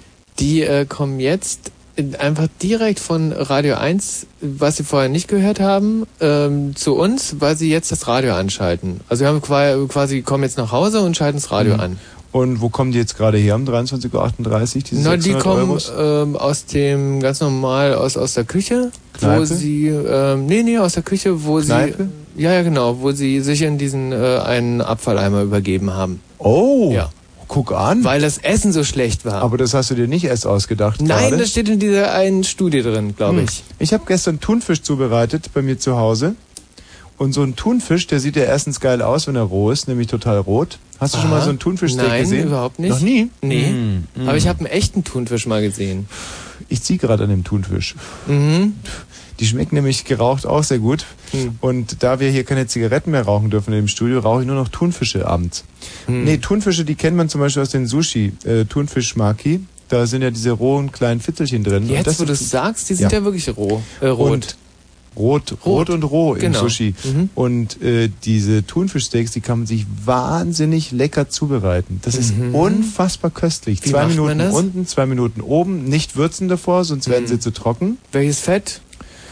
Die äh, kommen jetzt einfach direkt von Radio eins, was sie vorher nicht gehört haben, ähm, zu uns, weil sie jetzt das Radio anschalten. Also wir haben quasi, kommen jetzt nach Hause und schalten das Radio mhm. an. Und wo kommen die jetzt gerade her um dreiundzwanzig Uhr achtunddreißig, diese Na, die kommen ähm, aus dem, ganz normal, aus, aus der Küche, Kneipe? wo sie, ähm, nee, nee, aus der Küche, wo Kneipe? sie, ja, ja, genau, wo sie sich in diesen äh, einen Abfalleimer übergeben haben. Oh! Ja. Guck an. Weil das Essen so schlecht war. Aber das hast du dir nicht erst ausgedacht. Nein, gerade. das steht in dieser einen Studie drin, glaube ich. Hm. Ich habe gestern Thunfisch zubereitet bei mir zu Hause. Und so ein Thunfisch, der sieht ja erstens geil aus, wenn er roh ist, nämlich total rot. Hast du Aha. schon mal so einen Thunfischsteak gesehen? Nein, überhaupt nicht. Noch nie? Nee. Mm, mm. Aber ich habe einen echten Thunfisch mal gesehen. Ich ziehe gerade an dem Thunfisch. Mhm. Die schmecken nämlich geraucht auch sehr gut. Hm. Und da wir hier keine Zigaretten mehr rauchen dürfen in dem Studio, rauche ich nur noch Thunfische abends. Hm. Nee, Thunfische, die kennt man zum Beispiel aus den Sushi. Äh, Thunfischmaki. Da sind ja diese rohen kleinen Fitzelchen drin. Jetzt, und das wo du es sagst, die sind ja, ja wirklich roh. Äh, rot. Und rot, rot. Rot und roh im genau. Sushi. Mhm. Und äh, diese Thunfischsteaks, die kann man sich wahnsinnig lecker zubereiten. Das ist mhm. unfassbar köstlich. Wie zwei macht Minuten man das? unten, zwei Minuten oben. Nicht würzen davor, sonst mhm. werden sie zu trocken. Welches Fett?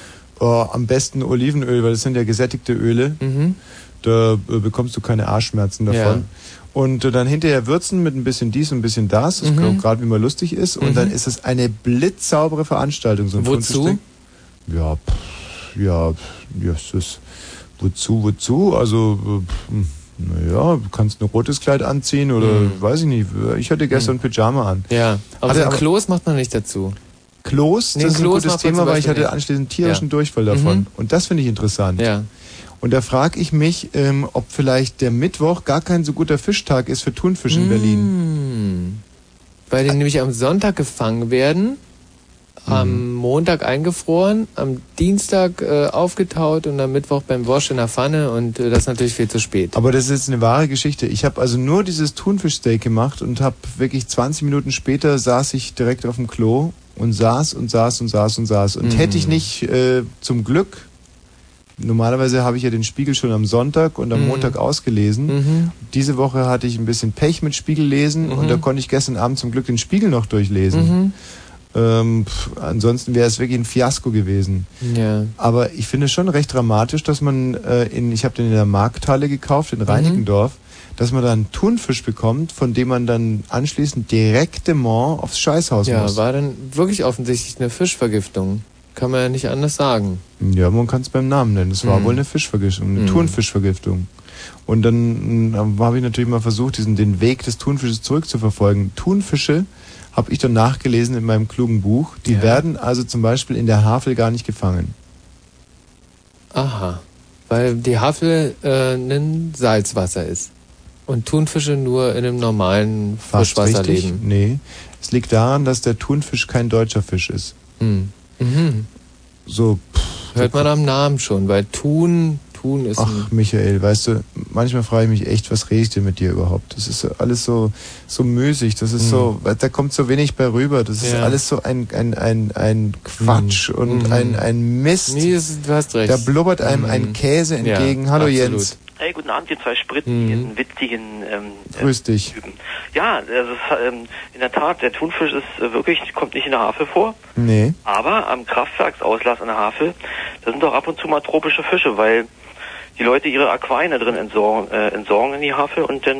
Oh, am besten Olivenöl, weil das sind ja gesättigte Öle. Mhm. Da äh, bekommst du keine Arschschmerzen davon. Ja. Und äh, dann hinterher würzen mit ein bisschen dies und ein bisschen das, das mhm. gerade wie man lustig ist. Und mhm. dann ist es eine blitzsaubere Veranstaltung. So ein Wozu? Ja, pff, ja, ja, es ist wozu, wozu? Also, äh, naja, du kannst ein rotes Kleid anziehen oder mhm. weiß ich nicht. Ich hatte gestern mhm. Pyjama an. Ja, aber hatte so ein Kloß macht man nicht dazu. Kloß, nee, das ist Kloß ein gutes Thema, weil ich hatte nicht. anschließend tierischen ja. Durchfall davon. Mhm. Und das finde ich interessant. Ja. Und da frage ich mich, ähm, ob vielleicht der Mittwoch gar kein so guter Fischtag ist für Thunfisch in mmh. Berlin. Weil die nämlich am Sonntag gefangen werden, mhm. am Montag eingefroren, am Dienstag äh, aufgetaut und am Mittwoch beim Wasch in der Pfanne und äh, das ist natürlich viel zu spät. Aber das ist jetzt eine wahre Geschichte. Ich habe also nur dieses Thunfischsteak gemacht und habe wirklich zwanzig Minuten später saß ich direkt auf dem Klo und saß und saß und saß und saß. Und mhm. hätte ich nicht äh, zum Glück, normalerweise habe ich ja den Spiegel schon am Sonntag und am mhm. Montag ausgelesen. Mhm. Diese Woche hatte ich ein bisschen Pech mit Spiegellesen mhm. und da konnte ich gestern Abend zum Glück den Spiegel noch durchlesen. Mhm. Ähm, pff, ansonsten wäre es wirklich ein Fiasko gewesen. Ja. Aber ich finde es schon recht dramatisch, dass man äh, in, ich habe den in der Markthalle gekauft, in Reinickendorf, mhm. dass man da einen Thunfisch bekommt, von dem man dann anschließend direktement aufs Scheißhaus ja, muss. Ja, war dann wirklich offensichtlich eine Fischvergiftung. Kann man ja nicht anders sagen. Ja, man kann es beim Namen nennen. Es war mhm. wohl eine Fischvergiftung, eine mhm. Thunfischvergiftung. Und dann äh, habe ich natürlich mal versucht, diesen den Weg des Thunfisches zurückzuverfolgen. Thunfische, habe ich dann nachgelesen in meinem klugen Buch, die ja. werden also zum Beispiel in der Havel gar nicht gefangen. Aha, weil die Havel äh, ein Salzwasser ist. Und Thunfische nur in einem normalen Frischwasser leben? Nee. Es liegt daran, dass der Thunfisch kein deutscher Fisch ist. Hm. Mhm. So. Pff, Hört so man am Namen schon, weil Thun, Thun ist. Ach, Michael, weißt du, manchmal frage ich mich echt, was rede ich denn mit dir überhaupt? Das ist so alles so, so müßig, das ist hm. so, da kommt so wenig bei rüber. Das ist ja. alles so ein, ein, ein, ein Quatsch hm. und hm. ein, ein Mist. Nee, das, du hast recht. Da blubbert einem hm. ein Käse entgegen. Ja, Hallo absolut. Jens. Hey, guten Abend, ihr zwei spritzigen, mhm. witzigen ähm, Grüß dich. Typen. Ja, also es, ähm, in der Tat, der Thunfisch ist äh, wirklich, kommt nicht in der Havel vor. Nee. Aber am Kraftwerksauslass in der Havel, da sind doch ab und zu mal tropische Fische, weil die Leute ihre Aquarien da drin entsorgen, äh, entsorgen in die Havel und dann,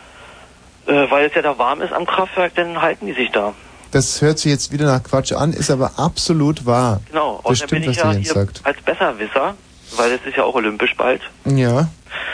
äh, weil es ja da warm ist am Kraftwerk, dann halten die sich da. Das hört sich jetzt wieder nach Quatsch an, ist aber absolut wahr. Genau, das und stimmt, dann bin ich was ja der Jens hier sagt. als Besserwisser, weil es ist ja auch olympisch bald. Ja.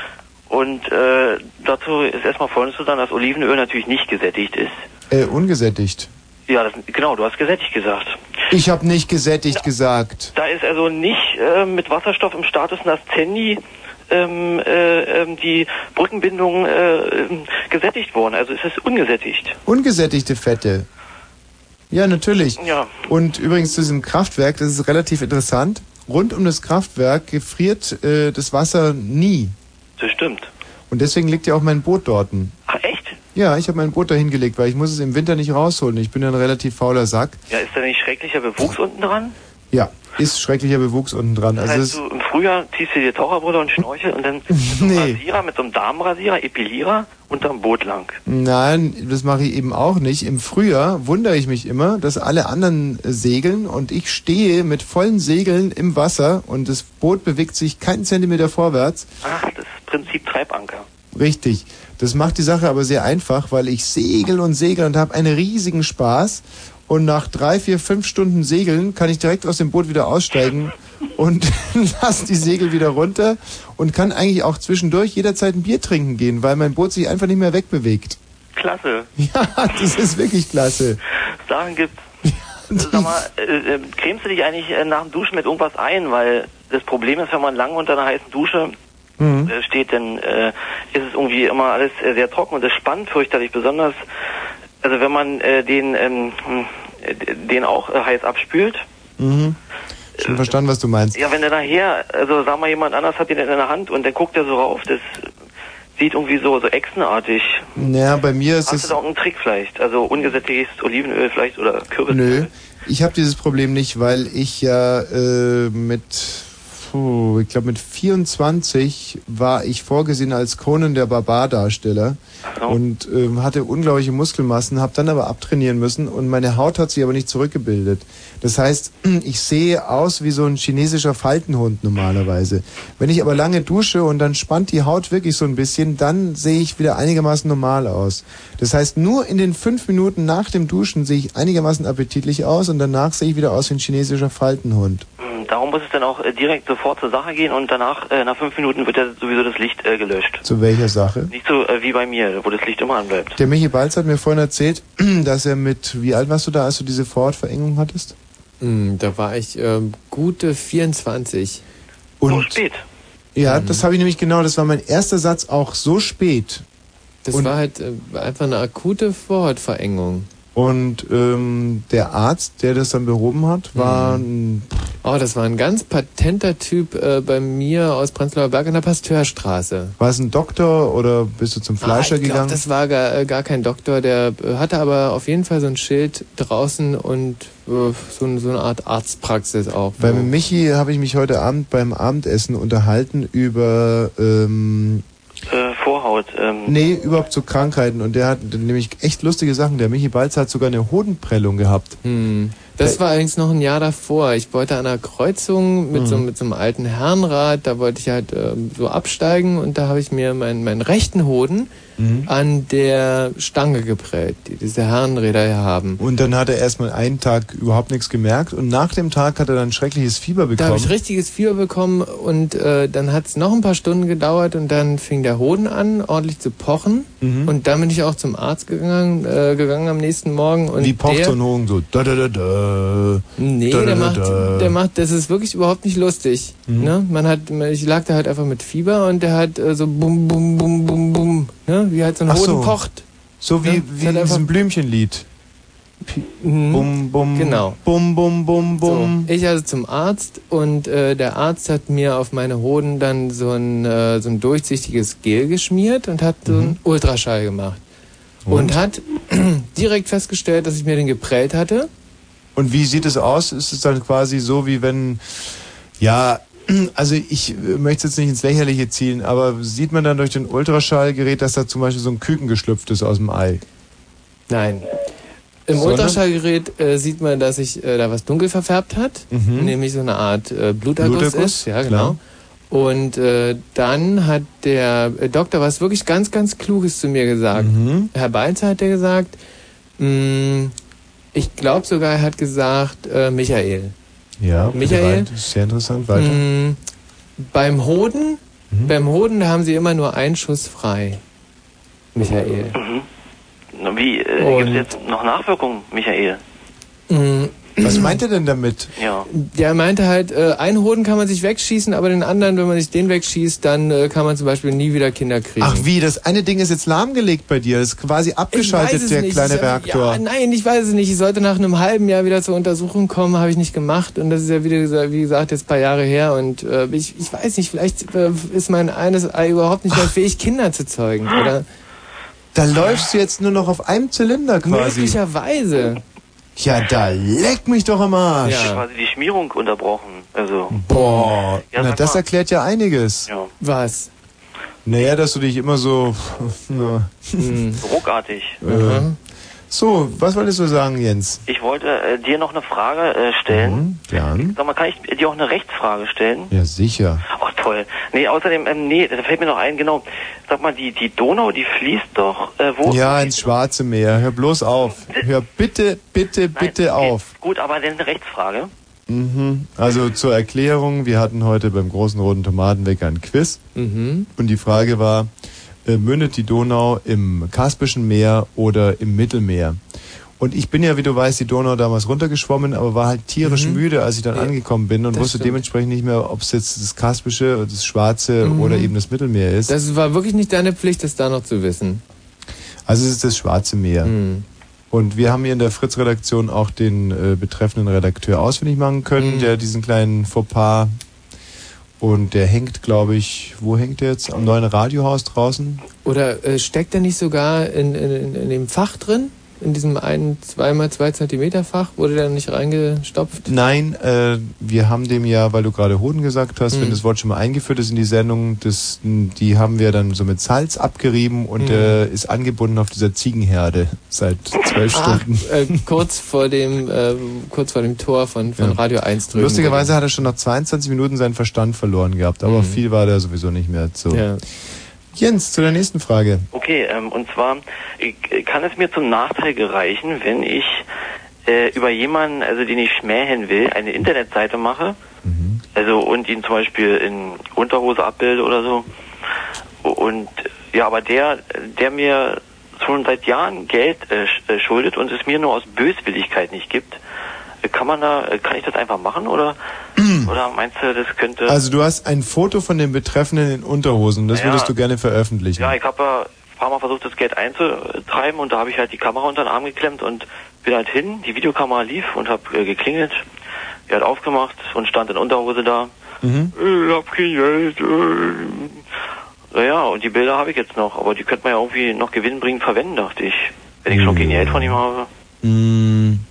Und äh, dazu ist erstmal Folgendes zu sagen, dass Olivenöl natürlich nicht gesättigt ist. Äh, ungesättigt. Ja, das, genau, du hast gesättigt gesagt. Ich habe nicht gesättigt ja, gesagt. Da ist also nicht äh, mit Wasserstoff im Status Nascendi ähm, äh, ähm, die Brückenbindung äh, gesättigt worden. Also es ist ungesättigt. Ungesättigte Fette. Ja, natürlich. Ja. Und übrigens zu diesem Kraftwerk, das ist relativ interessant. Rund um das Kraftwerk gefriert äh, das Wasser nie. Das stimmt. Und deswegen liegt ja auch mein Boot dort. Ach, echt? Ja, ich habe mein Boot da hingelegt, weil ich muss es im Winter nicht rausholen. Ich bin ja ein relativ fauler Sack. Ja, ist da nicht schrecklicher Bewuchs unten dran? Ja, ist schrecklicher Bewuchs unten dran. Das also heißt, du im Frühjahr ziehst du dir Taucherbrille und Schnorchel und dann mit so einem nee. Rasierer, mit so einem Damenrasierer, Epilierer unterm Boot lang. Nein, das mache ich eben auch nicht. Im Frühjahr wundere ich mich immer, dass alle anderen segeln und ich stehe mit vollen Segeln im Wasser und das Boot bewegt sich keinen Zentimeter vorwärts. Ach, das Prinzip Treibanker. Richtig. Das macht die Sache aber sehr einfach, weil ich segel und segel und habe einen riesigen Spaß. Und nach drei, vier, fünf Stunden Segeln kann ich direkt aus dem Boot wieder aussteigen und lasse die Segel wieder runter und kann eigentlich auch zwischendurch jederzeit ein Bier trinken gehen, weil mein Boot sich einfach nicht mehr wegbewegt. Klasse. Ja, das ist wirklich klasse. Sachen gibt's. Sag mal, äh, äh, cremst du dich eigentlich äh, nach dem Duschen mit irgendwas ein? Weil das Problem ist, wenn man lange unter einer heißen Dusche mhm. äh, steht, dann äh, ist es irgendwie immer alles äh, sehr trocken und das spannt fürchterlich, besonders also wenn man äh, den ähm, den auch äh, heiß abspült. Mhm. Schon verstanden, was du meinst. Ja, wenn der nachher, also sag mal, jemand anders hat den in der Hand und dann guckt er so rauf, das sieht irgendwie so so echsenartig. Naja, bei mir ist Hast es... du da auch einen Trick vielleicht? Also ungesättigtes Olivenöl vielleicht oder Kürbisöl? Nö, ich habe dieses Problem nicht, weil ich ja äh, mit... Puh, ich glaube mit vierundzwanzig war ich vorgesehen als Conan der Barbar-Darsteller so. und ähm, hatte unglaubliche Muskelmassen, habe dann aber abtrainieren müssen und meine Haut hat sich aber nicht zurückgebildet. Das heißt, ich sehe aus wie so ein chinesischer Faltenhund normalerweise. Wenn ich aber lange dusche und dann spannt die Haut wirklich so ein bisschen, dann sehe ich wieder einigermaßen normal aus. Das heißt, nur in den fünf Minuten nach dem Duschen sehe ich einigermaßen appetitlich aus und danach sehe ich wieder aus wie ein chinesischer Faltenhund. Darum muss es dann auch äh, direkt sofort zur Sache gehen und danach, äh, nach fünf Minuten wird ja sowieso das Licht äh, gelöscht. Zu welcher Sache? Nicht so äh, wie bei mir, wo das Licht immer anbleibt. Der Michi Balz hat mir vorhin erzählt, dass er mit, wie alt warst du da, als du diese Vorortverengung hattest? Mm, da war ich äh, gute vierundzwanzig. Und so spät? Ja, mhm. das habe ich nämlich genau, das war mein erster Satz, auch so spät. Das und war halt äh, einfach eine akute Vorhautverengung. Und ähm, der Arzt, der das dann behoben hat, war ein... Oh, das war ein ganz patenter Typ äh, bei mir aus Prenzlauer Berg in der Pasteurstraße. War es ein Doktor oder bist du zum Fleischer ah, ich gegangen? Glaub, das war gar, äh, gar kein Doktor, der äh, hatte aber auf jeden Fall so ein Schild draußen und äh, so, so eine Art Arztpraxis auch. Bei Michi habe ich mich heute Abend beim Abendessen unterhalten über... Ähm, Äh, Vorhaut. Ähm. Nee, überhaupt so Krankheiten. Und der hat nämlich echt lustige Sachen. Der Michi Balz hat sogar eine Hodenprellung gehabt. Hm. Das war allerdings noch ein Jahr davor. Ich wollte an einer Kreuzung mit, mhm. so, mit so einem alten Herrenrad, da wollte ich halt äh, so absteigen und da habe ich mir meinen, meinen rechten Hoden mhm. an der Stange geprellt, die diese Herrenräder hier haben. Und dann hat er erstmal einen Tag überhaupt nichts gemerkt und nach dem Tag hat er dann schreckliches Fieber bekommen. Da habe ich richtiges Fieber bekommen und äh, dann hat es noch ein paar Stunden gedauert und dann fing der Hoden an, ordentlich zu pochen. Mhm. Und dann bin ich auch zum Arzt gegangen, äh, gegangen am nächsten Morgen. Und wie pocht der, so ein Hoden so? Da, da, da, da, nee, da, der, da, macht, da. der macht, das ist wirklich überhaupt nicht lustig. Mhm. Ne? Man hat, ich lag da halt einfach mit Fieber und der hat äh, so bum, bum, bum, bum, bum. Ne? Wie halt so ein Ach so. Hoden pocht. So wie, Ja, wie halt in einfach- diesem Blümchenlied. Mhm. Bum, bum, Genau. bum, bum, bum, bum. So, ich also zum Arzt und äh, der Arzt hat mir auf meine Hoden dann so ein, äh, so ein durchsichtiges Gel geschmiert und hat so einen Ultraschall gemacht. Und, Und? hat direkt festgestellt, dass ich mir den geprellt hatte. Und wie sieht es aus? Ist es dann quasi so, wie wenn, ja, also ich äh, möchte jetzt nicht ins Lächerliche ziehen, aber sieht man dann durch den Ultraschallgerät, dass da zum Beispiel so ein Küken geschlüpft ist aus dem Ei? Nein. Im Sondern? Ultraschallgerät äh, sieht man, dass sich äh, da was dunkel verfärbt hat, Mhm. nämlich so eine Art äh, Bluterguss, Bluterguss, ist. Ja, klar. genau. Und äh, dann hat der äh, Doktor was wirklich ganz, ganz Kluges zu mir gesagt. Mhm. Herr Balzer hat der gesagt, mh, ich glaube sogar, er hat gesagt, äh, Michael. Ja, bitte Michael? weiter. Das ist sehr interessant. Weiter. Mh, beim Hoden, Mhm. beim Hoden, da haben sie immer nur einen Schuss frei. Michael. Mhm. Na, Wie, äh, gibt es jetzt noch Nachwirkungen, Michael? Was meint er denn damit? Ja. Der meinte halt, äh, einen Hoden kann man sich wegschießen, aber den anderen, wenn man sich den wegschießt, dann äh, kann man zum Beispiel nie wieder Kinder kriegen. Ach wie, das eine Ding ist jetzt lahmgelegt bei dir. Das ist quasi abgeschaltet, der nicht. kleine Ich- Reaktor. Ja, nein, ich weiß es nicht. Ich sollte nach einem halben Jahr wieder zur Untersuchung kommen, habe ich nicht gemacht. Und das ist ja, wieder, wie gesagt, jetzt ein paar Jahre her. Und äh, ich, ich weiß nicht, vielleicht äh, ist mein eines Ei überhaupt nicht mehr fähig, Kinder zu zeugen. Oder Da läufst du jetzt nur noch auf einem Zylinder quasi. möglicherweise. Ja, da leck mich doch am Arsch. Ja. Quasi die Schmierung unterbrochen. Also. Boah, Ja, na sag das mal. erklärt ja einiges. Ja. Was? Naja, dass du dich immer so... na, Ruckartig. äh. So, was wolltest du sagen, Jens? Ich wollte äh, dir noch eine Frage äh, stellen. Gern. Sag mal, kann ich dir auch eine Rechtsfrage stellen? Ja, sicher. Oh, toll. Nee, außerdem, ähm, nee, da fällt mir noch ein, genau. Sag mal, die, die Donau, die fließt doch, äh, wo? Ja, ins Schwarze Meer. Hör bloß auf. Hör bitte, bitte, bitte auf. Gut, aber dann eine Rechtsfrage. Mhm. Also zur Erklärung, wir hatten heute beim großen roten Tomatenwecker ein Quiz. Mhm. Und die Frage war, äh, mündet die Donau im Kaspischen Meer oder im Mittelmeer? Und ich bin ja, wie du weißt, die Donau damals runtergeschwommen, aber war halt tierisch Mhm. müde, als ich dann Ja, angekommen bin und das wusste stimmt. dementsprechend nicht mehr, ob es jetzt das Kaspische, das Schwarze Mhm. oder eben das Mittelmeer ist. Das war wirklich nicht deine Pflicht, das da noch zu wissen. Also es ist das Schwarze Meer. Mhm. Und wir haben hier in der Fritz-Redaktion auch den äh, betreffenden Redakteur ausfindig machen können, Mhm. der diesen kleinen Fauxpas, und der hängt, glaube ich, wo hängt der jetzt? Am neuen Radiohaus draußen? Oder äh, steckt er nicht sogar in, in, in dem Fach drin? In diesem einen zwei mal zwei Zentimeter Fach? Wurde der nicht reingestopft? Nein, äh, wir haben dem ja, weil du gerade Hoden gesagt hast, Mhm. wenn das Wort schon mal eingeführt ist in die Sendung, das, die haben wir dann so mit Salz abgerieben und Mhm. der ist angebunden auf dieser Ziegenherde seit zwölf Ach, Stunden. äh, kurz vor dem äh, kurz vor dem Tor von, von Ja. Radio eins drüben. Lustigerweise hat er schon nach zweiundzwanzig Minuten seinen Verstand verloren gehabt, aber Mhm. viel war der sowieso nicht mehr so. Ja. Jens, zu der nächsten Frage. Okay, ähm, und zwar äh, kann es mir zum Nachteil gereichen, wenn ich äh, über jemanden, also den ich schmähen will, eine Internetseite mache, also und ihn zum Beispiel in Unterhose abbilde oder so. Und ja, aber der, der mir schon seit Jahren Geld äh, sch- äh, schuldet und es mir nur aus Böswilligkeit nicht gibt, äh, kann man da, äh, kann ich das einfach machen oder oder meinst du, das könnte? Also du hast ein Foto von dem Betreffenden in Unterhosen, das Ja. würdest du gerne veröffentlichen. Ja, ich habe ja ein paar Mal versucht, das Geld einzutreiben und da habe ich halt die Kamera unter den Arm geklemmt und bin halt hin, die Videokamera lief und habe äh, geklingelt. Die hat aufgemacht und stand in Unterhose da. Mhm. Ich hab kein Geld. Äh. Naja, und die Bilder habe ich jetzt noch, aber die könnte man ja irgendwie noch gewinnbringend verwenden, dachte ich. Wenn ich schon kein Geld von ihm habe. Mm.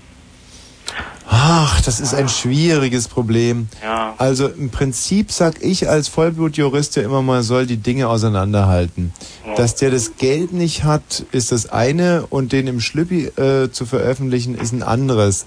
Ach, das ist ein schwieriges Problem. Ja. Also im Prinzip sag ich als Vollblutjurist ja immer, man soll die Dinge auseinanderhalten. Ja. Dass der das Geld nicht hat, ist das eine, und den im Schlüppi äh, zu veröffentlichen ist ein anderes.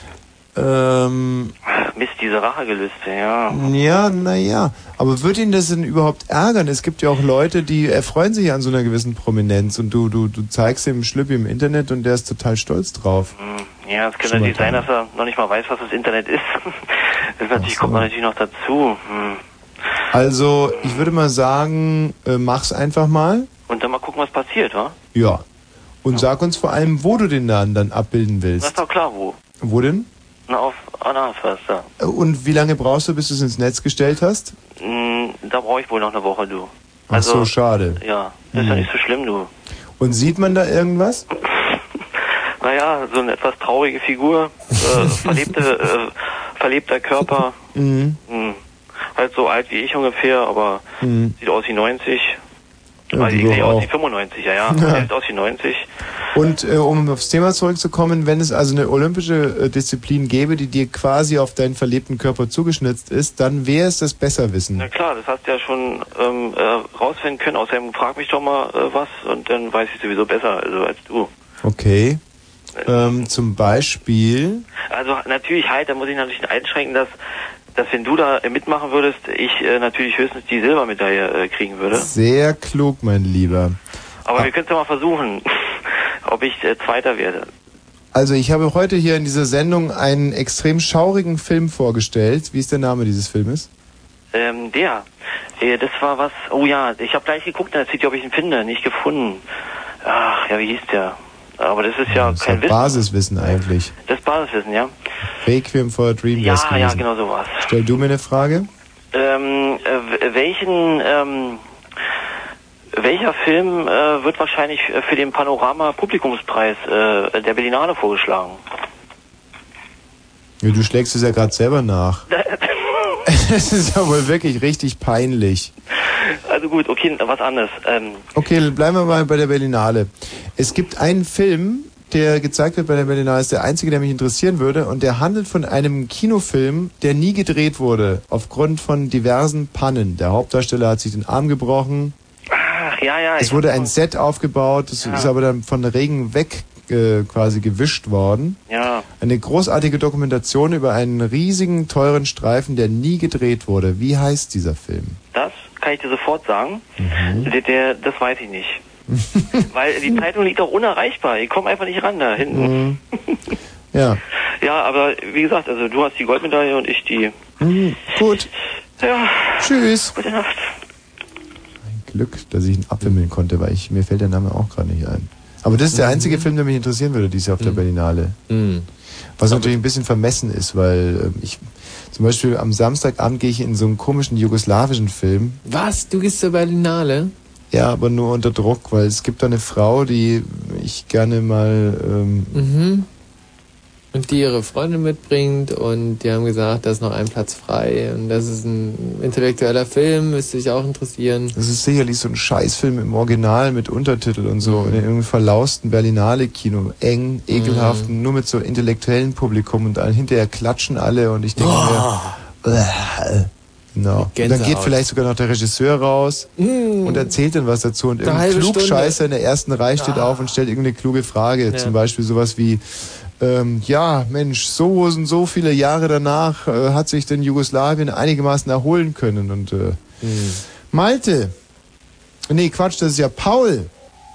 Ähm, Mist, diese Rachegelüste, ja. ja, naja. Aber wird ihn das denn überhaupt ärgern? Es gibt ja auch Leute, die erfreuen sich an so einer gewissen Prominenz und du, du, du zeigst ihm Schlüppi im Internet und der ist total stolz drauf. Hm, Ja, es kann Schon natürlich mal sein, dass er noch nicht mal weiß, was das Internet ist. Das ist natürlich, kommt man natürlich noch dazu. Hm. Also, ich würde mal sagen, äh, mach's einfach mal. Und dann mal gucken, was passiert, wa? Ja. Und sag uns vor allem, wo du den dann, dann abbilden Das willst. ist doch klar, wo. Wo denn? Na, auf Anasförster. Äh, Und wie lange brauchst du, bis du es ins Netz gestellt hast? Hm, da brauche ich wohl noch eine Woche, du. Ach Also, so, schade. Ja, das ist ja Hm. nicht so schlimm, du. Und sieht man da irgendwas? Naja, so eine etwas traurige Figur, äh, verlebte, äh, verlebter Körper, Mhm. hm. halt so alt wie ich ungefähr, aber Mhm. sieht aus wie neunzig. Ja, Also du ich sehe doch aus auch. wie fünfundneunzig, ja, ja. Ja. Er sieht aus wie neunzig. Und äh, um aufs Thema zurückzukommen, wenn es also eine olympische äh, Disziplin gäbe, die dir quasi auf deinen verlebten Körper zugeschnitzt ist, dann wäre es das Besserwissen. Na klar, das hast du ja schon ähm, äh, rausfinden können. Außerdem frag mich doch mal äh, was und dann weiß ich sowieso besser also als du. Okay. Ähm, zum Beispiel. Also natürlich halt, da muss ich natürlich einschränken, dass, dass wenn du da äh, mitmachen würdest, ich äh, natürlich höchstens die Silbermedaille äh, kriegen würde. Sehr klug, mein Lieber. Aber wir können es ja mal versuchen, ob ich äh, Zweiter werde. Also ich habe heute hier in dieser Sendung einen extrem schaurigen Film vorgestellt. Wie ist der Name dieses Filmes? Ähm, der, äh, das war was, oh ja, ich habe gleich geguckt in der City, ob ich ihn finde, nicht gefunden. Ach, ja, wie hieß der? Aber das ist ja Das ist kein ja Wissen. Basiswissen eigentlich. Das Basiswissen, ja. Requiem for a Dream Ja, wär's gewesen. ja, genau sowas. Stell du mir eine Frage. Ähm, äh, welchen, ähm, welcher Film äh, wird wahrscheinlich für den Panorama-Publikumspreis äh, der Berlinale vorgeschlagen? Ja, du schlägst es ja gerade selber nach. Das ist ja wohl wirklich richtig peinlich. Also gut, okay, was anderes. Ähm, Okay, bleiben wir mal bei der Berlinale. Es gibt einen Film, der gezeigt wird bei der Berlinale, ist der einzige, der mich interessieren würde, und der handelt von einem Kinofilm, der nie gedreht wurde, aufgrund von diversen Pannen. Der Hauptdarsteller hat sich den Arm gebrochen. ach, ja, ja. Es ich- wurde ein Set aufgebaut, das Ja. ist aber dann von Regen weg äh, quasi gewischt worden. Ja. Eine großartige Dokumentation über einen riesigen, teuren Streifen, der nie gedreht wurde. Wie heißt dieser Film? Das kann ich dir sofort sagen. Mhm. Der, der, das weiß ich nicht. Weil die Zeitung liegt auch unerreichbar. Ich komme einfach nicht ran da hinten. Mhm. Ja. Ja, aber wie gesagt, also du hast die Goldmedaille und ich die. Mhm. Gut. Ja. Tschüss. Gute Nacht. Glück, dass ich ihn abwimmeln konnte, weil ich, mir fällt der Name auch gerade nicht ein. Aber das ist der einzige Film, der mich interessieren würde, dieses Jahr auf der Berlinale. Was natürlich ein bisschen vermessen ist, weil ähm, ich zum Beispiel am Samstagabend gehe ich in so einen komischen jugoslawischen Film. Was? Du gehst zur Berlinale? Ja, aber nur unter Druck, weil es gibt da eine Frau, die ich gerne mal... Ähm, Mhm. Und die ihre Freundin mitbringt und die haben gesagt, da ist noch ein Platz frei und das ist ein intellektueller Film, müsste dich auch interessieren. Das ist sicherlich so ein Scheißfilm im Original mit Untertitel und so, in einem verlausten Berlinale-Kino, eng, ekelhaft, Mhm. nur mit so intellektuellen Publikum und dann hinterher klatschen alle und ich denke mir, äh, genau. Und dann Gänsehaut. geht vielleicht sogar noch der Regisseur raus Mhm. und erzählt dann was dazu und Eine irgendein halbe Klugscheißer in der ersten Reihe steht auf und stellt irgendeine kluge Frage, Ja. zum Beispiel sowas wie, ähm, ja, Mensch, so und so viele Jahre danach äh, hat sich denn Jugoslawien einigermaßen erholen können und äh, Malte. Nee, Quatsch, das ist ja Paul.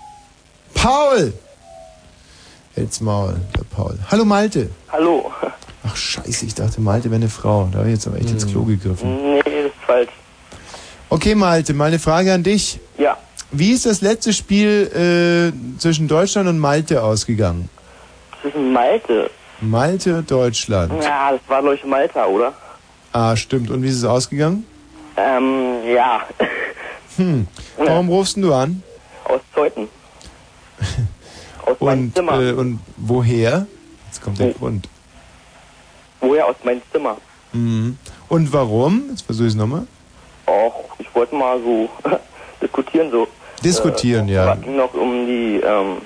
Paul! Hält's Maul, der Paul. Hallo Malte. Hallo. Ach scheiße, ich dachte Malte wäre eine Frau. Da habe ich jetzt aber echt ins Klo gegriffen. Nee, das ist falsch. Okay Malte, meine Frage an dich. Ja. Wie ist das letzte Spiel äh, zwischen Deutschland und Malte ausgegangen? Zwischen Malte. Malte, Deutschland. Ja, das war, glaube ich, Malta, oder? Ah, stimmt. Und wie ist es ausgegangen? Ähm, ja. Hm. Warum rufst denn du an? Aus Zeuthen. Aus meinem Und, Zimmer. äh, und woher? Jetzt kommt der Oh. Grund. Woher? Aus meinem Zimmer. Mhm. Und warum? Jetzt versuche ich es nochmal. Och, ich wollte mal so diskutieren, so. Diskutieren, äh, ja. Es ging noch um die, ähm,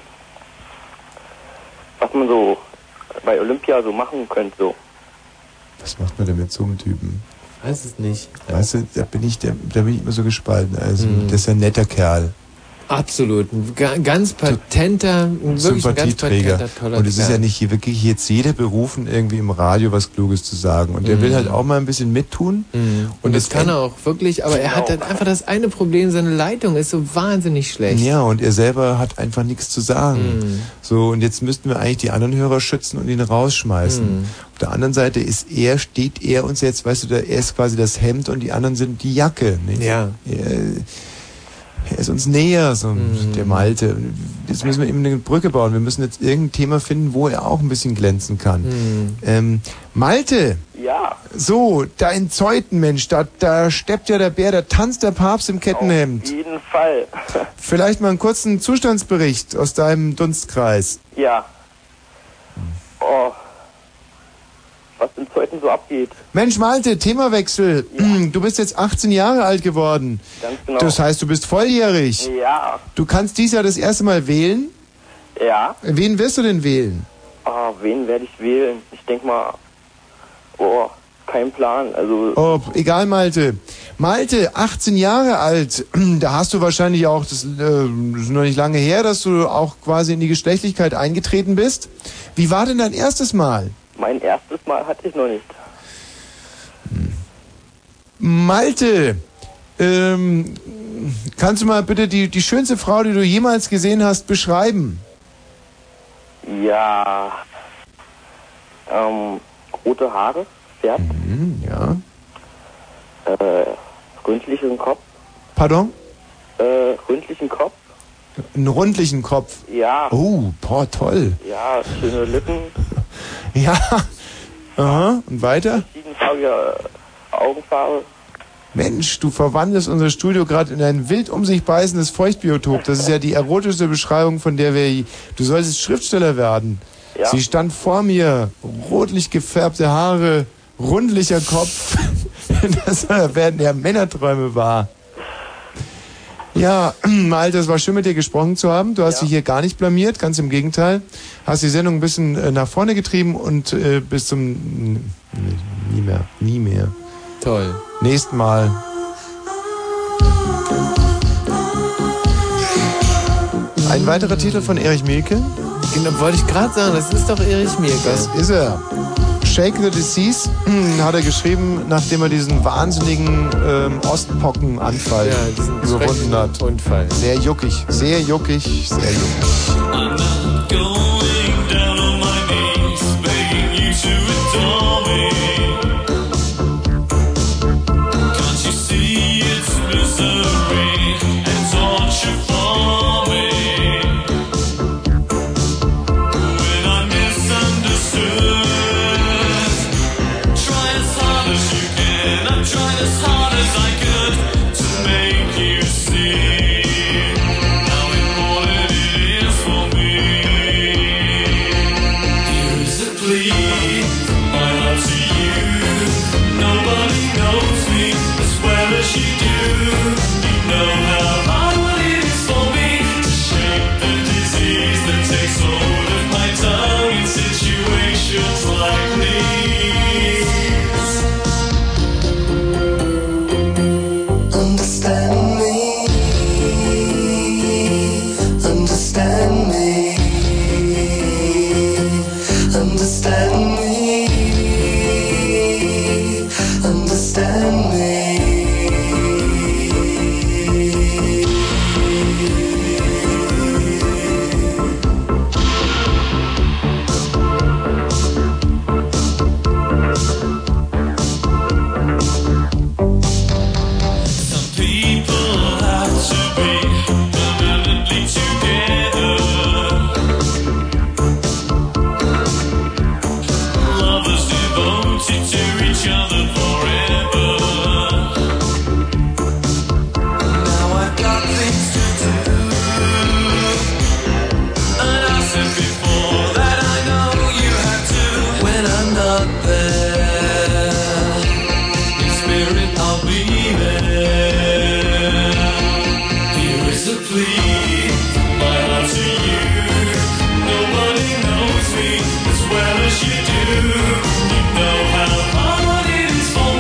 was man so bei Olympia so machen könnte, so. Was macht man denn mit so einem Typen? Weiß es nicht. Weißt du, da bin ich, der, da bin ich immer so gespalten. Also, Mhm. das ist ein netter Kerl. Absolut. Ein ga- ganz patenter, wirklich ein ganz Sympathieträger. patenter, toller Und es ist Kerl. ja nicht hier wirklich jetzt jeder berufen, irgendwie im Radio was Kluges zu sagen. Und der Mhm. will halt auch mal ein bisschen mittun. Mhm. Und das kann er auch wirklich, aber er hat halt einfach das eine Problem, seine Leitung ist so wahnsinnig schlecht. Ja, und er selber hat einfach nichts zu sagen. Mhm. So, und jetzt müssten wir eigentlich die anderen Hörer schützen und ihn rausschmeißen. Mhm. Auf der anderen Seite ist er, steht er uns jetzt, weißt du, der, er ist quasi das Hemd und die anderen sind die Jacke. Nicht? Ja. Er, er ist uns näher, so Mhm. der Malte. Jetzt müssen wir ihm eine Brücke bauen. Wir müssen jetzt irgendein Thema finden, wo er auch ein bisschen glänzen kann. Mhm. Ähm, Malte! Ja. Ja. So, da in Zeuthen, Mensch, da, da steppt ja der Bär, da tanzt der Papst im Kettenhemd. Auf jeden Fall. Vielleicht mal einen kurzen Zustandsbericht aus deinem Dunstkreis. Ja. Oh. Was in Zeuthen so abgeht. Mensch, Malte, Themawechsel. Ja. Du bist jetzt achtzehn Jahre alt geworden. Ganz genau. Das heißt, du bist volljährig. Ja. Du kannst dieses Jahr das erste Mal wählen? Ja. Wen wirst du denn wählen? Oh, wen werde ich wählen? Ich denke mal, oh, kein Plan. Also. Oh, egal, Malte. Malte, achtzehn Jahre alt. Da hast du wahrscheinlich auch, das, äh, das ist noch nicht lange her, dass du auch quasi in die Geschlechtlichkeit eingetreten bist. Wie war denn dein erstes Mal? Mein erstes Mal hatte ich noch nicht. Malte, ähm, kannst du mal bitte die, die schönste Frau, die du jemals gesehen hast, beschreiben? Ja, ähm, rote Haare, Pferd. Mhm, ja. Äh, rundlichen Kopf. Pardon? Äh, rundlichen Kopf. Einen rundlichen Kopf? Ja. Oh, boah, toll. Ja, schöne Lippen. Ja. Aha, und weiter? Verschiedenfarbige Augenfarbe. Mensch, du verwandelst unser Studio gerade in ein wild um sich beißendes Feuchtbiotop. Das ist ja die erotischste Beschreibung, von der wir... Du solltest Schriftsteller werden. Ja. Sie stand vor mir, rotlich gefärbte Haare, rundlicher Kopf. Das werden ja Männerträume wahr. Ja, Malte, es war schön mit dir gesprochen zu haben. Du hast ja. dich hier gar nicht blamiert, ganz im Gegenteil. Hast die Sendung ein bisschen äh, nach vorne getrieben und äh, bis zum... N- nie mehr, nie mehr. Toll. Nächsten Mal. Ein weiterer Titel von Erich Mielke? Genau, wollte ich gerade sagen, das ist doch Erich Mielke. Das ist er. Shake the Disease hat er geschrieben, nachdem er diesen wahnsinnigen ähm, Ostpockenanfall ja, diesen überwunden hat. Unfall. Sehr juckig, sehr juckig, sehr juckig. As well as you do, you know how hard it is for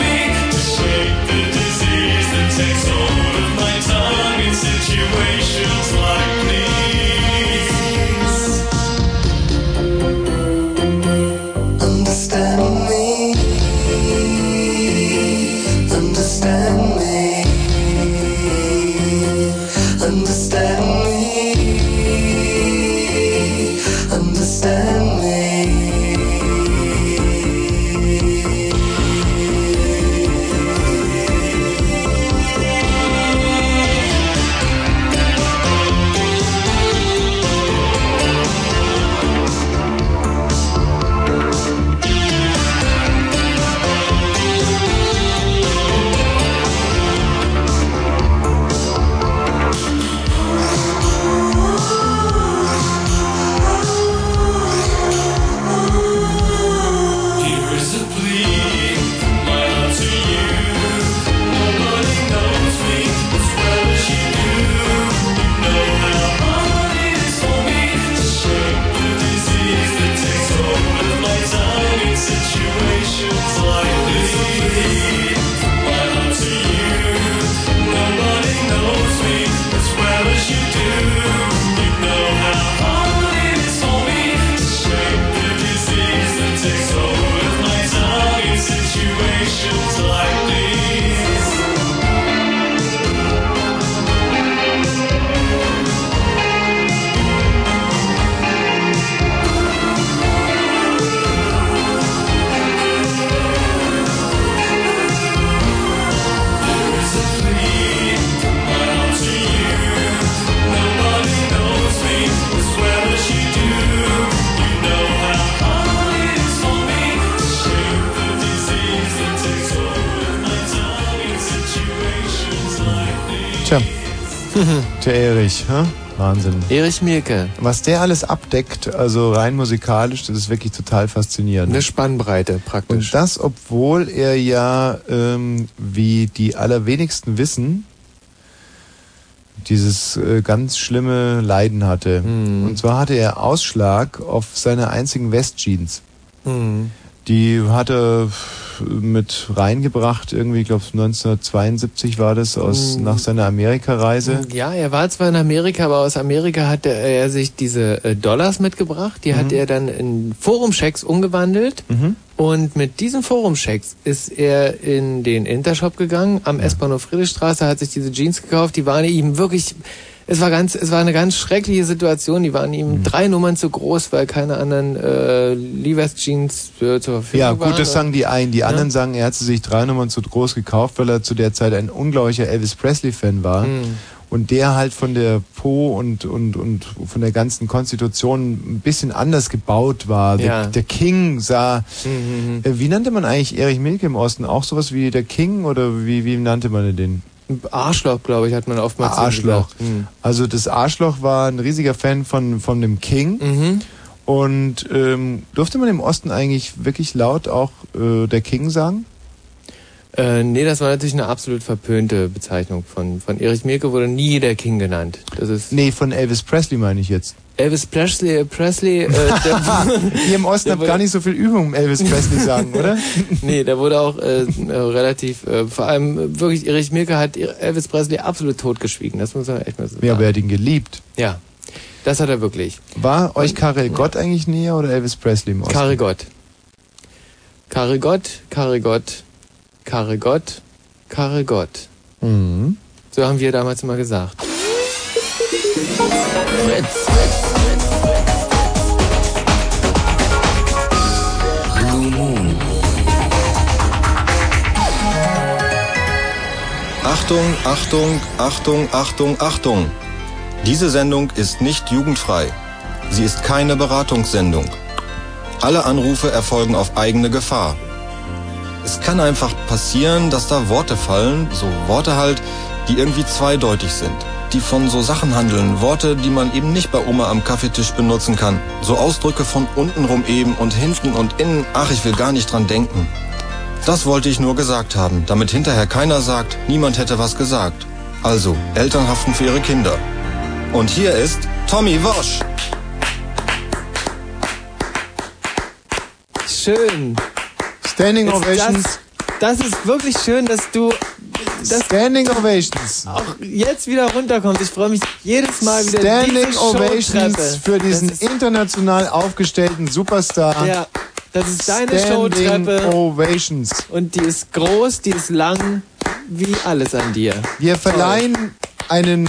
Tja, der Erich, hä? Wahnsinn. Erich Mielke. Was der alles abdeckt, also rein musikalisch, das ist wirklich total faszinierend. Eine Spannbreite praktisch. Und das, obwohl er ja, ähm, wie die allerwenigsten wissen, dieses äh, ganz schlimme Leiden hatte. Mhm. Und zwar hatte er Ausschlag auf seine einzigen Westjeans. Mhm. Die hat er mit reingebracht, irgendwie, ich glaube neunzehnhundertzweiundsiebzig war das, aus Mhm. nach seiner Amerikareise. Ja, er war zwar in Amerika, aber aus Amerika hat er, er sich diese äh, Dollars mitgebracht. Die Mhm. hat er dann in Forumchecks umgewandelt. Mhm. Und mit diesen Forumchecks ist er in den Intershop gegangen, am S-Bahnhof Friedrichstraße, hat sich diese Jeans gekauft. Die waren ihm wirklich, es war ganz, es war eine ganz schreckliche Situation. Die waren ihm mhm. drei Nummern zu groß, weil keine anderen äh, Levi's Jeans äh, zur Verfügung Ja, waren. gut, das sagen die einen. Die Ja. anderen sagen, er hat sie sich drei Nummern zu groß gekauft, weil er zu der Zeit ein unglaublicher Elvis Presley-Fan war. Mhm. Und der halt von der Po und, und, und von der ganzen Konstitution ein bisschen anders gebaut war. Der, Ja. der King sah, Mhm. äh, wie nannte man eigentlich Erich Mielke im Osten? Auch sowas wie der King oder wie, wie nannte man den? Arschloch, glaube ich, hat man oftmals Arschloch. gesagt. Mhm. Also das Arschloch war ein riesiger Fan von, von dem King. Mhm. Und ähm, durfte man im Osten eigentlich wirklich laut auch äh, der King sagen? Äh, nee, das war natürlich eine absolut verpönte Bezeichnung. Von, von Erich Mielke wurde nie der King genannt. Das ist Nee, von Elvis Presley meine ich jetzt. Elvis Presley, Presley, äh, der, Ihr im Osten habt gar nicht so viel Übung im Elvis Presley sagen, oder? Nee, der wurde auch äh, äh, relativ, äh, vor allem äh, wirklich, Erich Mielke hat Elvis Presley absolut totgeschwiegen. Das muss man echt mal so sagen. Ja, aber er hat ihn geliebt. Ja, das hat er wirklich. War euch Karel Gott eigentlich näher oder Elvis Presley im Osten? Karel Gott. Karel Gott, Karel Gott, Karel Gott, Karel Gott. Mhm. So haben wir damals immer gesagt. Fritz. Blue Moon. Achtung, Achtung, Achtung, Achtung, Achtung. Diese Sendung ist nicht jugendfrei. Sie ist keine Beratungssendung. Alle Anrufe erfolgen auf eigene Gefahr. Es kann einfach passieren, dass da Worte fallen, so Worte halt, die irgendwie zweideutig sind. Die von so Sachen handeln, Worte, die man eben nicht bei Oma am Kaffeetisch benutzen kann. So Ausdrücke von untenrum eben und hinten und innen, ach, ich will gar nicht dran denken. Das wollte ich nur gesagt haben, damit hinterher keiner sagt, niemand hätte was gesagt. Also, Eltern haften für ihre Kinder. Und hier ist Tommy Wosch. Schön. Standing Ist Ovations. Das, das ist wirklich schön, dass du das Standing Ovations. auch jetzt wieder runterkommst. Ich freue mich jedes Mal wieder. Standing diese Ovations Showtreppe. für diesen Das ist, international aufgestellten Superstar. ja, das ist deine Standing Showtreppe. Ovations. Und die ist groß, die ist lang, wie alles an dir. Wir verleihen einen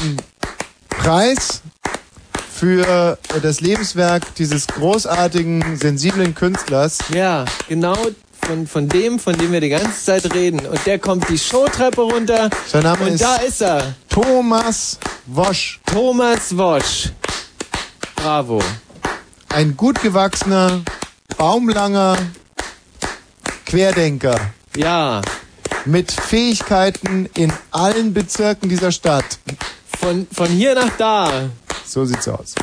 Preis für das Lebenswerk dieses großartigen, sensiblen Künstlers. Ja, genau von, von dem, von dem wir die ganze Zeit reden. Und der kommt die Showtreppe runter. Sein Name und ist da ist er. Thomas Wosch. Thomas Wosch. Bravo. Ein gut gewachsener, baumlanger Querdenker. Ja. Mit Fähigkeiten in allen Bezirken dieser Stadt. Von, von hier nach da. So sieht's aus.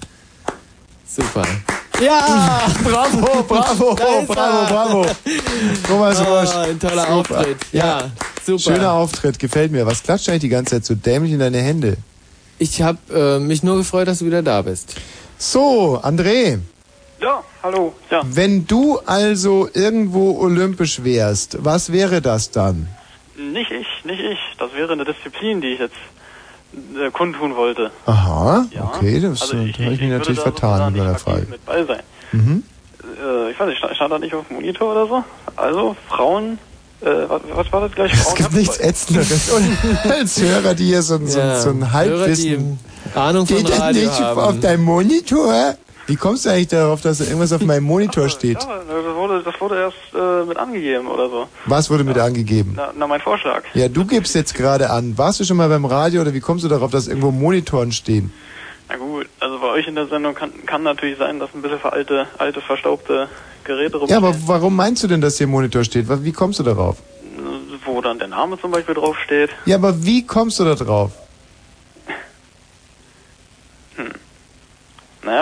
Super. Ja! Bravo, bravo, Da ist bravo, er. bravo. Thomas Oh, Wosch. ein toller Super. Auftritt. Ja, super. Schöner Auftritt, gefällt mir. Was klatscht eigentlich die ganze Zeit so dämlich in deine Hände? Ich habe äh, mich nur gefreut, dass du wieder da bist. So, André. Ja, hallo. Ja. Wenn du also irgendwo olympisch wärst, was wäre das dann? Nicht ich, nicht ich. Das wäre eine Disziplin, die ich jetzt äh, kundtun wollte. Aha, Ja. okay, das Also äh, ich- da habe ich ich mich würde natürlich da vertan sozusagen mit meiner nicht aktiv Frage. mit bei sein. Mhm. Äh, ich weiß nicht, stand, stand da nicht auf dem Monitor oder so? Also, Frauen, äh, was, was war das gleich? Es Frauen gibt nichts Ätzenderes. Und als Hörer, die hier so, ein- so, ein- Ja, so ein Halbwissen... Hörer, die Ahnung von Geht das Radio nicht haben. auf deinem Monitor? Wie kommst du eigentlich darauf, dass da irgendwas auf meinem Monitor steht? Ja, das wurde, das wurde erst äh, mit angegeben oder so. Was wurde mit angegeben? Na, na, mein Vorschlag. Ja, du gibst jetzt gerade an. Warst du schon mal beim Radio oder wie kommst du darauf, dass irgendwo Monitoren stehen? Na gut, also bei euch in der Sendung kann, kann natürlich sein, dass ein bisschen veralte, alte, verstaubte Geräte Ja, aber rumstehen, warum meinst du denn, dass hier Monitor steht? Wie kommst du darauf? wo dann der Name zum Beispiel draufsteht. Ja, aber wie kommst du da drauf?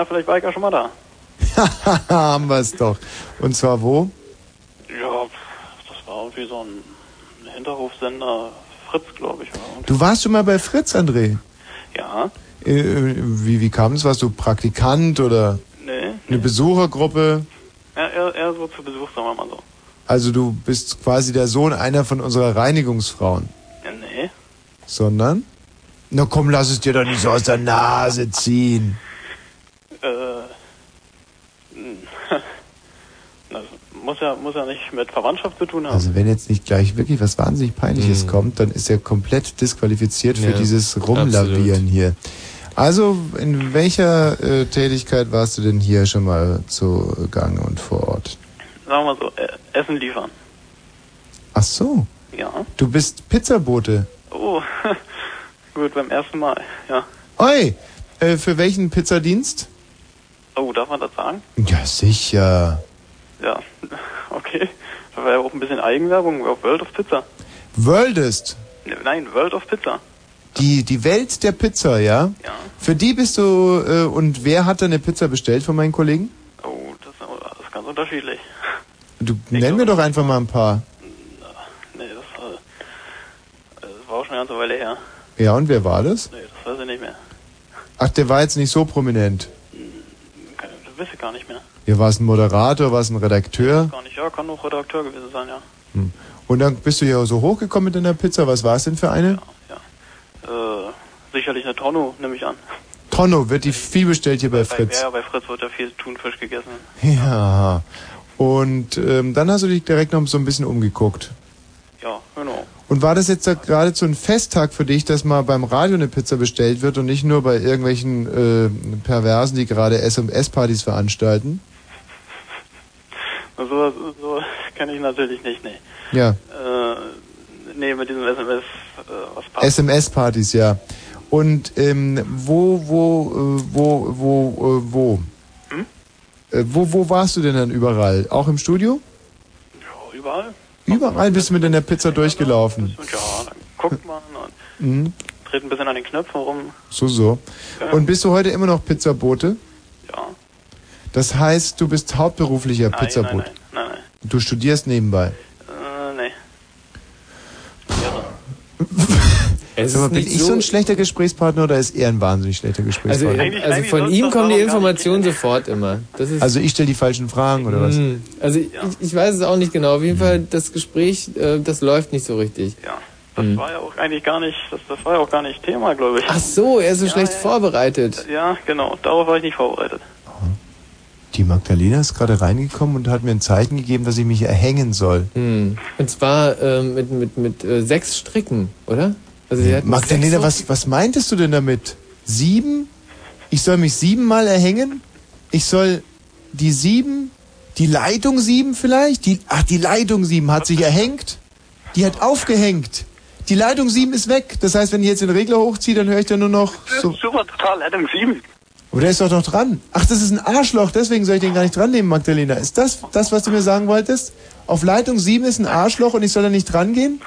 vielleicht war ich ja schon mal da. Haben wir es doch. Und zwar wo? Ja, das war irgendwie so ein Hinterhofsender, Fritz, glaube ich. War Du warst schon mal bei Fritz, André? Ja. Äh, wie wie kam es? Warst du Praktikant oder Nee. eine Besuchergruppe? Ja, eher, eher so zu Besuch, sagen wir mal so. Also du bist quasi der Sohn einer von unserer Reinigungsfrauen. Ja, nee. Sondern? Na komm, lass es dir doch nicht so aus der Nase ziehen. Äh, das muss ja, muss ja nicht mit Verwandtschaft zu tun haben. Also wenn jetzt nicht gleich wirklich was wahnsinnig Peinliches Mhm. kommt, dann ist er komplett disqualifiziert für Ja, dieses Rumlavieren absolut. hier. Also in welcher äh, Tätigkeit warst du denn hier schon mal zugange und vor Ort? Sagen wir mal so, äh, Essen liefern. Ach so, Ja. du bist Pizzabote. Oh, gut, beim ersten Mal, ja. Oi, äh, für welchen Pizzadienst? Oh, darf man das sagen? Ja, sicher. Ja, okay. Das war ja auch ein bisschen Eigenwerbung auf World of Pizza. Worldest, Nein, World of Pizza. die, die Welt der Pizza, ja? Ja. Für die bist du, äh, und wer hat da eine Pizza bestellt von meinen Kollegen? Oh, das, das ist ganz unterschiedlich. Du nenn mir doch einfach mal ein paar. Nee, das, äh, das war auch schon eine ganze Weile her. Ja, und wer war das? Nee, das weiß ich nicht mehr. Ach, der war jetzt nicht so prominent. Das weiß ich gar nicht mehr. Ja, war es ein Moderator, war es ein Redakteur? Gar nicht, ja, kann auch Redakteur gewesen sein, ja. Hm. Und dann bist du ja so hochgekommen mit deiner Pizza. Was war es denn für eine? Äh, sicherlich eine Tonno, nehme ich an. Tonno, wird die viel bestellt hier bei Bei, Fritz. ja, bei Fritz wird ja viel Thunfisch gegessen. Ja. Und ähm, dann hast du dich direkt noch so ein bisschen umgeguckt. Ja, genau. Und war das jetzt da geradezu ein Festtag für dich, dass mal beim Radio eine Pizza bestellt wird und nicht nur bei irgendwelchen äh, Perversen, die gerade S M S-Partys veranstalten? So, so kenne ich natürlich nicht, nee. Ja, Äh, nee, mit diesem S M S, äh, was passt. S M S-Partys, ja. Und ähm, wo, wo, äh, wo, wo, äh, wo? Hm? Äh, wo, wo warst du denn dann überall? Auch im Studio? Ja, überall. Überall bist du mit deiner Pizza durchgelaufen. Und ja, dann guckt man und Mhm. dreht ein bisschen an den Knöpfen rum. So, so. Ja. Und bist du heute immer noch Pizzabote? Ja. Das heißt, du bist hauptberuflicher Nein, Pizzabote. nein, nein, nein, nein. Du studierst nebenbei. Äh, nee. Es Sag mal, ist bin nicht ich so so- ein schlechter Gesprächsungspartner oder ist er ein wahnsinnig schlechter Also, Gesprächspartner? also von ihm kommen die Informationen sofort immer. Das ist Also ich stelle die falschen Fragen oder was? Hm, Also ich, ich weiß es auch nicht genau. Auf jeden Fall, das Gespräch, äh, das läuft nicht so richtig. Ja. Das war ja auch eigentlich gar nicht, das, das war ja auch gar nicht Thema, glaube ich. Ach so, er ist so Ja, schlecht ja. vorbereitet. Ja, genau, darauf war ich nicht vorbereitet. Die Magdalena ist gerade reingekommen und hat mir ein Zeichen gegeben, dass ich mich erhängen soll. Hm. Und zwar ähm, mit, mit, mit äh, sechs Stricken, oder? Also sie hat Magdalena, was, was meintest du denn damit? Sieben? Ich soll mich siebenmal erhängen? Ich soll die sieben, die Leitung sieben vielleicht? Die, ach, die Leitung sieben hat sich erhängt. Die hat aufgehängt. Die Leitung sieben ist weg. Das heißt, wenn ich jetzt den Regler hochziehe, dann höre ich da nur noch so. Super, total, Leitung sieben. Aber der ist doch noch dran. Ach, das ist ein Arschloch, deswegen soll ich den gar nicht dran nehmen, Magdalena. Ist das das, was du mir sagen wolltest? Auf Leitung sieben ist ein Arschloch und ich soll da nicht dran gehen?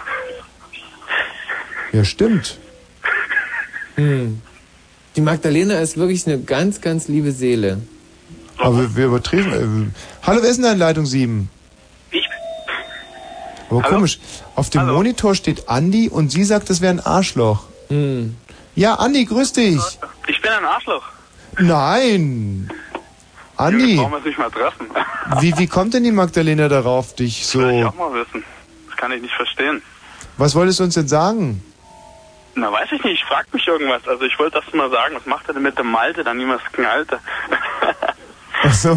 Ja, stimmt. Hm. Die Magdalena ist wirklich eine ganz, ganz liebe Seele. Aber wir, wir übertrieben. Äh, hallo, wer ist denn da in Leitung sieben? Ich. Aber Hallo? komisch, auf dem Monitor steht Andi und sie sagt, das wäre ein Arschloch. Hm. Ja, Andi, grüß dich. Ich bin ein Arschloch. Nein. Andi, Warum muss ich mal treffen? wie, wie kommt denn die Magdalena darauf, dich Will ich so... auch mal wissen. Das kann ich nicht verstehen. Was wolltest du uns denn sagen? Na, weiß ich nicht. Ich frag mich irgendwas. Also ich wollte das mal sagen. Was macht er denn mit dem Malte, dann niemals knallte? Ach so.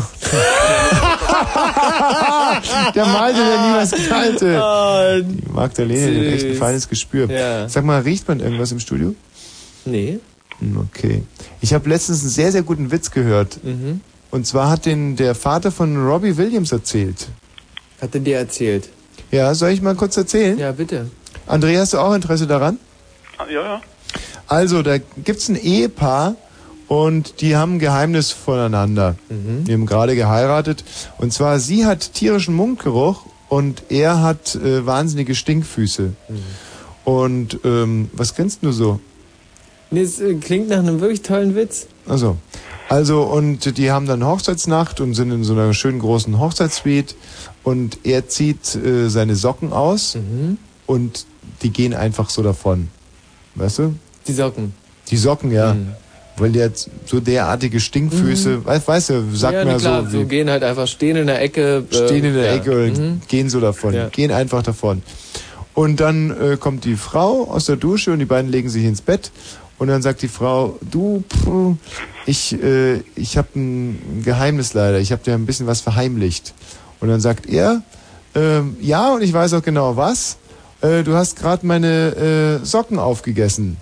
Der Malte, der nie was knallte. Die Magdalena, die hat echt ein feines Gespür. Ja. Sag mal, riecht man irgendwas im Studio? Nee. Hm, okay. Ich habe letztens einen sehr, sehr guten Witz gehört. Mhm. Und zwar hat den der Vater von Robbie Williams erzählt. Hat er dir erzählt? Ja, soll ich mal kurz erzählen? Ja, bitte. Andrea, hast du auch Interesse daran? Ja, ja. Also, da gibt's ein Ehepaar und die haben ein Geheimnis voneinander. Mhm. Die haben gerade geheiratet. Und zwar, sie hat tierischen Mundgeruch und er hat äh, wahnsinnige Stinkfüße. Mhm. Und ähm, was grinst du so? Nee, es äh, klingt nach einem wirklich tollen Witz. Also, Also, und die haben dann Hochzeitsnacht und sind in so einer schönen großen Hochzeitssuite und er zieht äh, seine Socken aus Mhm. und die gehen einfach so davon. Weißt du? Die Socken. Die Socken, ja. Weil der hat so derartige Stinkfüße, Mhm. weißt, weißt du, sagt ja, man nee, klar, so. so Wie, gehen halt einfach, stehen in der Ecke. Äh, stehen in der ja. Ecke und Mhm. gehen so davon. Ja. Gehen einfach davon. Und dann äh, kommt die Frau aus der Dusche und die beiden legen sich ins Bett. Und dann sagt die Frau, du, pff, ich, äh, ich habe ein Geheimnis leider. Ich habe dir ein bisschen was verheimlicht. Und dann sagt er, ähm, ja, und ich weiß auch genau was. Äh, du hast gerade meine äh, Socken aufgegessen.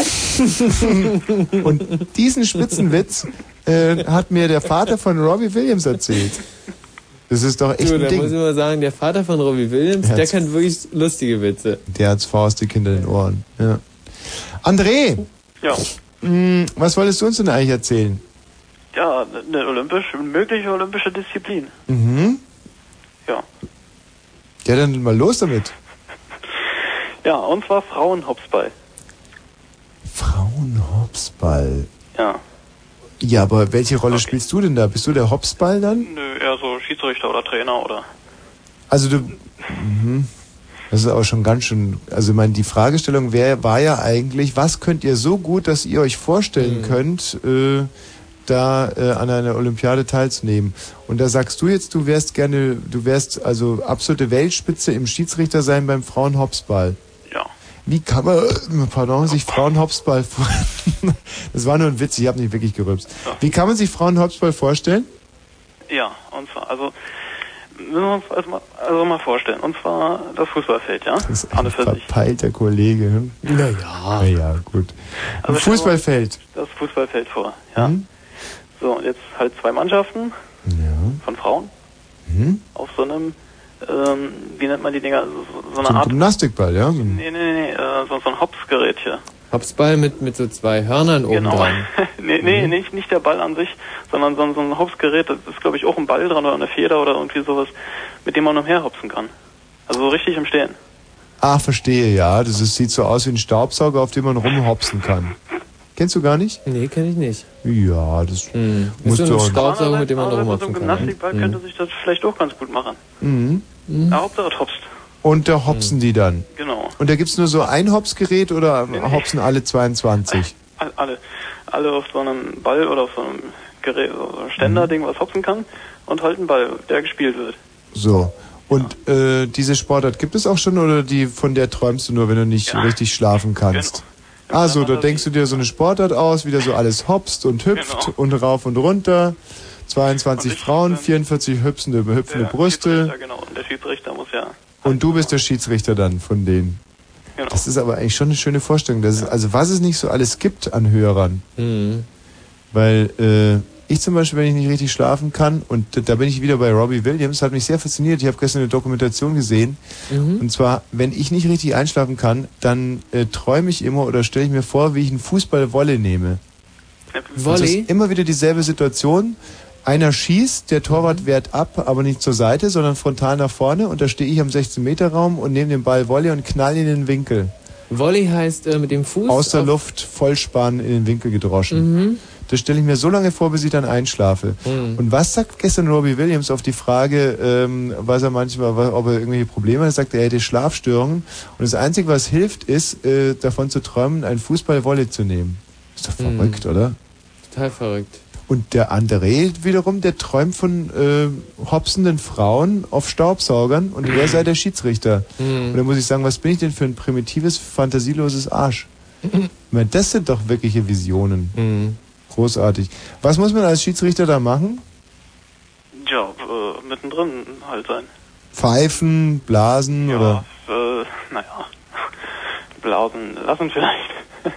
Und diesen Spitzenwitz äh, hat mir der Vater von Robbie Williams erzählt. Das ist doch echt Du, ein da Ding. muss ich mal sagen, der Vater von Robbie Williams, Der der hat's- kann wirklich lustige Witze. Der hat's faustig hinter den Ohren. Ja. André, Ja. mh, was wolltest du uns denn eigentlich erzählen? Ja, eine olympische, mögliche olympische Disziplin. Mhm. Ja. Ja, dann mal los damit. Ja, und zwar Frauenhopsball. Frauenhopsball. Ja. Ja, aber welche Rolle spielst du denn da? Bist du der Hopsball dann? Nö, eher so Schiedsrichter oder Trainer oder. Also du... Mhm. Das ist aber schon ganz schön... Also ich meine, die Fragestellung wär, war ja eigentlich, was könnt ihr so gut, dass ihr euch vorstellen Mhm. könnt, äh, da äh, an einer Olympiade teilzunehmen. Und da sagst du jetzt, du wärst gerne, du wärst also absolute Weltspitze im Schiedsrichter sein beim Frauenhopsball. Ja. Wie kann man, äh, pardon, sich Frauenhopsball vor... Das war nur ein Witz, ich habe nicht wirklich gerülpst. Wie kann man sich Frauenhopsball vorstellen? Ja, und zwar, also, müssen wir uns also mal, also mal vorstellen. Und zwar das Fußballfeld, ja? Das ist An ein und für sich. verpeilter Kollege. Hm? Naja. Naja, gut. Ein Also stellen wir Fußballfeld. Das Fußballfeld vor, ja? Mhm. So, und jetzt halt zwei Mannschaften von Frauen Mhm. auf so einem, ähm, wie nennt man die Dinger? So, so So eine ein Art. Gymnastikball, ja? So ein Nee, nee, nee, nee, äh, so, so ein Hopsgerät hier. Hopsball mit, mit so zwei Hörnern oben Genau. dran. nee, nee, nicht, nicht der Ball an sich, sondern so, so ein Hopsgerät, das ist glaube ich auch ein Ball dran oder eine Feder oder irgendwie sowas, mit dem man umherhopsen kann. Also so richtig im Stehen. Ah, verstehe, ja. Das ist, sieht so aus wie ein Staubsauger, auf dem man rumhopsen kann. Kennst du gar nicht? Nee, kenn ich nicht. Ja, das Hm. musst Ist du so ein auch. Staubsauger, mit dem man Aber mit so rumhopsen einem kann. Gymnastikball Hm. könnte sich das vielleicht auch ganz gut machen. Mhm. Ja, Hauptsache es hopst. Und da hopsen die dann. Genau. Und da gibt's nur so ein Hopsgerät oder hopsen alle zweiundzwanzig? All- Alle, alle auf so einem Ball oder auf so einem Gerät, so einem Ständer-Ding, was hopsen kann und halt einen Ball, der gespielt wird. So. Und äh, diese Sportart gibt es auch schon oder die von der träumst du nur, wenn du nicht richtig schlafen kannst? Also, da denkst du dir so eine Sportart aus, wie da so alles hopst und hüpft und rauf und runter. zweiundzwanzig Frauen, vierundvierzig hüpfende, hüpfende Brüste. Ja, genau. Und der Schiedsrichter muss ja. Und du bist der Schiedsrichter dann von denen. Genau. Das ist aber eigentlich schon eine schöne Vorstellung. Das ist, also was es nicht so alles gibt an Hörern. Mhm. Weil äh, ich zum Beispiel, wenn ich nicht richtig schlafen kann, und da bin ich wieder bei Robbie Williams, hat mich sehr fasziniert. Ich habe gestern eine Dokumentation gesehen. Mhm. Und zwar, wenn ich nicht richtig einschlafen kann, dann äh, träume ich immer oder stelle ich mir vor, wie ich einen Fußball-Volley nehme. Volley? Das ist immer wieder dieselbe Situation. Einer schießt, der Torwart wehrt ab, aber nicht zur Seite, sondern frontal nach vorne. Und da stehe ich am sechzehn-Meter-Raum und nehme den Ball Volley und knall in den Winkel. Volley heißt äh, mit dem Fuß Aus der auf- Luft vollspann in den Winkel gedroschen. Mhm. Das stelle ich mir so lange vor, bis ich dann einschlafe. Mhm. Und was sagt gestern Robbie Williams auf die Frage, ähm, was er manchmal, was, ob er irgendwelche Probleme hat? Er sagt, er hätte Schlafstörungen. Und das Einzige, was hilft, ist, äh, davon zu träumen, einen Fußball-Volley zu nehmen. Ist doch Mhm. verrückt, oder? Total verrückt. Und der André wiederum, der träumt von äh, hopsenden Frauen auf Staubsaugern und er sei der Schiedsrichter. Mhm. Und da muss ich sagen, was bin ich denn für ein primitives, fantasieloses Arsch? Ich meine, das sind doch wirkliche Visionen. Mhm. Großartig. Was muss man als Schiedsrichter da machen? Ja, äh, mittendrin halt sein. Pfeifen, blasen oder... Äh, naja. Blasen lassen vielleicht.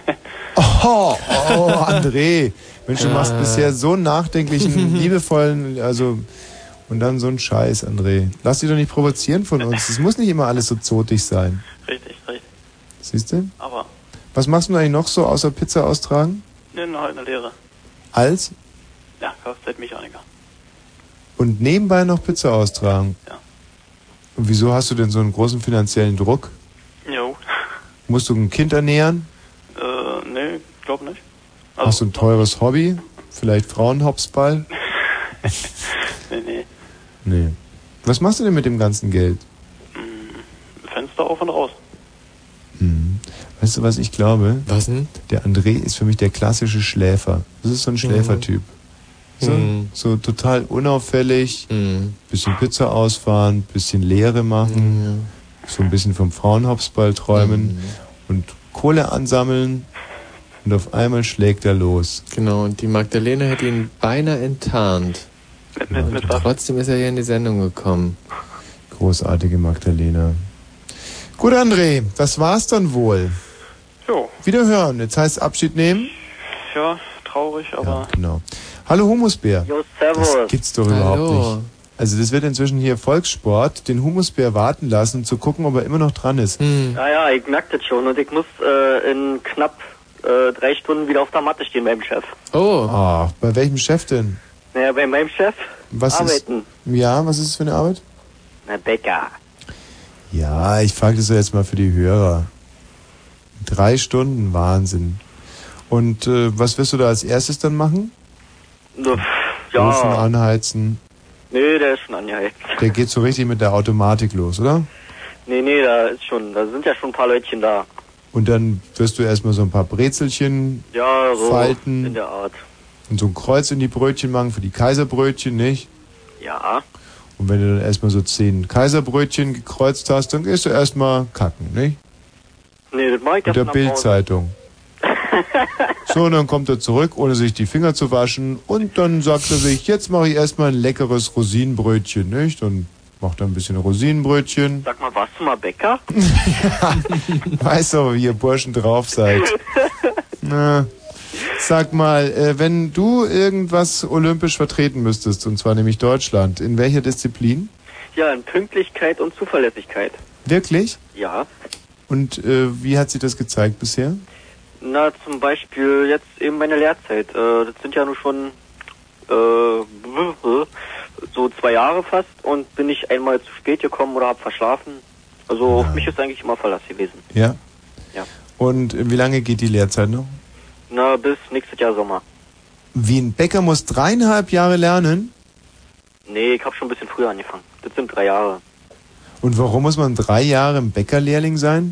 Oh, oh, André. Mensch, du machst Ah. bisher so einen nachdenklichen, liebevollen, also... Und dann so ein Scheiß, André. Lass dich doch nicht provozieren von uns. Es muss nicht immer alles so zotig sein. Richtig, richtig. Siehst du? Aber, Was machst du eigentlich noch so außer Pizza austragen? ne, nur halt eine Lehre. Als? Ja, Kfz-Mechaniker. Und nebenbei noch Pizza austragen? Ja. Und wieso hast du denn so einen großen finanziellen Druck? Jo. Musst du ein Kind ernähren? Äh, ne, glaub nicht. Hast du ein teures Hobby? Vielleicht Frauenhopsball? nee, nee. Nee. Was machst du denn mit dem ganzen Geld? Fenster auf und raus. Hm. Weißt du, was ich glaube? Was denn? Der André ist für mich der klassische Schläfer. Das ist so ein Schläfertyp. So, Mhm. so total unauffällig, Mhm. bisschen Pizza ausfahren, bisschen Lehre machen, Mhm. so ein bisschen vom Frauenhopsball träumen Mhm. und Kohle ansammeln und auf einmal schlägt er los. Genau, und die Magdalena hätte ihn beinahe enttarnt. Mit, mit, mit was? Trotzdem ist er hier in die Sendung gekommen. Großartige Magdalena. Gut, André, das war's dann wohl. Jo. Wiederhören. Jetzt heißt Abschied nehmen. Ja, traurig, aber... Ja, genau. Hallo Humusbär. Jo, servus. Das gibt's doch Hallo. überhaupt nicht. Also das wird inzwischen hier Volkssport, den Humusbär warten lassen, um zu gucken, ob er immer noch dran ist. Hm. Naja, ich merke das schon und ich muss äh, in knapp äh, drei Stunden wieder auf der Matte stehen beim Chef. Oh. Ah, bei welchem Chef denn? Naja, bei meinem Chef Was arbeiten. Ist, ja, was ist es für eine Arbeit? Na, Bäcker. Ja, ich frage das jetzt mal für die Hörer. Drei Stunden, Wahnsinn. Und äh, was wirst du da als erstes dann machen? So, Ofen ja. anheizen. Nee, der ist schon angeheizt. Der geht so richtig mit der Automatik los, oder? Nee, nee, da ist schon, da sind ja schon ein paar Leutchen da. Und dann wirst du erstmal so ein paar Brezelchen Ja, so falten in der Art. und so ein Kreuz in die Brötchen machen für die Kaiserbrötchen, nicht? Ja. Und wenn du dann erstmal so zehn Kaiserbrötchen gekreuzt hast, dann gehst du erstmal kacken, nicht? Nee, das mach ich Mit der erst nach Hause. Bild-Zeitung. So, und dann kommt er zurück, ohne sich die Finger zu waschen. Und dann sagt er sich, jetzt mache ich erstmal ein leckeres Rosinenbrötchen, nicht? Und macht dann ein bisschen Rosinenbrötchen. Sag mal, warst du mal Bäcker? Weiß doch, wie ihr Burschen drauf seid. Na, sag mal, äh, wenn du irgendwas olympisch vertreten müsstest, und zwar nämlich Deutschland, in welcher Disziplin? Ja, in Pünktlichkeit und Zuverlässigkeit. Wirklich? Ja. Und äh, wie hat sich das gezeigt bisher? Na, zum Beispiel jetzt eben meine Lehrzeit. Äh, das sind ja nur schon äh, so zwei Jahre fast und bin ich einmal zu spät gekommen oder hab verschlafen. Also auf mich ist eigentlich immer Verlass gewesen. Ja? Ja. Und äh, wie lange geht die Lehrzeit noch? Na, bis nächstes Jahr Sommer. Wie ein Bäcker muss dreieinhalb Jahre lernen? Nee, ich hab schon ein bisschen früher angefangen. Das sind drei Jahre. Und warum muss man drei Jahre ein Bäckerlehrling sein?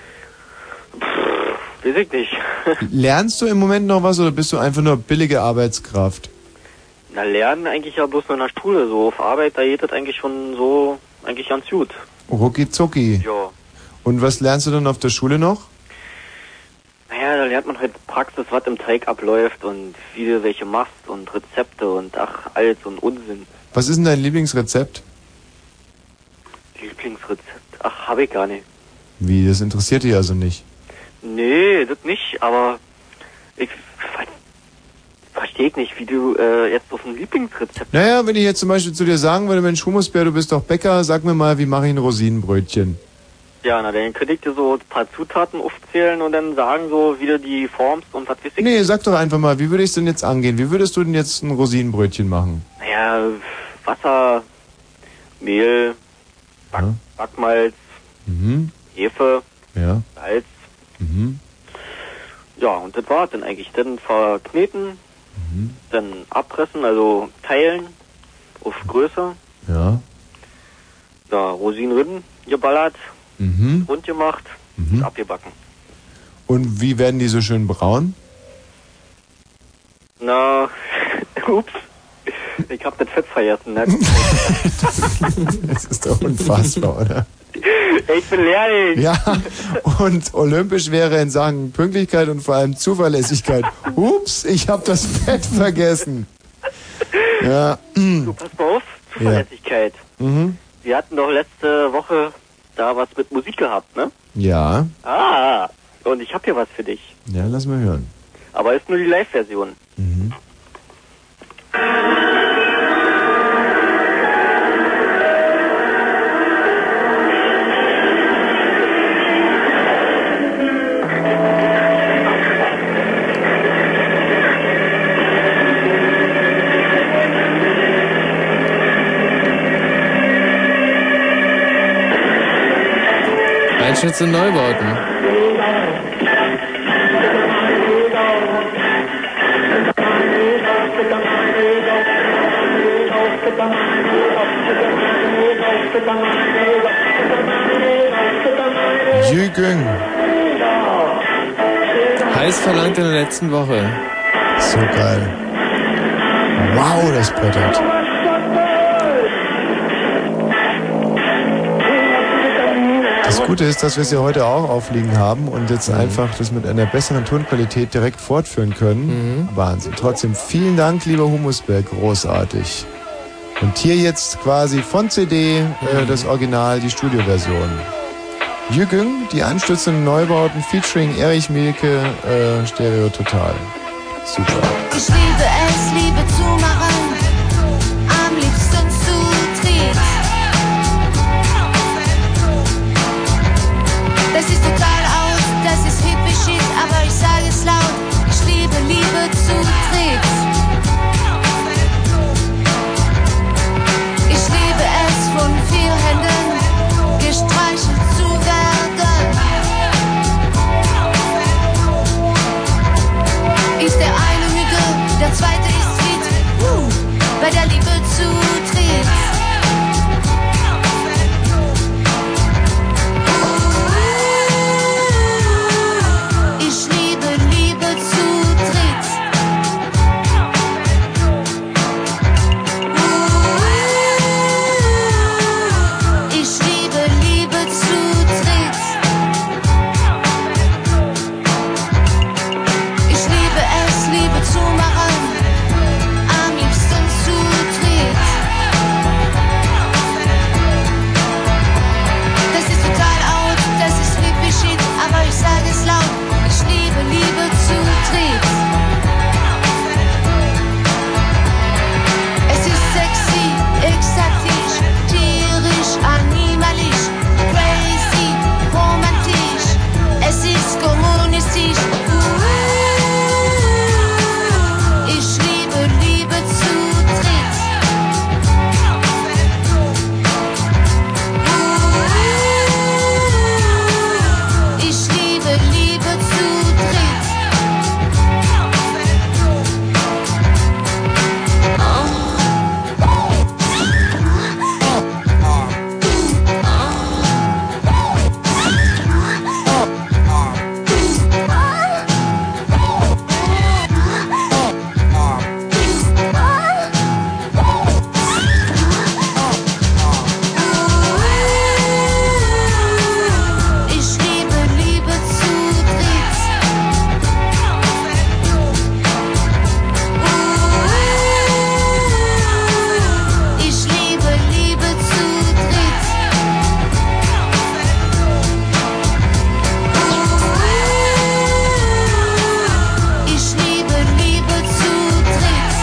Weiß ich nicht. Lernst du im Moment noch was oder bist du einfach nur billige Arbeitskraft? Na, lernen eigentlich ja bloß nur in der Schule. So auf Arbeit, da geht das eigentlich schon so, eigentlich ganz gut. Rucki zucki. Ja. Und was lernst du dann auf der Schule noch? Naja, da lernt man halt Praxis, was im Teig abläuft und wie du welche machst und Rezepte und ach, alles und Unsinn. Was ist denn dein Lieblingsrezept? Lieblingsrezept? Ach, hab ich gar nicht. Wie, das interessiert dich also nicht? Nee, das nicht, aber ich ver verstehe nicht, wie du äh, jetzt auf ein Lieblingsrezept... Naja, wenn ich jetzt zum Beispiel zu dir sagen würde, Mensch, Humusbär, du bist doch Bäcker, sag mir mal, wie mache ich ein Rosinenbrötchen? Ja, na, dann könnte ich dir so ein paar Zutaten aufzählen und dann sagen so, wie du die formst und was weiß ich. Nee, sag doch einfach mal, wie würde ich es denn jetzt angehen? Wie würdest du denn jetzt ein Rosinenbrötchen machen? Naja, Wasser, Mehl, Back Ja. Backmalz, Mhm. Hefe, Ja. Salz. Mhm. Ja, und das war's dann eigentlich. Dann verkneten, Mhm. dann abpressen, also teilen auf Größe. Ja. Ja, Rosinenrinden geballert, Mhm. rund gemacht, Mhm. abgebacken. Und wie werden die so schön braun? Na, ups, ich hab das Fett vergessen, ne? Das ist doch unfassbar, oder? Ich bin Lehrling. Ja, und olympisch wäre in Sachen Pünktlichkeit und vor allem Zuverlässigkeit. Ups, ich habe das Fett vergessen. Ja. Du, pass mal auf, Zuverlässigkeit. Mhm. Wir hatten doch letzte Woche da was mit Musik gehabt, ne? Ja. Ah, und ich hab hier was für dich. Ja, lass mal hören. Aber ist nur die Live-Version. Mhm. Einschnitt zu Neubauten. Jürgen. Heiß verlangt in der letzten Woche. So geil. Wow, das plättert. Das Gute ist, dass wir es ja heute auch aufliegen haben und jetzt mhm. einfach das mit einer besseren Tonqualität direkt fortführen können. Mhm. Wahnsinn. Trotzdem vielen Dank, lieber Humusberg, großartig. Und hier jetzt quasi von C D mhm. äh, das Original, die Studioversion. Jürgen, die anstürzenden Neubauten featuring Erich Mielke, äh, Stereo Total. Super. Ich liebe es, Liebe zu machen, am liebsten zu dritt. Das sieht total aus, das ist hippie shit, aber ich sage es laut, ich liebe Liebe zu dritt. Ich liebe es, von vier Händen gestreichelt zu werden. Ist der eine müde, der zweite ist fit, uh, bei der Liebe zu dritt. Ich liebe Liebe zu dritt. Ich liebe Liebe zu dritt. Ich liebe es, Liebe zu machen, am liebsten zu dritt. Das ist total out, das ist hippie shit, aber ich sage es laut, ich liebe Liebe zu dritt. Es ist sexy, exotisch, tierisch, animalisch, crazy, romantisch. Es ist kommunistisch. Ich liebe Liebe zu dritt. Ich liebe Liebe zu dritt. Ich liebe Liebe zu dritt. Ich liebe Liebe zu dritt. Ich liebe Liebe zu dritt.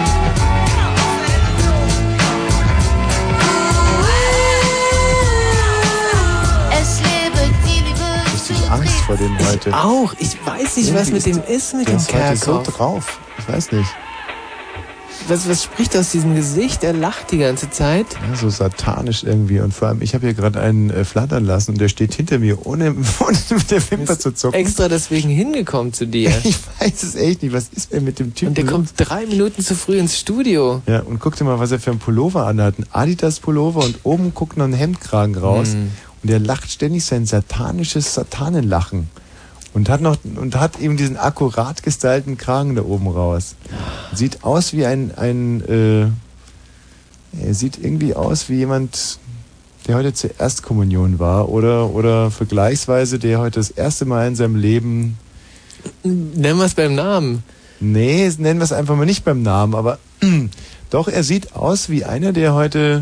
Es lebe die Liebe zu Ich Angst vor dem heute. Auch, ich weiß nicht, was mit dem ist, mit Der dem ist heute so Kerkhoff. drauf. Ich weiß nicht. Was, was spricht aus diesem Gesicht? Er lacht die ganze Zeit. Ja, so satanisch irgendwie. Und vor allem, ich habe hier gerade einen äh, flattern lassen und der steht hinter mir, ohne, ohne mit der Wimper zu zucken. Extra deswegen hingekommen zu dir. Ich weiß es echt nicht. Was ist denn mit dem Typen? Und der kommt drei Minuten zu früh ins Studio. Ja, und guck dir mal, was er für einen Pullover anhat. Ein Adidas-Pullover und oben guckt noch ein Hemdkragen raus. Mhm. Und der lacht ständig sein satanisches Satanenlachen. Und hat noch und hat eben diesen akkurat gestylten Kragen da oben raus. Sieht aus wie ein ein äh, er sieht irgendwie aus wie jemand, der heute zur Erstkommunion war oder oder vergleichsweise der heute das erste Mal in seinem Leben. Nennen wir es beim Namen. Nee, nennen wir es einfach mal nicht beim Namen, aber doch, er sieht aus wie einer, der heute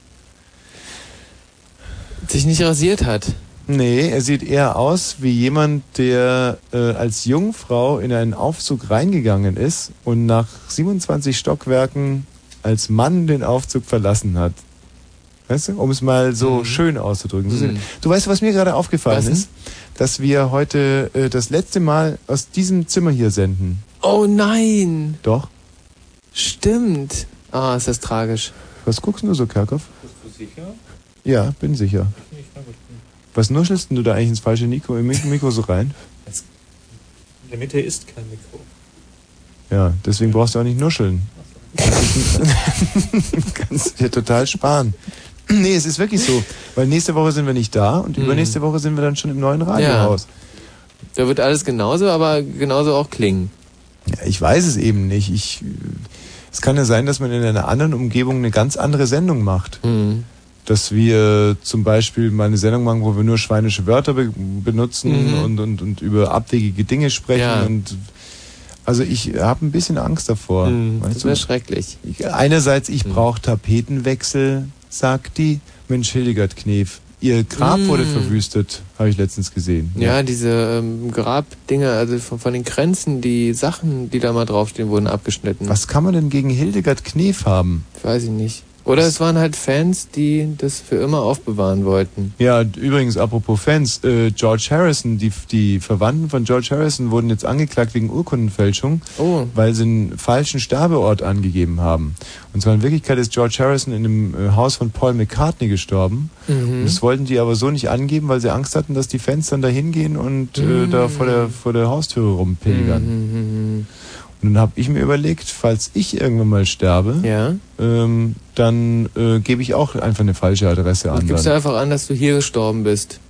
sich nicht rasiert hat. Nee, er sieht eher aus wie jemand, der äh, als Jungfrau in einen Aufzug reingegangen ist und nach siebenundzwanzig Stockwerken als Mann den Aufzug verlassen hat. Weißt du? Um es mal so mhm. schön auszudrücken. Mhm. Du weißt, was mir gerade aufgefallen ist? Dass wir heute äh, das letzte Mal aus diesem Zimmer hier senden. Oh nein! Doch. Stimmt. Ah, ist das tragisch. Was guckst du so, Kerkhoff? Bist du sicher? Ja, bin sicher. Was nuschelst denn du da eigentlich ins falsche Mikro, im Mikro so rein? In der Mitte ist kein Mikro. Ja, deswegen brauchst du auch nicht nuscheln. Kannst du dir total sparen. Nee, es ist wirklich so. Weil nächste Woche sind wir nicht da und mhm. übernächste Woche sind wir dann schon im neuen Radiohaus. Ja. Da wird alles genauso, aber genauso auch klingen. Ja, ich weiß es eben nicht. Ich, es kann ja sein, dass man in einer anderen Umgebung eine ganz andere Sendung macht. Mhm. Dass wir zum Beispiel mal eine Sendung machen, wo wir nur schweinische Wörter be- benutzen mhm. und, und, und über abwegige Dinge sprechen. Ja. Und also ich habe ein bisschen Angst davor. Mhm. Das wäre schrecklich. Ich, einerseits, ich mhm. brauche Tapetenwechsel, sagt die. Mensch, Hildegard Knef, ihr Grab mm. wurde verwüstet, habe ich letztens gesehen. Ja, ja diese ähm, Grabdinger, also von, von den Kränzen, die Sachen, die da mal draufstehen, wurden abgeschnitten. Was kann man denn gegen Hildegard Knef haben? Weiß ich nicht. Oder es waren halt Fans, die das für immer aufbewahren wollten. Ja, übrigens, apropos Fans, äh, George Harrison, die, die Verwandten von George Harrison wurden jetzt angeklagt wegen Urkundenfälschung, oh. weil sie einen falschen Sterbeort angegeben haben. Und zwar in Wirklichkeit ist George Harrison in dem äh, Haus von Paul McCartney gestorben. Mhm. Und das wollten die aber so nicht angeben, weil sie Angst hatten, dass die Fans dann da hingehen und äh, mhm. da vor der, vor der Haustüre rumpilgern. Mhm. Und dann habe ich mir überlegt, falls ich irgendwann mal sterbe, ja. ähm, dann äh, gebe ich auch einfach eine falsche Adresse an. Du gibst einfach an, dass du hier gestorben bist.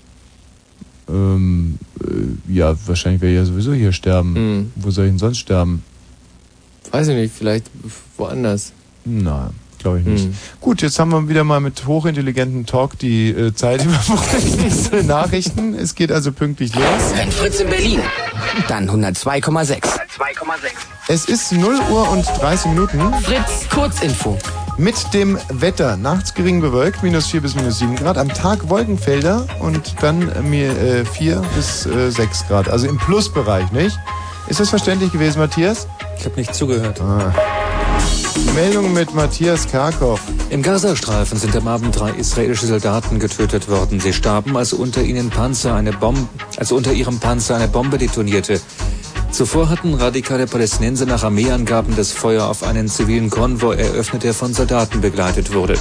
Ähm, äh, ja, wahrscheinlich werde ich ja sowieso hier sterben. Mhm. Wo soll ich denn sonst sterben? Weiß ich nicht, vielleicht woanders. Na, glaube ich nicht. Mhm. Gut, jetzt haben wir wieder mal mit hochintelligentem Talk die äh, Zeit überbrückt. Nachrichten. Es geht also pünktlich los. Wenn Fritz in Berlin, dann hundertzwei Komma sechs. Es ist null Uhr und dreißig Minuten. Fritz, Kurzinfo. Mit dem Wetter. Nachts gering bewölkt, minus vier bis minus sieben Grad. Am Tag Wolkenfelder und dann mir äh, vier bis sechs Grad. Also im Plusbereich, nicht? Ist das verständlich gewesen, Matthias? Ich habe nicht zugehört. Ah. Meldung mit Matthias Karkow. Im Gazastreifen sind am Abend drei israelische Soldaten getötet worden. Sie starben, als unter ihnen Panzer eine Bombe, als unter ihrem Panzer eine Bombe detonierte. Zuvor hatten radikale Palästinenser nach Armeeangaben das Feuer auf einen zivilen Konvoi eröffnet, der von Soldaten begleitet wurde.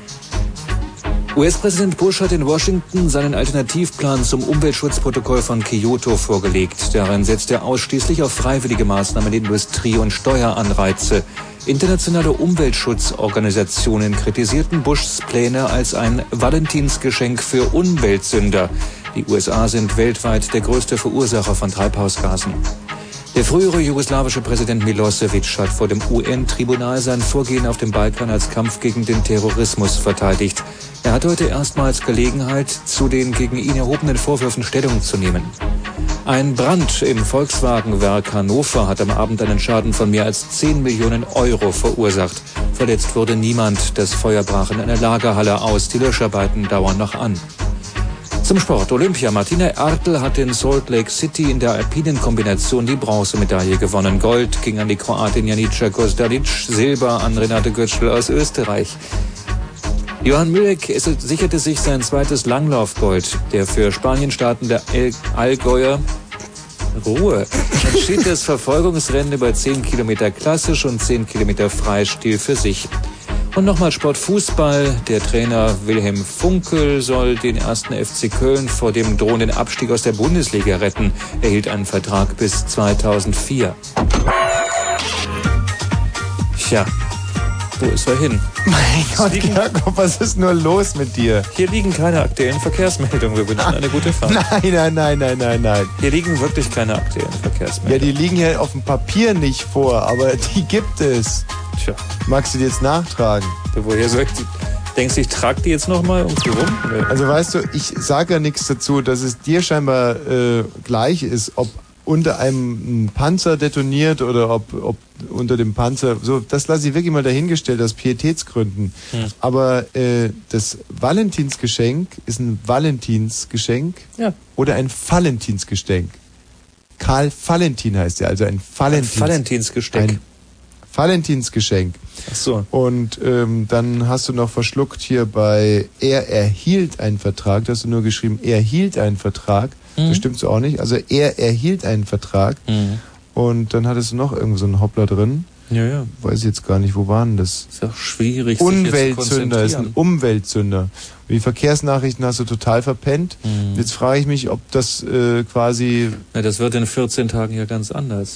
U S-Präsident Bush hat in Washington seinen Alternativplan zum Umweltschutzprotokoll von Kyoto vorgelegt. Darin setzt er ausschließlich auf freiwillige Maßnahmen in Industrie- und Steueranreize. Internationale Umweltschutzorganisationen kritisierten Bushs Pläne als ein Valentinsgeschenk für Umweltsünder. Die U S A sind weltweit der größte Verursacher von Treibhausgasen. Der frühere jugoslawische Präsident Milosevic hat vor dem U N-Tribunal sein Vorgehen auf dem Balkan als Kampf gegen den Terrorismus verteidigt. Er hat heute erstmals Gelegenheit, zu den gegen ihn erhobenen Vorwürfen Stellung zu nehmen. Ein Brand im Volkswagenwerk Hannover hat am Abend einen Schaden von mehr als zehn Millionen Euro verursacht. Verletzt wurde niemand. Das Feuer brach in einer Lagerhalle aus. Die Löscharbeiten dauern noch an. Zum Sport. Olympia. Martina Ertl hat in Salt Lake City in der alpinen Kombination die Bronzemedaille gewonnen. Gold ging an die Kroatin Janica Kostelic, Silber an Renate Götzschl aus Österreich. Johann Mühlek sicherte sich sein zweites Langlaufgold. Der für Spanien startende Allgäuer Ruhe entschied das Verfolgungsrennen über zehn Kilometer klassisch und zehn Kilometer Freistil für sich. Und nochmal Sportfußball. Der Trainer Wilhelm Funkel soll den ersten F C Köln vor dem drohenden Abstieg aus der Bundesliga retten. Er hielt einen Vertrag bis zweitausendvier. Tja, wo ist er hin? Mein Gott, Jakob, was ist nur los mit dir? Hier liegen keine aktuellen Verkehrsmeldungen. Wir wünschen eine gute Fahrt. Nein, nein, nein, nein, nein, nein. Hier liegen wirklich keine aktuellen Verkehrsmeldungen. Ja, die liegen ja auf dem Papier nicht vor, aber die gibt es. Tja. Magst du die jetzt nachtragen? Woher soll ich die? Denkst du, ich trage die jetzt nochmal um sie rum? Also weißt du, ich sage ja nichts dazu, dass es dir scheinbar äh, gleich ist, ob unter einem Panzer detoniert oder ob, ob unter dem Panzer, so, das lasse ich wirklich mal dahingestellt aus Pietätsgründen. Hm. Aber äh, das Valentinsgeschenk ist ein Valentinsgeschenk ja. oder ein Valentinsgeschenk. Karl Valentin heißt er, also ein Valentins, ein Valentinsgeschenk. Ein Valentinsgeschenk. Ach so. Und ähm, dann hast du noch verschluckt hier bei er erhielt einen Vertrag, da hast du nur geschrieben, er hielt einen Vertrag. Mhm. Das stimmt so auch nicht. Also er erhielt einen Vertrag. Mhm. Und dann hattest du noch irgendwo so einen Hoppler drin. Ja, ja. Weiß ich jetzt gar nicht, wo waren das? Ist auch schwierig, Umweltsünder, ist ein Umweltsünder. Die Verkehrsnachrichten hast du total verpennt. Mhm. Jetzt frage ich mich, ob das äh, quasi... Na, das wird in vierzehn Tagen ja ganz anders.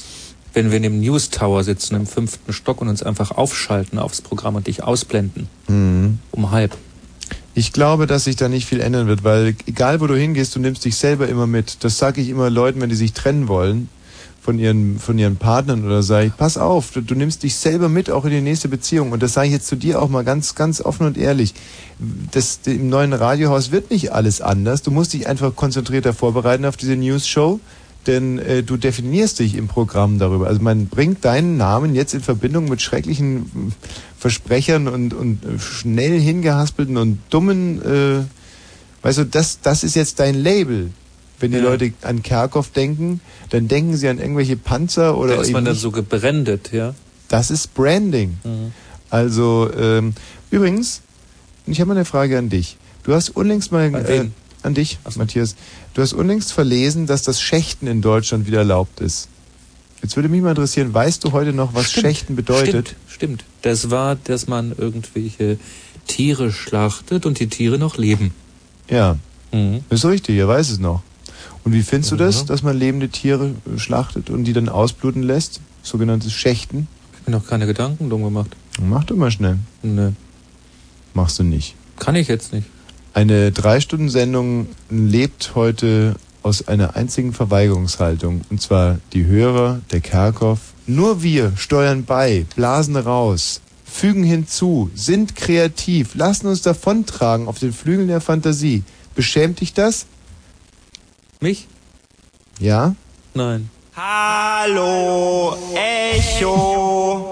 wenn wir in dem News Tower sitzen im fünften Stock und uns einfach aufschalten aufs Programm und dich ausblenden. Mhm. Um halb. Ich glaube, dass sich da nicht viel ändern wird, weil egal wo du hingehst, du nimmst dich selber immer mit. Das sage ich immer Leuten, wenn die sich trennen wollen von ihren von ihren Partnern oder sage ich, pass auf, du, du nimmst dich selber mit, auch in die nächste Beziehung. Und das sage ich jetzt zu dir auch mal ganz ganz offen und ehrlich. Das, im neuen Radiohaus wird nicht alles anders. Du musst dich einfach konzentrierter vorbereiten auf diese News-Show. Denn äh, du definierst dich im Programm darüber. Also man bringt deinen Namen jetzt in Verbindung mit schrecklichen Versprechern und, und schnell hingehaspelten und dummen, äh, weißt du, das, das ist jetzt dein Label. Wenn die ja. Leute an Kerkhoff denken, dann denken sie an irgendwelche Panzer oder da ist man eben dann nicht. so gebrandet, ja. Das ist Branding. Mhm. Also, ähm, übrigens, ich habe mal eine Frage an dich. Du hast unlängst mal... An äh, wen? An dich, Matthias. Du hast unlängst verlesen, dass das Schächten in Deutschland wieder erlaubt ist. Jetzt würde mich mal interessieren, weißt du heute noch, was Stimmt, Schächten bedeutet? Stimmt, stimmt. Das war, dass man irgendwelche Tiere schlachtet und die Tiere noch leben. Ja, mhm. ist richtig, er weiß es noch. Und wie findest ja. du das, dass man lebende Tiere schlachtet und die dann ausbluten lässt? Sogenanntes Schächten? Ich habe mir noch keine Gedanken drum gemacht. Mach doch mal schnell. Nee. Machst du nicht. Kann ich jetzt nicht. Eine Drei-Stunden-Sendung lebt heute aus einer einzigen Verweigerungshaltung. Und zwar die Hörer, der Kerkhoff. Nur wir steuern bei, blasen raus, fügen hinzu, sind kreativ, lassen uns davontragen auf den Flügeln der Fantasie. Beschämt dich das? Mich? Ja? Nein. Hallo, Echo.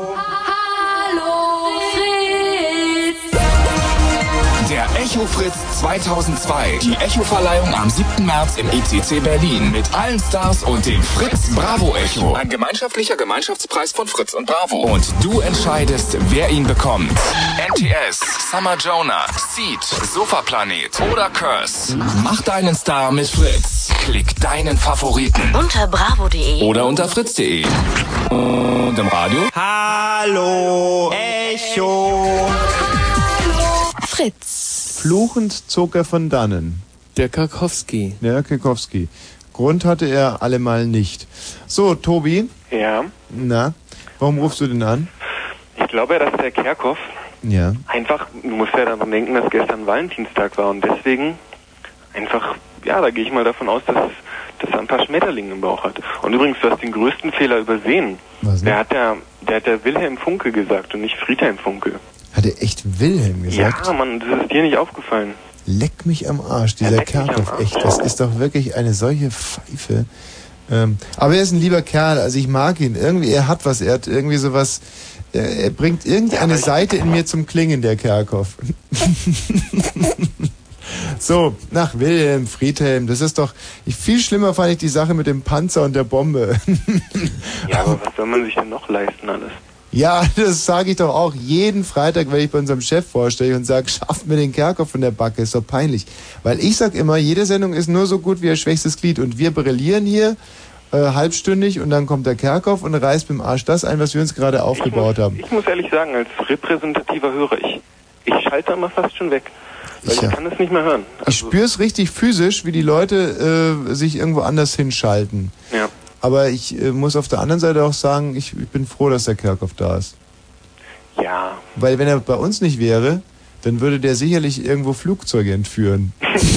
Der Echo Fritz zweitausendzwei. Die Echo-Verleihung am siebten März im E C C Berlin mit allen Stars und dem Fritz Bravo Echo. Ein gemeinschaftlicher Gemeinschaftspreis von Fritz und Bravo. Und du entscheidest, wer ihn bekommt. N T S, Summer Jonah, Seed, Sofaplanet oder Curse. Mach deinen Star mit Fritz. Klick deinen Favoriten. Unter bravo punkt de. Oder unter fritz punkt de. Und im Radio? Hallo, Echo. Fritz. Fluchend zog er von dannen. Der Karkowski. Der Karkowski. Grund hatte er allemal nicht. So, Tobi. Ja. Na, warum rufst du denn an? Ich glaube ja, dass der Kerkhoff Ja. einfach, du musst ja daran denken, dass gestern Valentinstag war und deswegen einfach, ja, da gehe ich mal davon aus, dass, dass er ein paar Schmetterlinge im Bauch hat. Und übrigens, du hast den größten Fehler übersehen. Was denn? Der hat ja, der hat ja Wilhelm Funke gesagt und nicht Friedhelm Funke. Hat er echt Wilhelm gesagt? Ja, Mann, das ist dir nicht aufgefallen. Leck mich am Arsch, dieser Kerkhoff, echt. Das ist doch wirklich eine solche Pfeife. Ähm, aber er ist ein lieber Kerl, also ich mag ihn. Irgendwie, er hat was, er hat irgendwie sowas, er, er bringt irgendeine ja, Seite in mir zum Klingen, der Kerkhoff. So, nach Wilhelm, Friedhelm, das ist doch, ich, viel schlimmer fand ich die Sache mit dem Panzer und der Bombe. Ja, aber was soll man sich denn noch leisten alles? Ja, das sage ich doch auch jeden Freitag, wenn ich bei unserem Chef vorstelle und sage, schafft mir den Kerkhoff von der Backe, ist doch peinlich. Weil ich sag immer, jede Sendung ist nur so gut wie ihr schwächstes Glied und wir brillieren hier äh, halbstündig und dann kommt der Kerkhoff und reißt mit dem Arsch das ein, was wir uns gerade aufgebaut muss, haben. Ich muss ehrlich sagen, als repräsentativer Hörer, ich, ich schalte immer fast schon weg. Weil ich, ich kann es nicht mehr hören. Also ich spüre es richtig physisch, wie die Leute äh, sich irgendwo anders hinschalten. Ja. Aber ich äh, muss auf der anderen Seite auch sagen, ich, ich bin froh, dass der Kerkhoff da ist. Ja. Weil wenn er bei uns nicht wäre, dann würde der sicherlich irgendwo Flugzeuge entführen.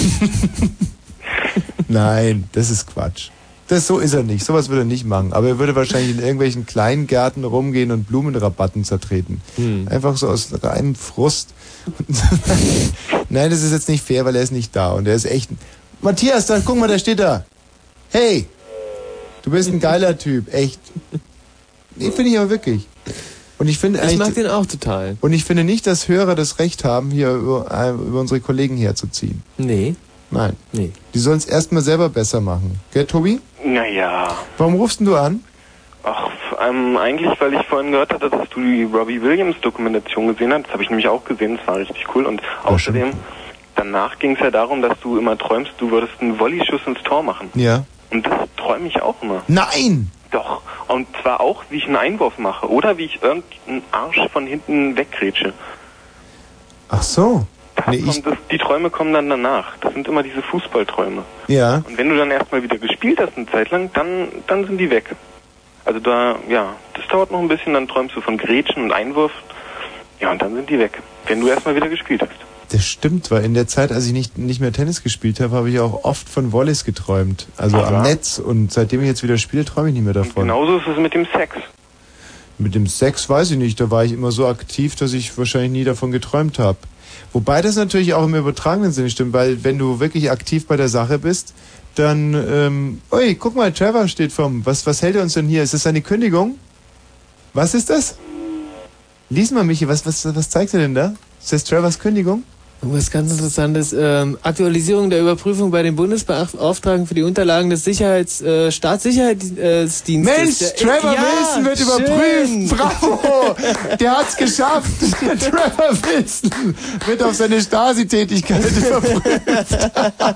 Nein, das ist Quatsch. Das, so ist er nicht. Sowas würde er nicht machen. Aber er würde wahrscheinlich in irgendwelchen kleinen Gärten rumgehen und Blumenrabatten zertreten. Hm. Einfach so aus reinem Frust. Nein, das ist jetzt nicht fair, weil er ist nicht da. Und er ist echt... Matthias, dann guck mal, der steht da. Hey! Du bist ein geiler Typ, echt. Nee, finde ich aber wirklich. Und ich finde Ich mag den auch total. Und ich finde nicht, dass Hörer das Recht haben, hier über, äh, über unsere Kollegen herzuziehen. Nee. Nein. Nee. Die sollen es erstmal selber besser machen. Gell, Tobi? Naja. Warum rufst denn du an? Ach, ähm, eigentlich, weil ich vorhin gehört hatte, dass du die Robbie Williams Dokumentation gesehen hast. Das habe ich nämlich auch gesehen, das war richtig cool. Und war außerdem, danach ging es ja darum, dass du immer träumst, du würdest einen Volley-Schuss ins Tor machen. Ja. Und das träume ich auch immer. Nein! Doch. Und zwar auch, wie ich einen Einwurf mache. Oder wie ich irgendeinen Arsch von hinten weggrätsche. Ach so. Nee, ich das, die Träume kommen dann danach. Das sind immer diese Fußballträume. Ja. Und wenn du dann erstmal wieder gespielt hast eine Zeit lang, dann, dann sind die weg. Also da, ja, das dauert noch ein bisschen, dann träumst du von Grätschen und Einwurf. Ja, und dann sind die weg, wenn du erstmal wieder gespielt hast. Das stimmt, weil in der Zeit, als ich nicht, nicht mehr Tennis gespielt habe, habe ich auch oft von Volleys geträumt. Also Ach, am ja? Netz. Und seitdem ich jetzt wieder spiele, träume ich nicht mehr davon. Genauso ist es mit dem Sex. Mit dem Sex weiß ich nicht. Da war ich immer so aktiv, dass ich wahrscheinlich nie davon geträumt habe. Wobei das natürlich auch im übertragenen Sinne stimmt, weil wenn du wirklich aktiv bei der Sache bist, dann, ähm, ui, guck mal, Trevor steht vom, was, was hält er uns denn hier? Ist das seine Kündigung? Was ist das? Lies mal, Michi, was, was, was zeigt er denn da? Ist das Trevors Kündigung? Was ganz Interessantes. Ähm, Aktualisierung der Überprüfung bei den Bundesbeauftragten für die Unterlagen des Sicherheits, äh, Staatssicherheitsdienstes. Mensch, der, Trevor ja, Wilson wird schön. überprüft. Bravo! Der hat's geschafft. Der Trevor Wilson wird auf seine Stasi-Tätigkeit überprüft.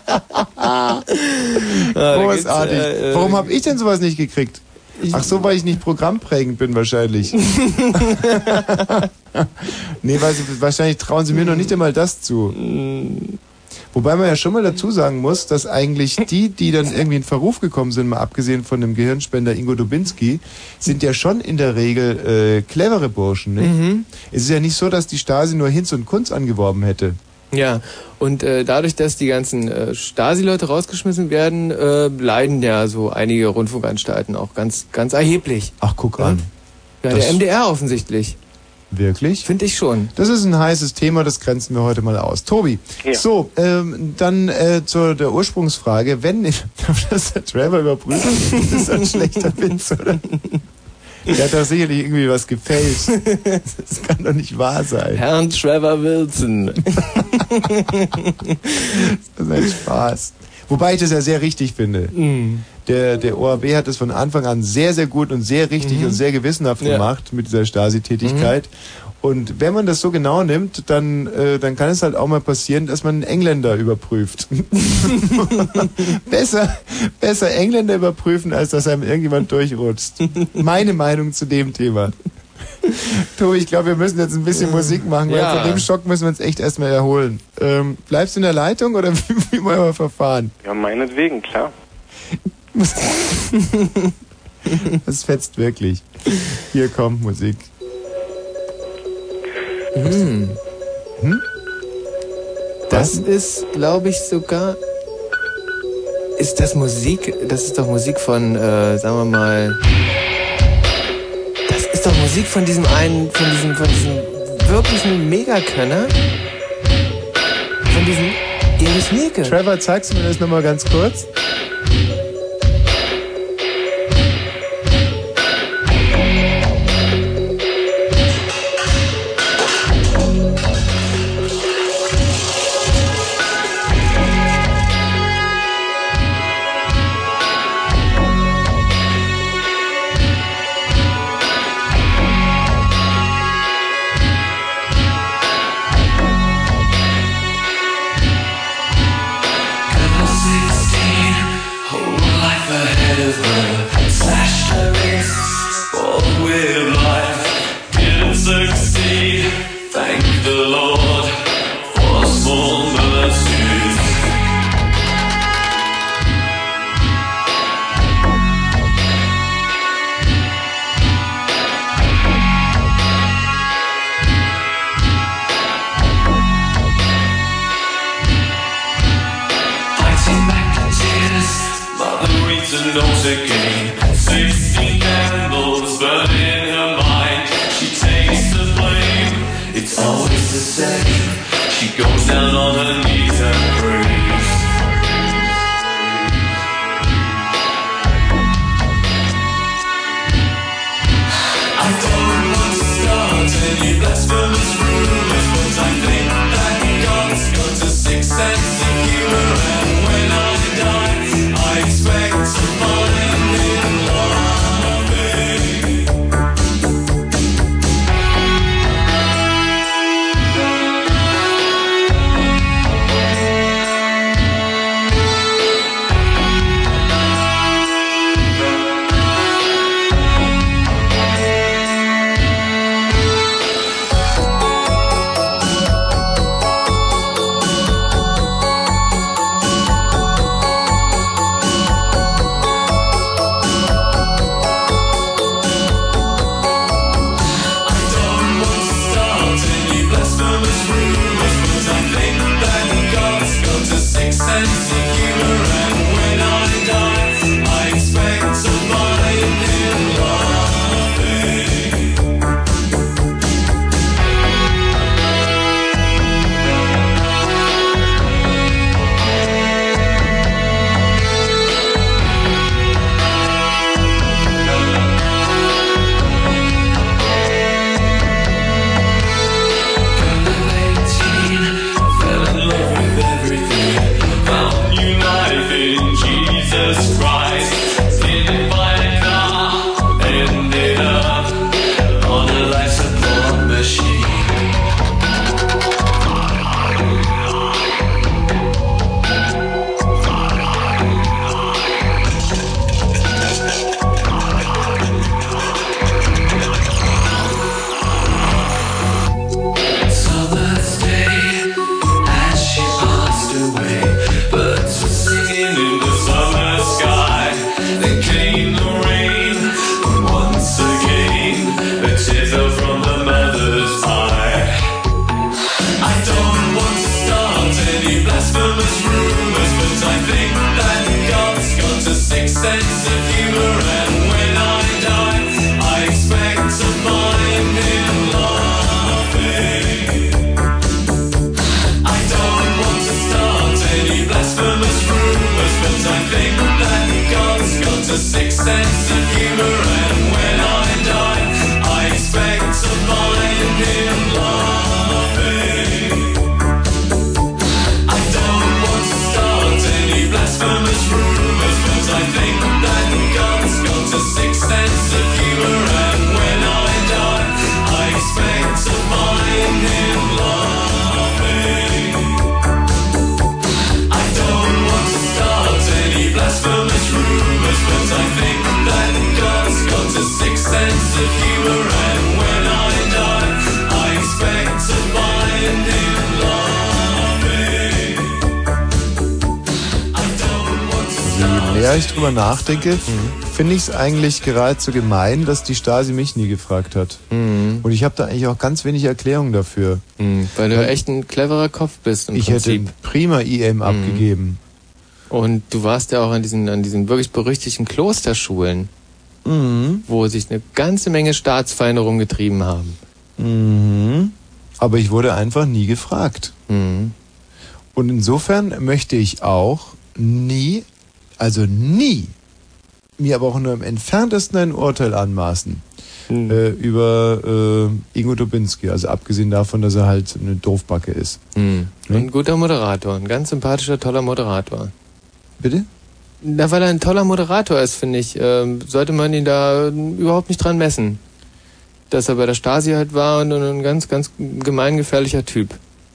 Großartig. äh, äh, Warum habe ich denn sowas nicht gekriegt? Ach so, weil ich nicht programmprägend bin wahrscheinlich. Nee, weil sie, wahrscheinlich trauen sie mir noch nicht einmal das zu. Wobei man ja schon mal dazu sagen muss, dass eigentlich die, die dann irgendwie in Verruf gekommen sind, mal abgesehen von dem Gehirnspender Ingo Dubinski, sind ja schon in der Regel äh, clevere Burschen. Nicht? Mhm. Es ist ja nicht so, dass die Stasi nur Hinz und Kunz angeworben hätte. Ja, und äh, dadurch, dass die ganzen äh, Stasi-Leute rausgeschmissen werden, äh, leiden ja so einige Rundfunkanstalten auch ganz ganz erheblich. Ach, guck ja? an. Ja, Das- der M D R offensichtlich. Wirklich? Finde ich schon. Das ist ein heißes Thema, das grenzen wir heute mal aus. Tobi, Ja. so, ähm, dann äh, zur der Ursprungsfrage. Wenn darf das der Trevor überprüfen? Das ist ein schlechter Witz, oder? Der hat da sicherlich irgendwie was gefälscht. Das kann doch nicht wahr sein. Herrn Trevor Wilson. Das ist ein Spaß. Wobei ich das ja sehr richtig finde. Mm. Der, der O R B hat das von Anfang an sehr, sehr gut und sehr richtig Mhm. und sehr gewissenhaft Ja. gemacht mit dieser Stasi-Tätigkeit. Und wenn man das so genau nimmt, dann, äh, dann kann es halt auch mal passieren, dass man einen Engländer überprüft. besser, besser Engländer überprüfen, als dass einem irgendjemand durchrutscht. Meine Meinung zu dem Thema. Tobi, ich glaube, wir müssen jetzt ein bisschen Musik machen, weil Ja. von dem Schock müssen wir uns echt erstmal erholen. Ähm, bleibst du in der Leitung oder wie, wie wollen wir verfahren? Ja, meinetwegen, klar. Das fetzt wirklich. Hier kommt Musik. Hm. Hm? Das ist, glaube ich, sogar... Ist das Musik? Das ist doch Musik von, äh, sagen wir mal... Das ist doch Musik von diesem einen, von diesem, von diesem wirklichen Megakönner. Von diesem Erich Mielke. Trevor, zeigst du mir das nochmal ganz kurz? sixteen, whole life ahead of her. Slashed her wrists, all with life. Didn't succeed, thank the Lord for small mercies. Fighting back the tears, mother reads a note again. Sixteen candles burn in her mind. She takes the blame, it's always the same. She goes down on her knees and prays. I don't want to start any blasphemous rumors, but I think that God's got a sixth sense of humor, and when I die, I expect to find him loving. Jesus Christ. Didn't buy a car, ended up on a life support machine. Sense of humor, and when I die, I expect to find him laughing. I don't want to start any blasphemous rumors, but I think that God's got a sixth sense of humor, and when I die, I expect to find him laughing. I don't want to start any blasphemous rumors, but I think that God's got a sixth sense of humor, and when I die, I expect to find him laughing. I don't want to start any blasphemous rumors, but I think that God's got a sixth sense of humor, and when I die, I expect to find him laughing. I don't want to start. Je mehr ich drüber nachdenke, mhm. finde ich es eigentlich geradezu gemein, dass die Stasi mich nie gefragt hat. Mhm. Und ich habe da eigentlich auch ganz wenig Erklärung dafür. Mhm. Weil du Weil echt ein cleverer Kopf bist im ich Prinzip. hätte prima I M mhm. abgegeben. Und du warst ja auch an diesen, an diesen wirklich berüchtigten Klosterschulen, mhm. wo sich eine ganze Menge Staatsfeinde rumgetrieben haben. Mhm. Aber ich wurde einfach nie gefragt. Mhm. Und insofern möchte ich auch nie, also nie, mir aber auch nur im entferntesten ein Urteil anmaßen mhm. äh, über äh, Ingo Dubinsky. Also abgesehen davon, dass er halt eine Doofbacke ist. Mhm. Ne? Ein guter Moderator, ein ganz sympathischer, toller Moderator. Bitte? Na, weil er ein toller Moderator ist, finde ich, äh, sollte man ihn da überhaupt nicht dran messen. Dass er bei der Stasi halt war und ein ganz, ganz gemeingefährlicher Typ.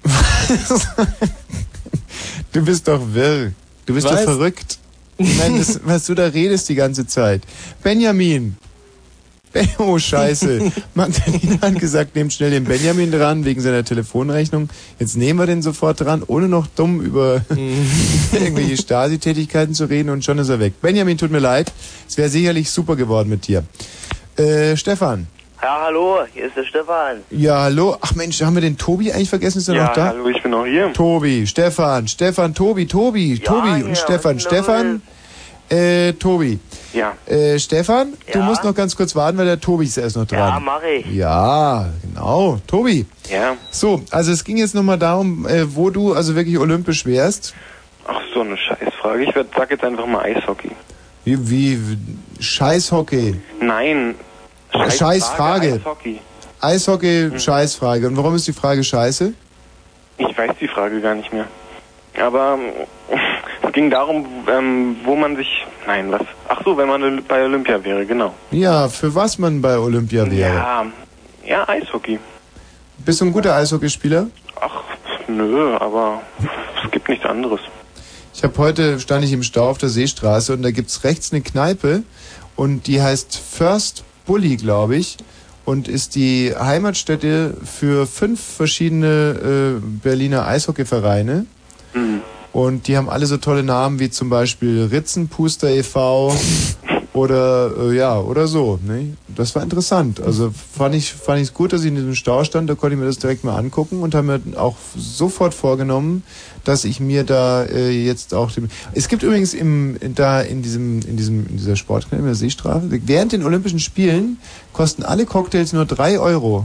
Du bist doch wirr. Du bist Was? doch verrückt. Nein, das, was du da redest die ganze Zeit. Benjamin. Ben- oh, scheiße. Magdalena hat gesagt, nehmt schnell den Benjamin dran, wegen seiner Telefonrechnung. Jetzt nehmen wir den sofort dran, ohne noch dumm über irgendwelche Stasi-Tätigkeiten zu reden, und schon ist er weg. Benjamin, tut mir leid. Es wäre sicherlich super geworden mit dir. Äh, Stefan. Ja, hallo, hier ist der Stefan. Ja, hallo. Ach Mensch, haben wir den Tobi eigentlich vergessen? Ist er Ja, noch da? hallo, ich bin noch hier. Tobi, Stefan, Stefan, Tobi, Tobi, Ja, Tobi ja, und Stefan. was Stefan, äh, Tobi. Ja. Äh, Stefan, du Ja? musst noch ganz kurz warten, weil der Tobi ist erst noch dran. Ja, mach ich. Ja, genau. Tobi. Ja. So, also es ging jetzt nochmal darum, äh, wo du also wirklich olympisch wärst. Ach, so eine Scheißfrage. Ich werd, sag jetzt einfach mal Eishockey. Wie, wie, Scheißhockey. Nein. Scheißfrage. Scheißfrage. Eishockey. Eishockey, Hm. Scheißfrage. Und warum ist die Frage scheiße? Ich weiß die Frage gar nicht mehr. Aber ähm, es ging darum, ähm, wo man sich... Nein, was? Ach so, wenn man bei Olympia wäre, genau. Ja, für was man bei Olympia wäre. Ja, ja, Eishockey. Bist du ein guter Eishockeyspieler? Ach, nö, aber es gibt nichts anderes. Ich habe heute, stand ich im Stau auf der Seestraße, und da gibt's rechts eine Kneipe, und die heißt First Bully, glaube ich, und ist die Heimatstätte für fünf verschiedene äh, Berliner Eishockeyvereine. Mhm. Und die haben alle so tolle Namen wie zum Beispiel Ritzenpuster e V oder äh, ja, oder so. Ne? Das war interessant. Also fand ich fand ich gut, dass ich in diesem Stau stand, da konnte ich mir das direkt mal angucken und habe mir auch sofort vorgenommen, dass ich mir da äh, jetzt auch dem Es gibt übrigens im da in diesem in diesem in dieser Sportkneipe in der Seestraße, während den Olympischen Spielen kosten alle Cocktails nur drei Euro.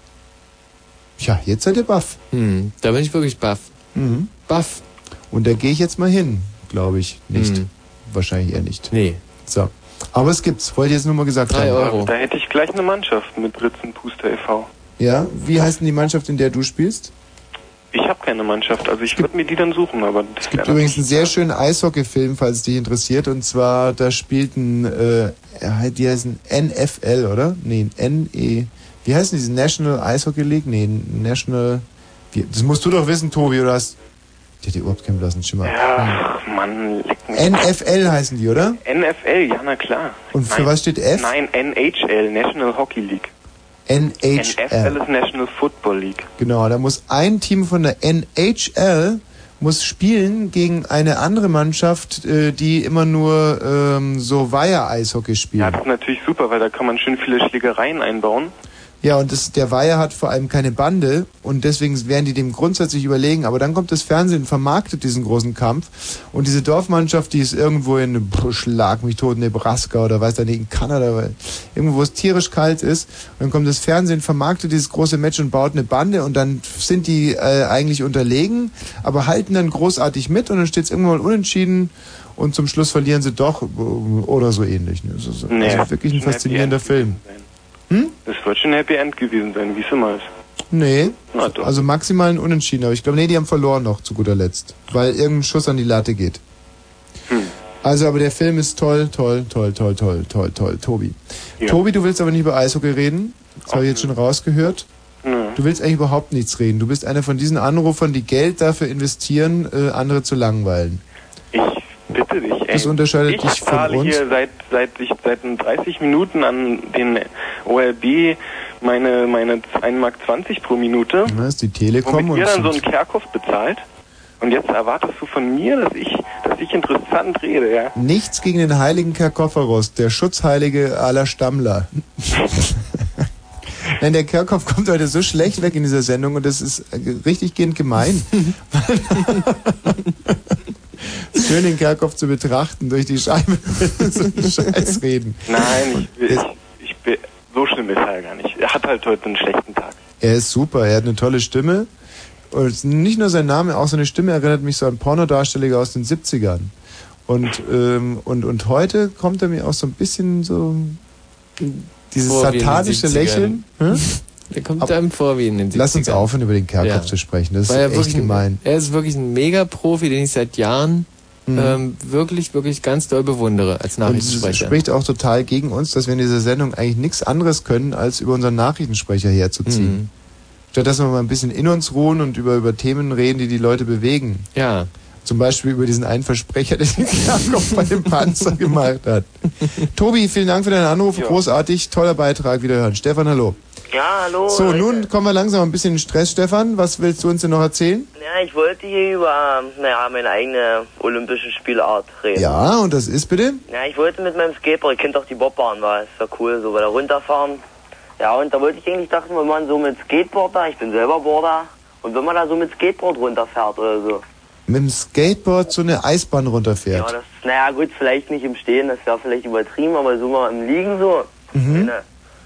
Tja, jetzt seid ihr baff. Hm, da bin ich wirklich baff. Mhm. Baff. Und da gehe ich jetzt mal hin, glaube ich. Nicht. Hm. Wahrscheinlich eher nicht. Nee. So. Aber es gibt's. Wollte ich jetzt nur mal gesagt Drei haben. Euro. Da hätte ich gleich eine Mannschaft mit Ritzenpuster e V. Ja? Wie heißt denn die Mannschaft, in der du spielst? Ich habe keine Mannschaft, also ich würde mir die dann suchen, aber das Es gibt übrigens einen sehr schönen Eishockey-Film, falls es dich interessiert, und zwar, da spielt ein, äh, die heißen N F L, oder? Nee, N E, wie heißt diese National Eishockey League? Nee, National, wie, das musst du doch wissen, Tobi, oder hast, die hat dir überhaupt keinen blassen Schimmer. Ja, Mann, leck mich. N F L heißen die, oder? N F L, ja, na klar. Und für Nein, was steht F? Nein, N H L, National Hockey League. N H L. N F L ist National Football League. Genau, da muss ein Team von der N H L muss spielen gegen eine andere Mannschaft, äh, die immer nur ähm, so Weiher-Eishockey spielt. Ja, das ist natürlich super, weil da kann man schön viele Schlägereien einbauen. Ja, und das, der Weiher hat vor allem keine Bande und deswegen werden die dem grundsätzlich überlegen. Aber dann kommt das Fernsehen, vermarktet diesen großen Kampf und diese Dorfmannschaft, die ist irgendwo in pff, Schlag mich tot, Nebraska oder weiß da nicht, in Kanada, weil irgendwo, wo es tierisch kalt ist. Und dann kommt das Fernsehen, vermarktet dieses große Match und baut eine Bande und dann sind die äh, eigentlich unterlegen, aber halten dann großartig mit und dann steht es irgendwann mal unentschieden und zum Schluss verlieren sie doch oder so ähnlich. Ne? Also, also Nee, wirklich ein faszinierender Film. Hm? Das wird schon ein Happy End gewesen sein, wie es immer ist. Nee, Na doch. also maximal ein Unentschieden, aber ich glaube, nee, die haben verloren noch zu guter Letzt, weil irgendein Schuss an die Latte geht. Hm. Also, aber der Film ist toll, toll, toll, toll, toll, toll, toll, Tobi. Ja. Tobi, du willst aber nicht über Eishockey reden, das habe ich jetzt schon rausgehört. Ja. Du willst eigentlich überhaupt nichts reden. Du bist einer von diesen Anrufern, die Geld dafür investieren, äh, andere zu langweilen. Ich bitte dich, ey. Das unterscheidet ich dich von zahle uns. hier seit, seit, ich, seit dreißig Minuten an den O R B meine, meine ein Mark zwanzig pro Minute. Das ist die Telekom. Womit ihr dann und so einen Kerkhoff bezahlt. Und jetzt erwartest du von mir, dass ich, dass ich interessant rede, ja? nichts gegen den heiligen Kerkhoferos, der Schutzheilige aller Stammler. Nein, der Kerkhoff kommt heute so schlecht weg in dieser Sendung und das ist richtig gehend gemein. Es ist schön, den Kerkhoff zu betrachten durch die Scheibe, wenn so einen Scheiß reden. Nein, ich, ich, ich bin, so schlimm ist er gar nicht. Er hat halt heute einen schlechten Tag. Er ist super, er hat eine tolle Stimme. Und nicht nur sein Name, auch seine Stimme erinnert mich so an Pornodarsteller aus den siebzigern. Und, ähm, und, und heute kommt er mir auch so ein bisschen so dieses Vor wie in den satanische siebzigern. Lächeln. Hm? Der kommt einem vor wie in den siebzigern. Lass uns aufhören, über den Kerkhoff Ja. zu sprechen. Das ist Weil er echt wirklich ein- gemein. Er ist wirklich ein Mega-Profi, den ich seit Jahren Mhm. ähm, wirklich, wirklich ganz doll bewundere als Und es Nachrichtensprecher. spricht auch total gegen uns, dass wir in dieser Sendung eigentlich nichts anderes können, als über unseren Nachrichtensprecher herzuziehen. Mhm. Statt dass wir mal ein bisschen in uns ruhen und über, über Themen reden, die die Leute bewegen. Ja. Zum Beispiel über diesen einen Versprecher, der den Kerkhoff bei dem Panzer gemacht hat. Tobi, vielen Dank für deinen Anruf. Großartig, toller Beitrag. Wiederhören. Stefan, hallo. Ja, hallo. So, Leute. nun kommen wir langsam ein bisschen in Stress, Stefan. Was willst du uns denn noch erzählen? Ja, ich wollte hier über, naja, meine eigene olympische Spielart reden. Ja, und das ist bitte? Ja, ich wollte mit meinem Skateboard, ihr kennt doch die Bobbahn, war ist ja cool, so bei der runterfahren. Ja, und da wollte ich eigentlich dachten, wenn man so mit Skateboard da, ich bin selber Boarder, und wenn man da so mit Skateboard runterfährt oder so. Mit dem Skateboard so eine Eisbahn runterfährt. Ja, das, naja gut, vielleicht nicht im Stehen, das wäre vielleicht übertrieben, aber so mal im Liegen so. Mhm. Ne.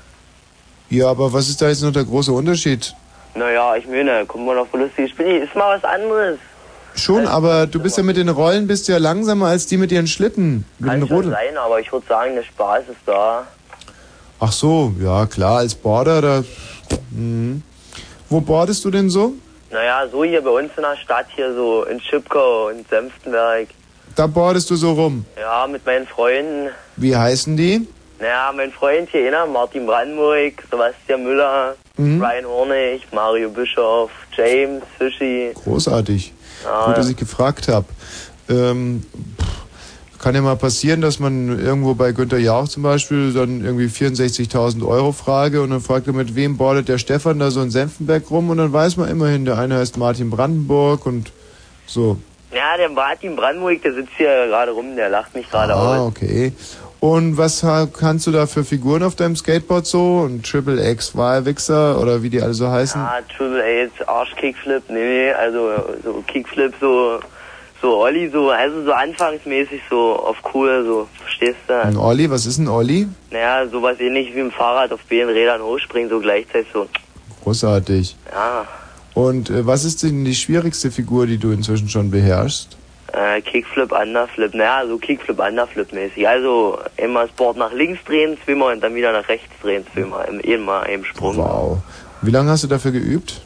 Ja, aber was ist da jetzt noch der große Unterschied? Naja, ich meine, kommt man auf lustige Spiele, ist mal was anderes. Schon, aber du bist ja mit den Rollen bist ja langsamer als die mit ihren Schlitten. Mit Kann den schon Rodeln. sein, aber ich würde sagen, der Spaß ist da. Ach so, ja klar, als Boarder, da. Mhm. Wo boardest du denn so? Naja, so hier bei uns in der Stadt, hier so in Schipkau und Senftenberg. Da boardest du so rum. Ja, mit meinen Freunden. Wie heißen die? Naja, mein Freund hier, einer, Martin Brandenburg, Sebastian Müller, Mhm. Ryan Hornig, Mario Bischoff, James, Fischi. Großartig. Ja, Gut, dass ja. ich gefragt habe. Ähm, pff, kann ja mal passieren, dass man irgendwo bei Günter Jauch zum Beispiel dann irgendwie vierundsechzigtausend Euro frage und dann fragt er, mit wem boardet der Stefan da so in Senftenberg rum und dann weiß man immerhin, der eine heißt Martin Brandenburg und so. Ja, der Martin Brandenburg, der sitzt hier gerade rum, der lacht mich gerade Ah, aus. okay. Und was ha- kannst du da für Figuren auf deinem Skateboard so? Ein Triple X Y-Wichser oder wie die alle so heißen? Ah, Triple H, Arsch-Kickflip, nee, nee, also so Kickflip, so, so Olli, so, also so anfangsmäßig so auf cool, so, verstehst du? Ein Olli, was ist ein Olli? Naja, sowas ähnlich wie im Fahrrad auf beiden Rädern hochspringen, so gleichzeitig so, Großartig. ja, Und äh, was ist denn die schwierigste Figur, die du inzwischen schon beherrschst? äh, Kickflip, Underflip, naja, so Kickflip, Underflip mäßig, also immer das Board nach links drehen, zweimal und dann wieder nach rechts drehen, zweimal, im, einmal im Sprung. Wow. Wie lange hast du dafür geübt?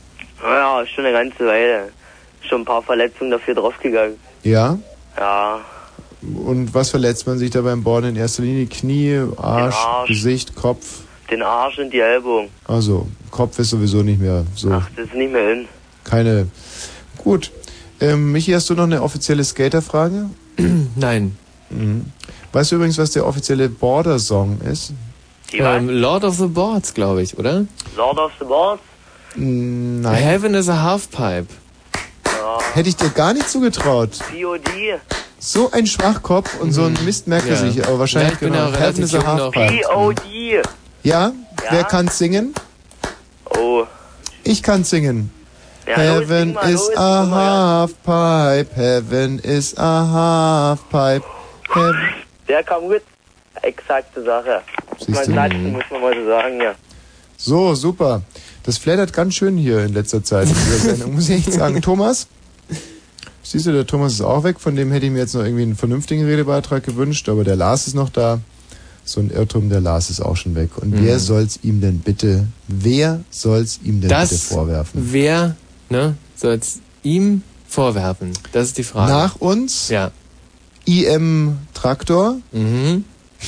Ja, schon eine ganze Weile. Schon ein paar Verletzungen dafür draufgegangen. Ja? Ja. Und was verletzt man sich da beim Bohren in erster Linie? Knie, Arsch, Arsch. Gesicht, Kopf? Den Arsch und die Ellbogen. Also, Kopf ist sowieso nicht mehr so. Ach, das ist nicht mehr in. Keine. Gut. Ähm, Michi, hast du noch eine offizielle Skaterfrage? Nein. Mhm. Weißt du übrigens, was der offizielle Border-Song ist? Ähm, Lord of the Boards, glaube ich, oder? Lord of the Boards? Nein. Heaven is a Halfpipe. Ja. Hätte ich dir gar nicht zugetraut. P O D. So ein Schwachkopf und so ein Mist merkt er Ja. sich, aber wahrscheinlich Ja, ich bin genau. auch relativ Heaven is a jung noch. Halfpipe. P O D. Ja? Wer kann singen? Oh. Ich kann singen. Ja, Heaven los, sing mal, is los, a sing mal, halfpipe, heaven is a halfpipe. Heaven. Der kam gut. Exakte Sache. Muss man Siehst du? klatschen, muss man mal so sagen, ja. So, super. Das flattert ganz schön hier in letzter Zeit. in dieser Sendung, muss ich echt sagen. Thomas? Siehst du, der Thomas ist auch weg. Von dem hätte ich mir jetzt noch irgendwie einen vernünftigen Redebeitrag gewünscht. Aber der Lars ist noch da. So ein Irrtum, der Lars ist auch schon weg. Und Mhm. wer soll's ihm denn bitte, wer soll's ihm denn Das bitte vorwerfen? Wer, ne, soll es ihm vorwerfen? Das ist die Frage. Nach uns? Ja. I M Traktor? Mhm.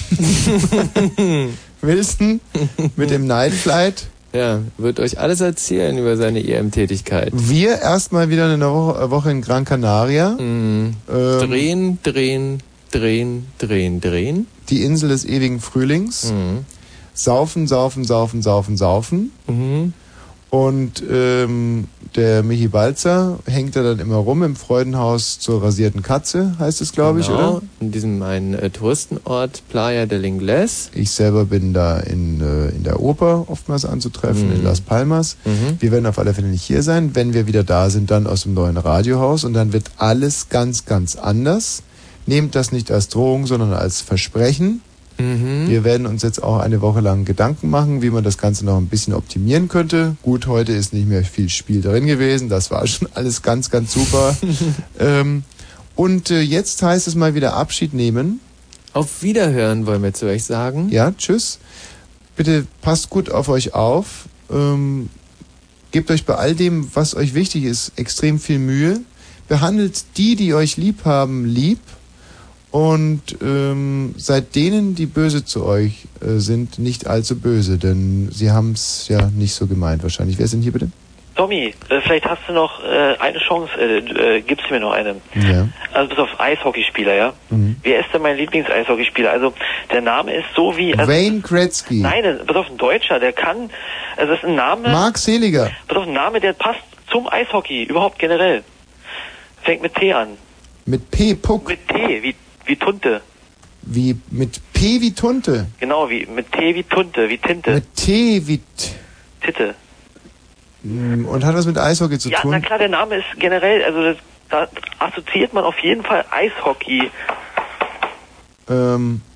Wilson mit dem Night Flight? Ja, wird euch alles erzählen über seine E M-Tätigkeit. Wir erstmal wieder eine Woche, Woche in Gran Canaria. Mhm. Ähm, Drehen, drehen, drehen, drehen, drehen. Die Insel des ewigen Frühlings. Mhm. Saufen, saufen, saufen, saufen, saufen. Mhm. Und ähm, der Michi Balzer hängt da dann immer rum im Freudenhaus zur rasierten Katze, heißt es, glaube ich, Genau, oder? in diesem einen äh, Touristenort Playa del Inglés. Ich selber bin da in, äh, in der Oper oftmals anzutreffen, Mhm. in Las Palmas. Mhm. Wir werden auf alle Fälle nicht hier sein. Wenn wir wieder da sind, dann aus dem neuen Radiohaus. Und dann wird alles ganz, ganz anders. Nehmt das nicht als Drohung, sondern als Versprechen. Mhm. Wir werden uns jetzt auch eine Woche lang Gedanken machen, wie man das Ganze noch ein bisschen optimieren könnte. Gut, heute ist nicht mehr viel Spiel drin gewesen. Das war schon alles ganz, ganz super. ähm, und äh, jetzt heißt es mal wieder Abschied nehmen. Auf Wiederhören wollen wir zu euch sagen. Ja, tschüss. Bitte passt gut auf euch auf. Ähm, gebt euch bei all dem, was euch wichtig ist, extrem viel Mühe. Behandelt die, die euch lieb haben, lieb. Und ähm, seid denen, die böse zu euch äh, sind, nicht allzu böse, denn sie haben es ja nicht so gemeint wahrscheinlich. Wer ist denn hier bitte? Tommy, äh, vielleicht hast du noch äh, eine Chance, äh, äh, gibst du mir noch eine. Ja. Also bis auf Eishockeyspieler, ja? Mhm. Wer ist denn mein Lieblings-Eishockeyspieler? Also der Name ist so wie... Also, Wayne Gretzky. Nein, das- pass auf, ein Deutscher, der kann... Also das ist ein Name... Mark Seliger. Pass auf, ein Name, der passt zum Eishockey, überhaupt generell. Fängt mit T an. Mit P, Puck. Mit T, wie, wie Tunte. Wie, mit P wie Tunte. Genau, wie mit T wie Tunte, wie Tinte. Mit T wie... T Titte. und hat was mit Eishockey zu Ja, tun? na klar, der Name ist generell, also das, da assoziiert man auf jeden Fall Eishockey. Ähm...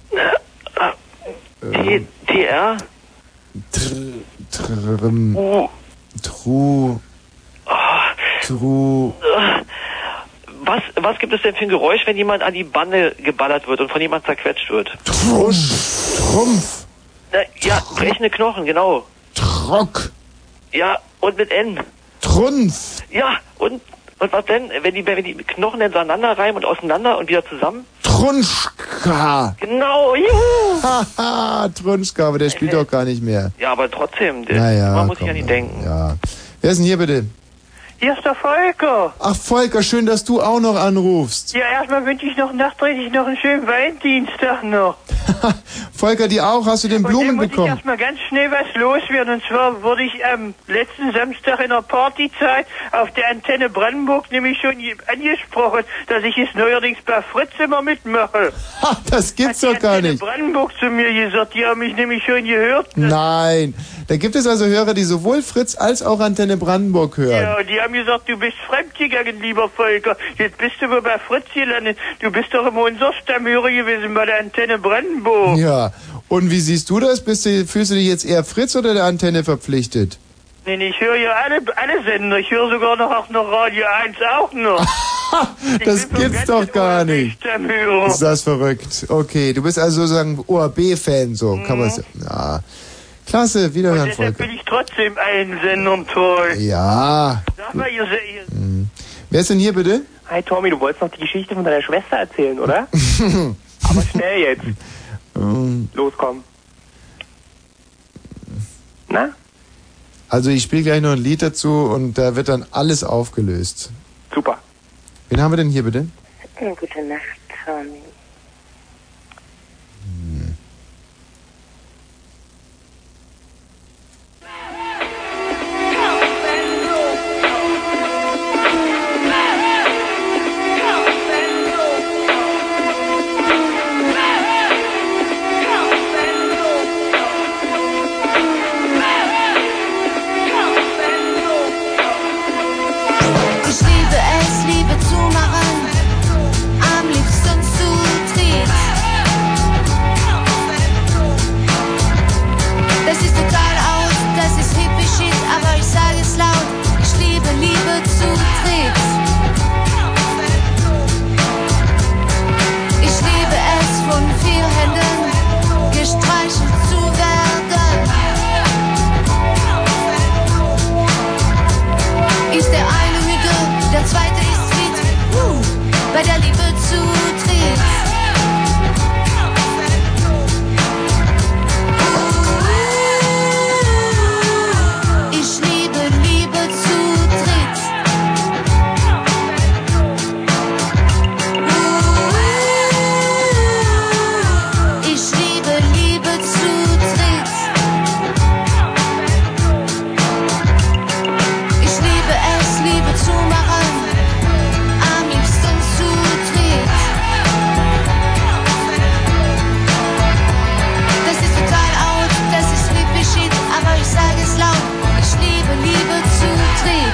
T, T R? Trm... U. Tru... Tru... Was, was gibt es denn für ein Geräusch, wenn jemand an die Bande geballert wird und von jemand zerquetscht wird? Trumpf. Trumpf. Na, ja, brechende Knochen, genau. Trock. Ja, und mit N. Trumpf. Ja, und, und was denn, wenn die, wenn die Knochen dann aneinander reimen und auseinander und wieder zusammen? Trunschka. Genau, juhu. Haha, Trunschka, aber der spielt doch gar nicht mehr. Ja, aber trotzdem, der, Naja, man muss komm, sich an ihn denken. Ja. Wer ist denn hier bitte? Hier ist der Volker. Ach Volker, schön, dass du auch noch anrufst. Ja, erstmal wünsche ich noch nachträglich noch einen schönen Valentinstag noch. Volker, die auch? Hast du den Blumen Und dann muss ich bekommen? erstmal ganz schnell was loswerden. Und zwar wurde ich am letzten Samstag in der Partyzeit auf der Antenne Brandenburg nämlich schon je- angesprochen, dass ich jetzt neuerdings bei Fritz immer mitmache. Ha, das gibt's doch gar Antenne nicht. Brandenburg zu mir gesagt, die haben mich nämlich schon gehört. Nein. Da gibt es also Hörer, die sowohl Fritz als auch Antenne Brandenburg hören. Ja, die haben gesagt, du bist fremdgegangen, lieber Volker. Jetzt bist du wohl bei Fritz gelandet. Du bist doch immer unser Stammhörer gewesen bei der Antenne Brandenburg. Ja. Und wie siehst du das? Bist du, fühlst du dich jetzt eher Fritz oder der Antenne verpflichtet? Nee, nee, ich höre ja alle, alle Sender. Ich höre sogar noch, auch noch Radio eins auch noch. Das gibt's doch gar nicht. Stammhörer. Ist das verrückt? Okay, du bist also sozusagen O R B-Fan, so kann man es. Ja. Klasse, wiederhören, Und deshalb Volker. bin ich trotzdem allen Sendern toll. Ja. Sag mal, ihr, ihr Hm. Wer ist denn hier, bitte? Hi Tommy, du wolltest noch die Geschichte von deiner Schwester erzählen, oder? Aber schnell jetzt. Los, komm. Na? Also ich spiele gleich noch ein Lied dazu und da wird dann alles aufgelöst. Super. Wen haben wir denn hier, bitte? Gute Nacht, Tommy. Ich liebe es, Liebe zu machen, am liebsten zu dritt. Das ist total out, das ist hippie shit, aber ich sage es laut, ich liebe Liebe zu dritt. Ich liebe es, von vier Händen gestreichelt zu werden. Ist der eine müde, der zweite ist fit, uh, bei der Liebe zu dritt. Ich liebe Liebe zu dritt. Ich liebe Liebe zu dritt. Ich liebe es, Liebe zu machen, am liebsten zu dritt. Das ist total out, das ist hippie shit, aber ich sage es laut, ich liebe Liebe zu dritt.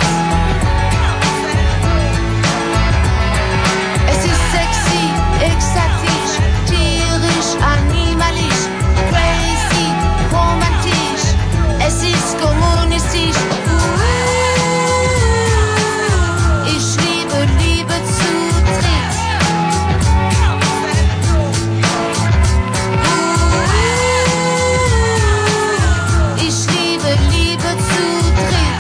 Es ist sexy, exotisch, tierisch, animalisch, crazy, romantisch, es ist kommunistisch. Ich liebe Liebe zu dritt. Ich liebe Liebe zu dritt.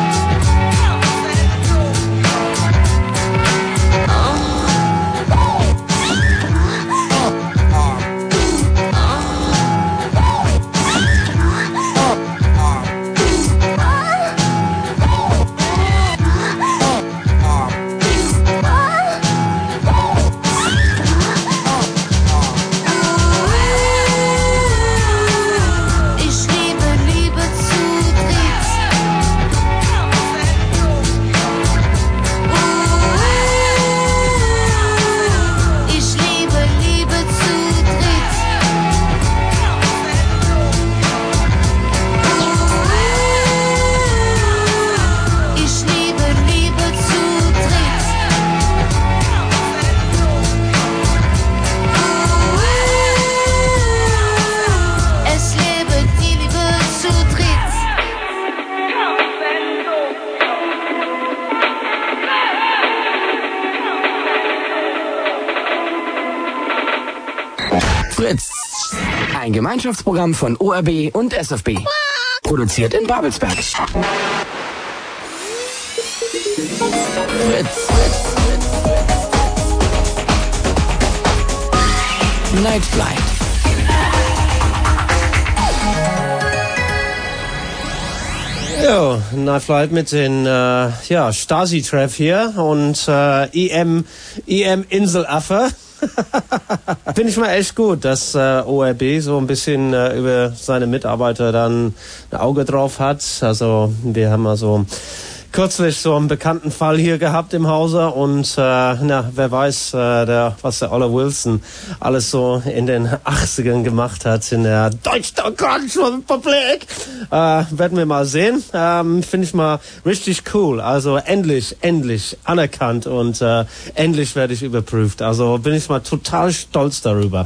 Ich liebe Liebe zu dritt. Ich liebe Liebe zu dritt. Ich liebe Liebe zu dritt. Es lebe die Liebe zu dritt. Fritz. Ein Gemeinschaftsprogramm von O R B und S F B. Produziert in Babelsberg. Fritz. Night Flight. Ja, Night Flight mit den äh, ja, Stasi-Treff hier und äh, I M I M Inselaffe. Finde ich mal echt gut, dass äh, O R B so ein bisschen äh, über seine Mitarbeiter dann ein Auge drauf hat. Also wir haben also kürzlich so einen bekannten Fall hier gehabt im Hause und äh, na, wer weiß, äh, der, was der Olle Wilson alles so in den achtzigern gemacht hat in der Deutsch-Demokratischen Republik. Äh, werden wir mal sehen. Ähm, Finde ich mal richtig cool. Also endlich, endlich anerkannt und äh, endlich werde ich überprüft. Also bin ich mal total stolz darüber.